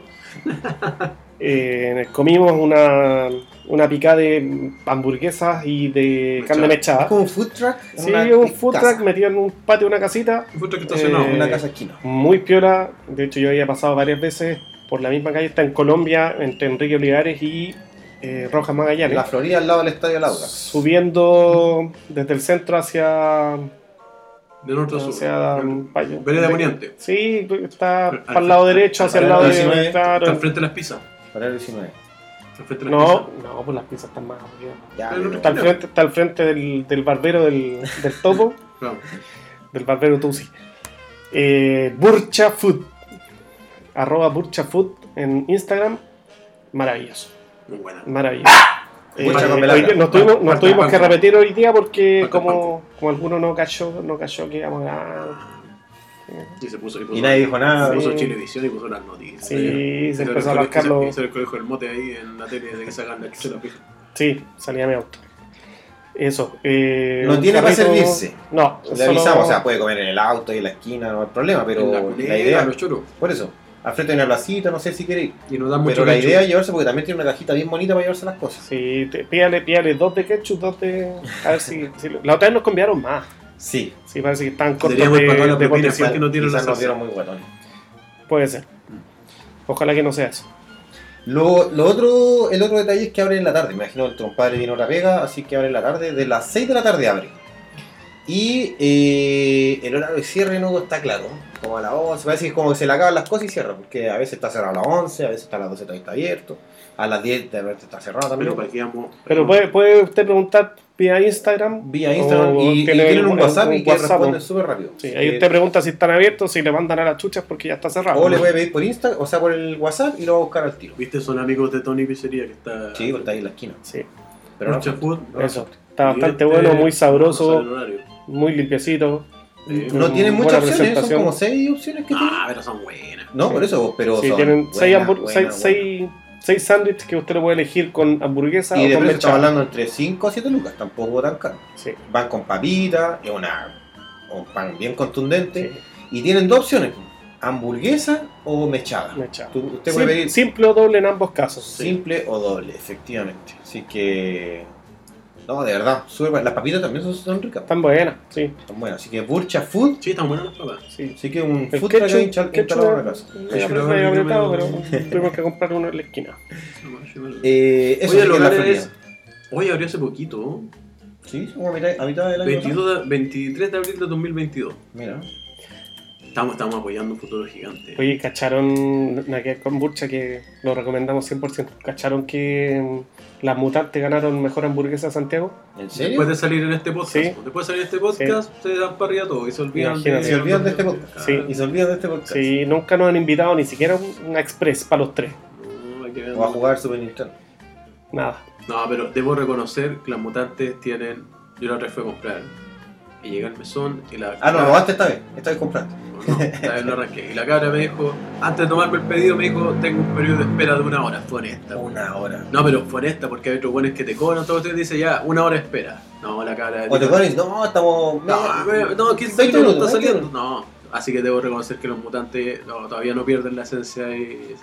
comimos una picada de hamburguesas y de carne ¿Es mechada. como un food truck? Sí, un food truck metido en un patio de una casita. Fue otro que estacionó. En una casa esquina. Muy piola. De hecho, yo había pasado varias veces por la misma calle. Está en Colombia, entre Enrique Olivares y Rojas Magallanes. La Florida al lado del estadio del Audax. Subiendo desde el centro hacia De norte a sur. Vereda Vereda Poniente. Sí, está para el lado derecho, hacia el lado de... 19, Está al Claro. frente de las pizzas. Para el 19. Está al frente de las No, pizzas. no, pues las pizzas están más aburridas. Ya, Pero pero- Está al frente del barbero del topo, Claro. del barbero Tusi. Burcha Food. @Burcha Food en Instagram. Maravilloso. Muy buena. Maravilloso. Burcha con Hoy velaca. día nos tuvimos Falta que pan. repetir hoy día porque Falta como alguno no cachó que íbamos a... Y se puso. Y nadie dijo nada. Se puso Sí. Chilevisión y puso las noticias. Sí, se Hizo empezó a el- rascar los... hizo el colegio del mote ahí en la tele de que sacan la que se la pija. Sí, salía mi auto. Eso. No un tiene para carrito- servirse. No, Le solo- avisamos, o sea, puede comer en el auto y en la esquina, no hay problema, pero En la la cuneta, idea, los choros. por eso, al frente de una placita, no sé si queréis, Y nos dan mucho pero la ketchup. idea es llevarse, porque también tiene una cajita bien bonita para llevarse las cosas. Sí, pídale 2 de ketchup, 2 de... A ver si... La otra vez nos conviaron más. Sí, Sí, parece que están cortos Deberíamos pagar la de propina, condición. que no tienen la quizás nos salsa. dieron muy guatones. Puede ser. Ojalá que no sea eso. Lo otro, el otro detalle es que abre en la tarde. Me imagino que el compadre tiene otra pega, así que abre en la tarde. De las 6 de la tarde abre. Y el horario de cierre no está claro. Como a las 11. Parece que es como que se le acaban las cosas y cierra. Porque a veces está cerrado a las 11, a veces está a las 12 todavía está abierto. A las 10 de repente está cerrado también. Pero parqueamos. Pero puede usted preguntar vía Instagram. Vía Instagram o y tienen un WhatsApp y que WhatsApp, responden ¿no? súper rápido. Sí, ahí usted pregunta si están abiertos, si le mandan a las chuchas porque ya está cerrado. O le puede pedir por Instagram, o sea, por el WhatsApp y lo va a buscar al tiro. ¿Viste? Son amigos de Tony Pizzería que está. Sí, porque está ahí en la esquina. Sí, Pero no, Mucha food. eso. Está bastante Y bueno, muy no sabroso, sale el horario. muy limpiecito. no tienen buena muchas opciones, son presentación. como 6 opciones que tienen. Ah, pero son buenas. No, sí. por eso, pero Sí, son tienen buenas, 6 sándwiches que usted lo puede elegir con hamburguesa Y o de con precio estamos mechada. hablando entre 5 a 7 lucas, tampoco tan caro. Sí, Van con papitas, es un pan bien contundente. sí, Y tienen dos opciones, hamburguesa o mechada. mechada. Usted puede pedir Simple o doble en ambos casos. simple o doble, efectivamente. Así que... No, de verdad, súper buenas. Las papitas también son ricas. Están buenas, sí. Son buenas. Así que Burcha Food. Sí, están buenas las papas. sí. Así que un El food truck ahí ketchup instalado en la casa. medio apretado, pero tuvimos que comprar uno en la esquina. Eso Oye, sí que es la locales. Florida. Hoy abrió hace poquito. Sí, como a mitad del año. pasado. 23 de abril de 2022. Mira. Estamos apoyando un futuro gigante. Oye, cacharon, nada que ver con Burcha, que lo recomendamos 100%. ¿Cacharon que las mutantes ganaron mejor hamburguesa de Santiago? ¿En serio? Después de salir en este podcast, Sí. después de salir en este podcast, se dan para arriba todo y se olvidan Imagínate. Se olvidan de este podcast. Sí. Y se olvidan de este podcast. Sí, nunca nos han invitado ni siquiera una express para los tres. No, hay que ver. O a jugar Super Nintendo. Nada. No, pero debo reconocer que las mutantes tienen. Yo la otra vez fui a comprar y llegué al mesón y la. Ah, no, lo robaste esta vez. Esta vez compraste. No, esta vez lo arranqué. Y la cabra me dijo, antes de tomarme el pedido, me dijo, tengo un periodo de espera de 1 hora. Fue honesta. Una hora. No, pero fue honesta porque hay otros buenos que te cobran, todo usted dice ya, 1 hora de espera. No, la cabra. O te pones, no, estamos. No, 15 20 minutos minutos, está 20 saliendo. No, así que debo reconocer que los mutantes todavía no pierden la esencia y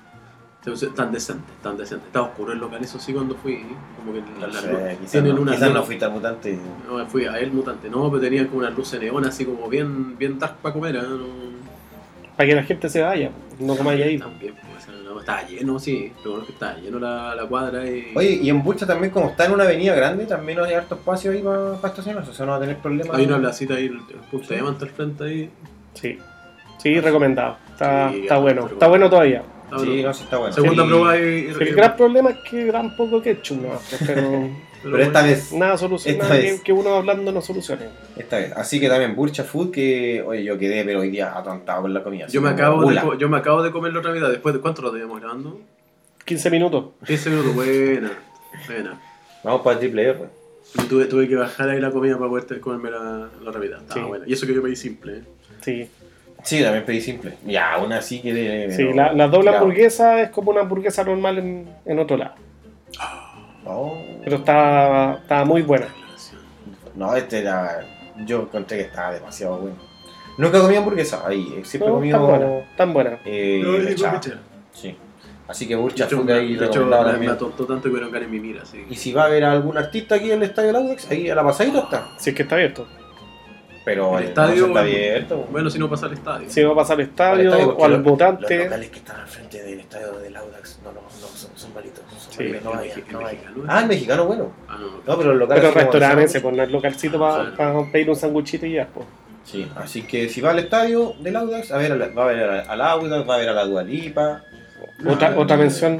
tan decente, tan decente. Estaba oscuro el local, eso sí, cuando fui, como que No sé, quizás tienen no, una quizás luz. no fuiste al mutante. No, fui a el mutante, no, pero tenían como una luz neón así como bien dark para comer, ¿eh? No. Para que la gente se vaya, no como haya ido. También, pues, no, estaba lleno, sí. Lo bueno es que estaba lleno la cuadra. Y... Oye, y en Bucha también, como está en una avenida grande, también hay harto espacio ahí para estacionarse, o sea, no va a tener problemas. Hay una placita ahí, el punto de diamante al frente ahí. Sí, sí, recomendado. Está, Sí, está bueno. pero Está bueno todavía. Ah, Sí, bueno. no, sí está bueno. Segunda Sí. prueba y... El gran problema es que da un poco ketchup, ¿no? Pero esta vez, Nada soluciona Esta vez. que uno hablando no solucione. esta vez. Así que también Burcha Food, que, oye, yo quedé, pero hoy día atontado con la comida. Yo me acabo de comer la otra mitad. ¿Después de cuánto lo teníamos grabando? 15 minutos. 15 minutos, buena. Vamos para el triple R. Y tuve que bajar ahí la comida para poder comerme la otra mitad. Estaba Sí. buena. Y eso que yo pedí simple, Sí, Sí, también pedí simple. Y aún así quedé. sí, pero la doble tirado. hamburguesa es como una hamburguesa normal en otro lado. Oh. Pero estaba muy buena. No, este era. Yo encontré que estaba demasiado bueno. Nunca comí hamburguesa ahí, siempre he No, comido. tan buena. Mechada. Sí. Así que Burcha De hecho, Food ahí me recomendado también. atontó tanto que me dieron ganas en mi mira. Así. Y si va a haber algún artista aquí en el estadio del Audax, ahí a la pasadita está. Si es que está abierto. Pero El el estadio, no está abierto. Bueno, si no pasa al estadio. Si va a pasar al estadio Al estadio, o porque al los votante. locales que están al frente del estadio del Audax no son malitos. Son Sí, malitos, no el vayan, mexicano, no vayan. ¿no? Ah, el mexicano bueno. Ah, no. No, pero el local Pero es el restaurante como se pone el localcito para pedir un sanguchito y ya, pues. Sí, así que si va al estadio del Audax, va a ver al Audax, va a ver a la Dua Lipa. Otra mención,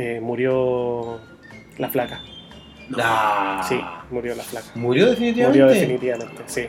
murió la flaca. Ah, Sí, murió la flaca. ¿Murió definitivamente? Murió definitivamente, sí.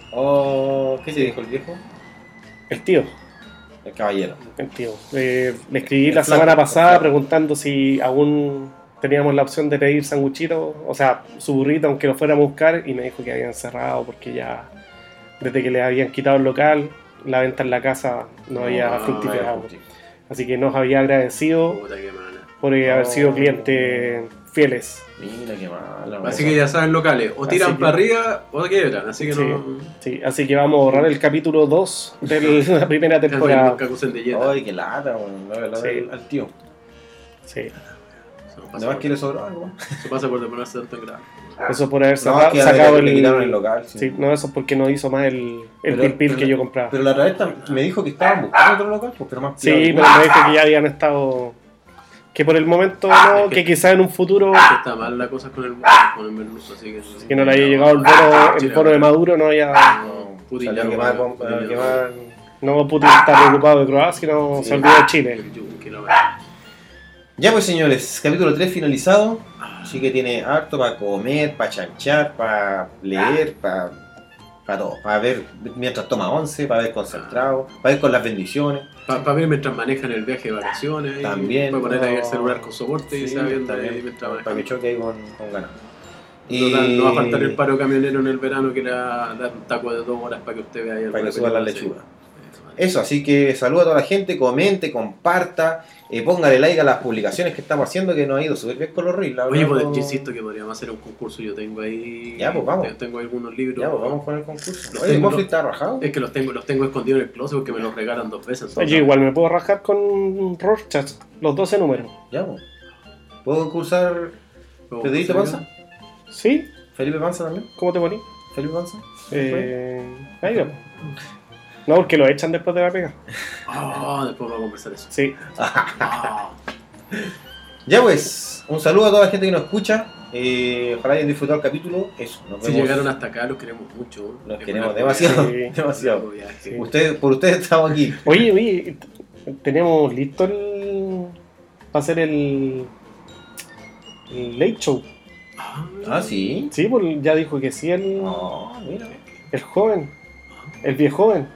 Oh, ¿qué se dijo el viejo? El tío. El caballero. El tío. Le escribí El la flaco, semana el pasada flaco. preguntando si aún teníamos la opción de pedir sanguchito, o sea, su burrito, aunque lo fuéramos a buscar, y me dijo que habían cerrado porque ya, desde que le habían quitado el local, la venta en la casa no había fructificado. Así que nos había agradecido Puta, qué mala. por haber sido clientes fieles. Mira qué malo. Así que ya saben, locales, o tiran Así que- para arriba o quiebran. Así que Sí. no. Sí, así que vamos a borrar el capítulo 2 de la primera temporada. Nunca acusen de dieta. Ay, qué lata, weón. No, la Sí. al tío. Sí, Eso pasa Además por- que le sobró algo. Eso pasa por demorarse tanto en grado. eso por haber No, sacado, que sacado le quitaron el local. Sí. Sí, no, eso es porque no hizo más el Pero- pil-pil pero- que yo compraba. Pero la otra vez me dijo que estaban buscando otro local, pues, pero más Sí, privado. pero me dijo que ya habían estado. Que por el momento no, es que que- quizás en un futuro Es que está mal la cosa con el merluzo, así que. que no le haya llegado el bono de Maduro, no haya. No, Putin salió ya que no más, va, que más. No, Putin está preocupado de Croacia, no Sí. se olvidó de Chile. El yunque, la verdad. Ya pues señores, capítulo 3 finalizado. Así que tiene harto para comer, para chanchar, para leer, para todo. Para ver mientras toma 11, para ver concentrado, para ver con las bendiciones. Para ver mientras manejan el viaje de vacaciones. También. Para poner ahí el No. celular con soporte y Sí, se va viendo también, ahí mientras para manejan. que choque ahí con ganas. Total, no va a faltar el paro camionero en el verano que le va a dar un taco de 2 horas para que usted vea ahí el Para que papel suba la de lechuga. sí. Eso, así que saluda a toda la gente, comente, comparta, póngale like a las publicaciones que estamos haciendo, que nos ha ido súper bien con los reels. la Oye, verdad, pues, no- yo insisto que podríamos hacer un concurso. Yo tengo ahí. Ya, pues, vamos. Tengo algunos libros. Ya, pues vamos con el concurso. Los Oye, tengo, Mofli los- está rajado. Es que los tengo escondidos en el closet porque me los regalan 2 veces. Yo igual me puedo rajar con Rorschach, los 12 números. Ya, pues. ¿Puedo concursar Pedrito Panza? ¿Sí? ¿Felipe Panza también? ¿Cómo te poní? ¿Felipe Panza? Ahí va. No, porque lo echan después de la pega. Ah, después vamos a conversar eso. Sí. Ah. Ya pues, un saludo a toda la gente que nos escucha. Ojalá hayan disfrutado el capítulo. Eso, nos Si vemos. llegaron hasta acá, los queremos mucho. Los Es queremos una- demasiado. Sí. Demasiado. viaje. Sí. Por ustedes estamos aquí. Oye, tenemos listo para hacer el Late Show. Ah, sí. Sí, pues ya dijo que sí Oh, mira. el joven, el viejo joven.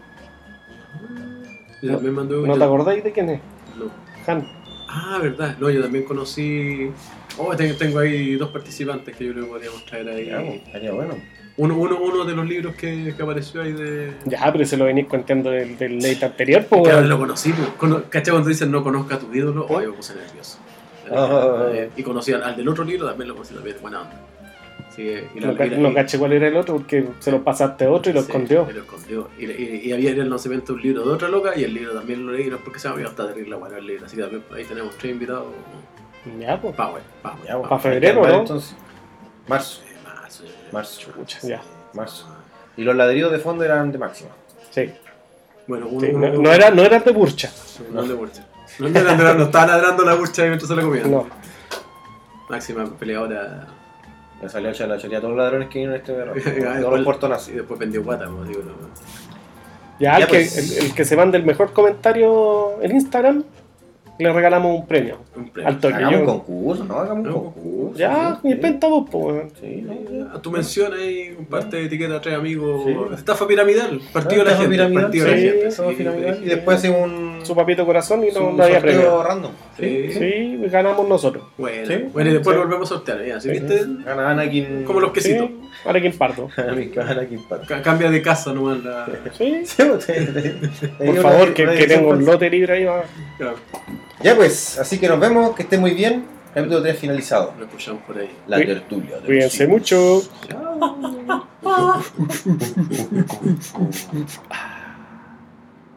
Yo también mandó. ¿No te acordáis de quién es? No. Han. Ah, verdad. No, yo también conocí. Oh, tengo ahí 2 participantes que yo creo que podríamos traer ahí. Ya, pues, estaría bueno. Uno de los libros que apareció ahí de. Ya, pero se lo venís contando del Late anterior, pues. Que ahora weón. lo conocí. ¿Cachai cuando dicen no conozca a tu ídolo? Oh, yo me puse nervioso. Y conocí al del otro libro, también lo conocí también, buena onda. Así que, No caché cuál era el otro porque se lo pasaste a otro y lo sí, escondió. y lo escondió. Y había en el lanzamiento un libro de otra loca y el libro también lo leí, no es porque se me había hasta terrible bueno el libro. Así que también ahí tenemos 3 invitados. Ya, pues. Power. Ya, pues, Pa' hay que febrero, armar, ¿no? Entonces. Marzo. Marzo. Ya, Marzo. Y los ladrillos de fondo eran de máxima. sí. Bueno, Sí, no era de Burcha. No de Burcha. No estaba ladrando la Burcha mientras se la comían. No. Máxima peleadora. Me salió a la choría a todos los ladrones que vinieron a este verano. Y Todos los portonazos. después vendió guata, pues, digo, no. Ya, Ya, el pues. que se mande el mejor comentario en Instagram, le regalamos un premio. Un premio. Al toque. Hagamos un Yo- concurso, ¿no? Hagamos un No, concurso. Ya, sí. inventa vos, pues, weón. Sí, no, A tu mención ahí, un parte de etiqueta a 3 amigos. Sí. Estafa piramidal, partido de la Estafa gente. piramidal, Partido de la sí, gente. Estafa sí, piramidal. sí. Y después hacemos un Su papito corazón y no un había sorteo premio. random. Sí. Sí, ganamos nosotros. Bueno, Sí. bueno, y después Sí. lo volvemos a sortear. ¿Ya? ¿Sí Sí. viste? Gana Anakin. Como los quesitos. Sí, Anakin Pardo. Anakin Park. Cambia de casa nomás la. Sí. Sí, Por favor, que tengo un lote libre ahí. Va. Claro, Ya pues, así que nos vemos, que estén muy bien. Capítulo 3 finalizado. lo escuchamos por ahí. La Cuí- tertulia. de los Cuídense siglos. mucho. Chao.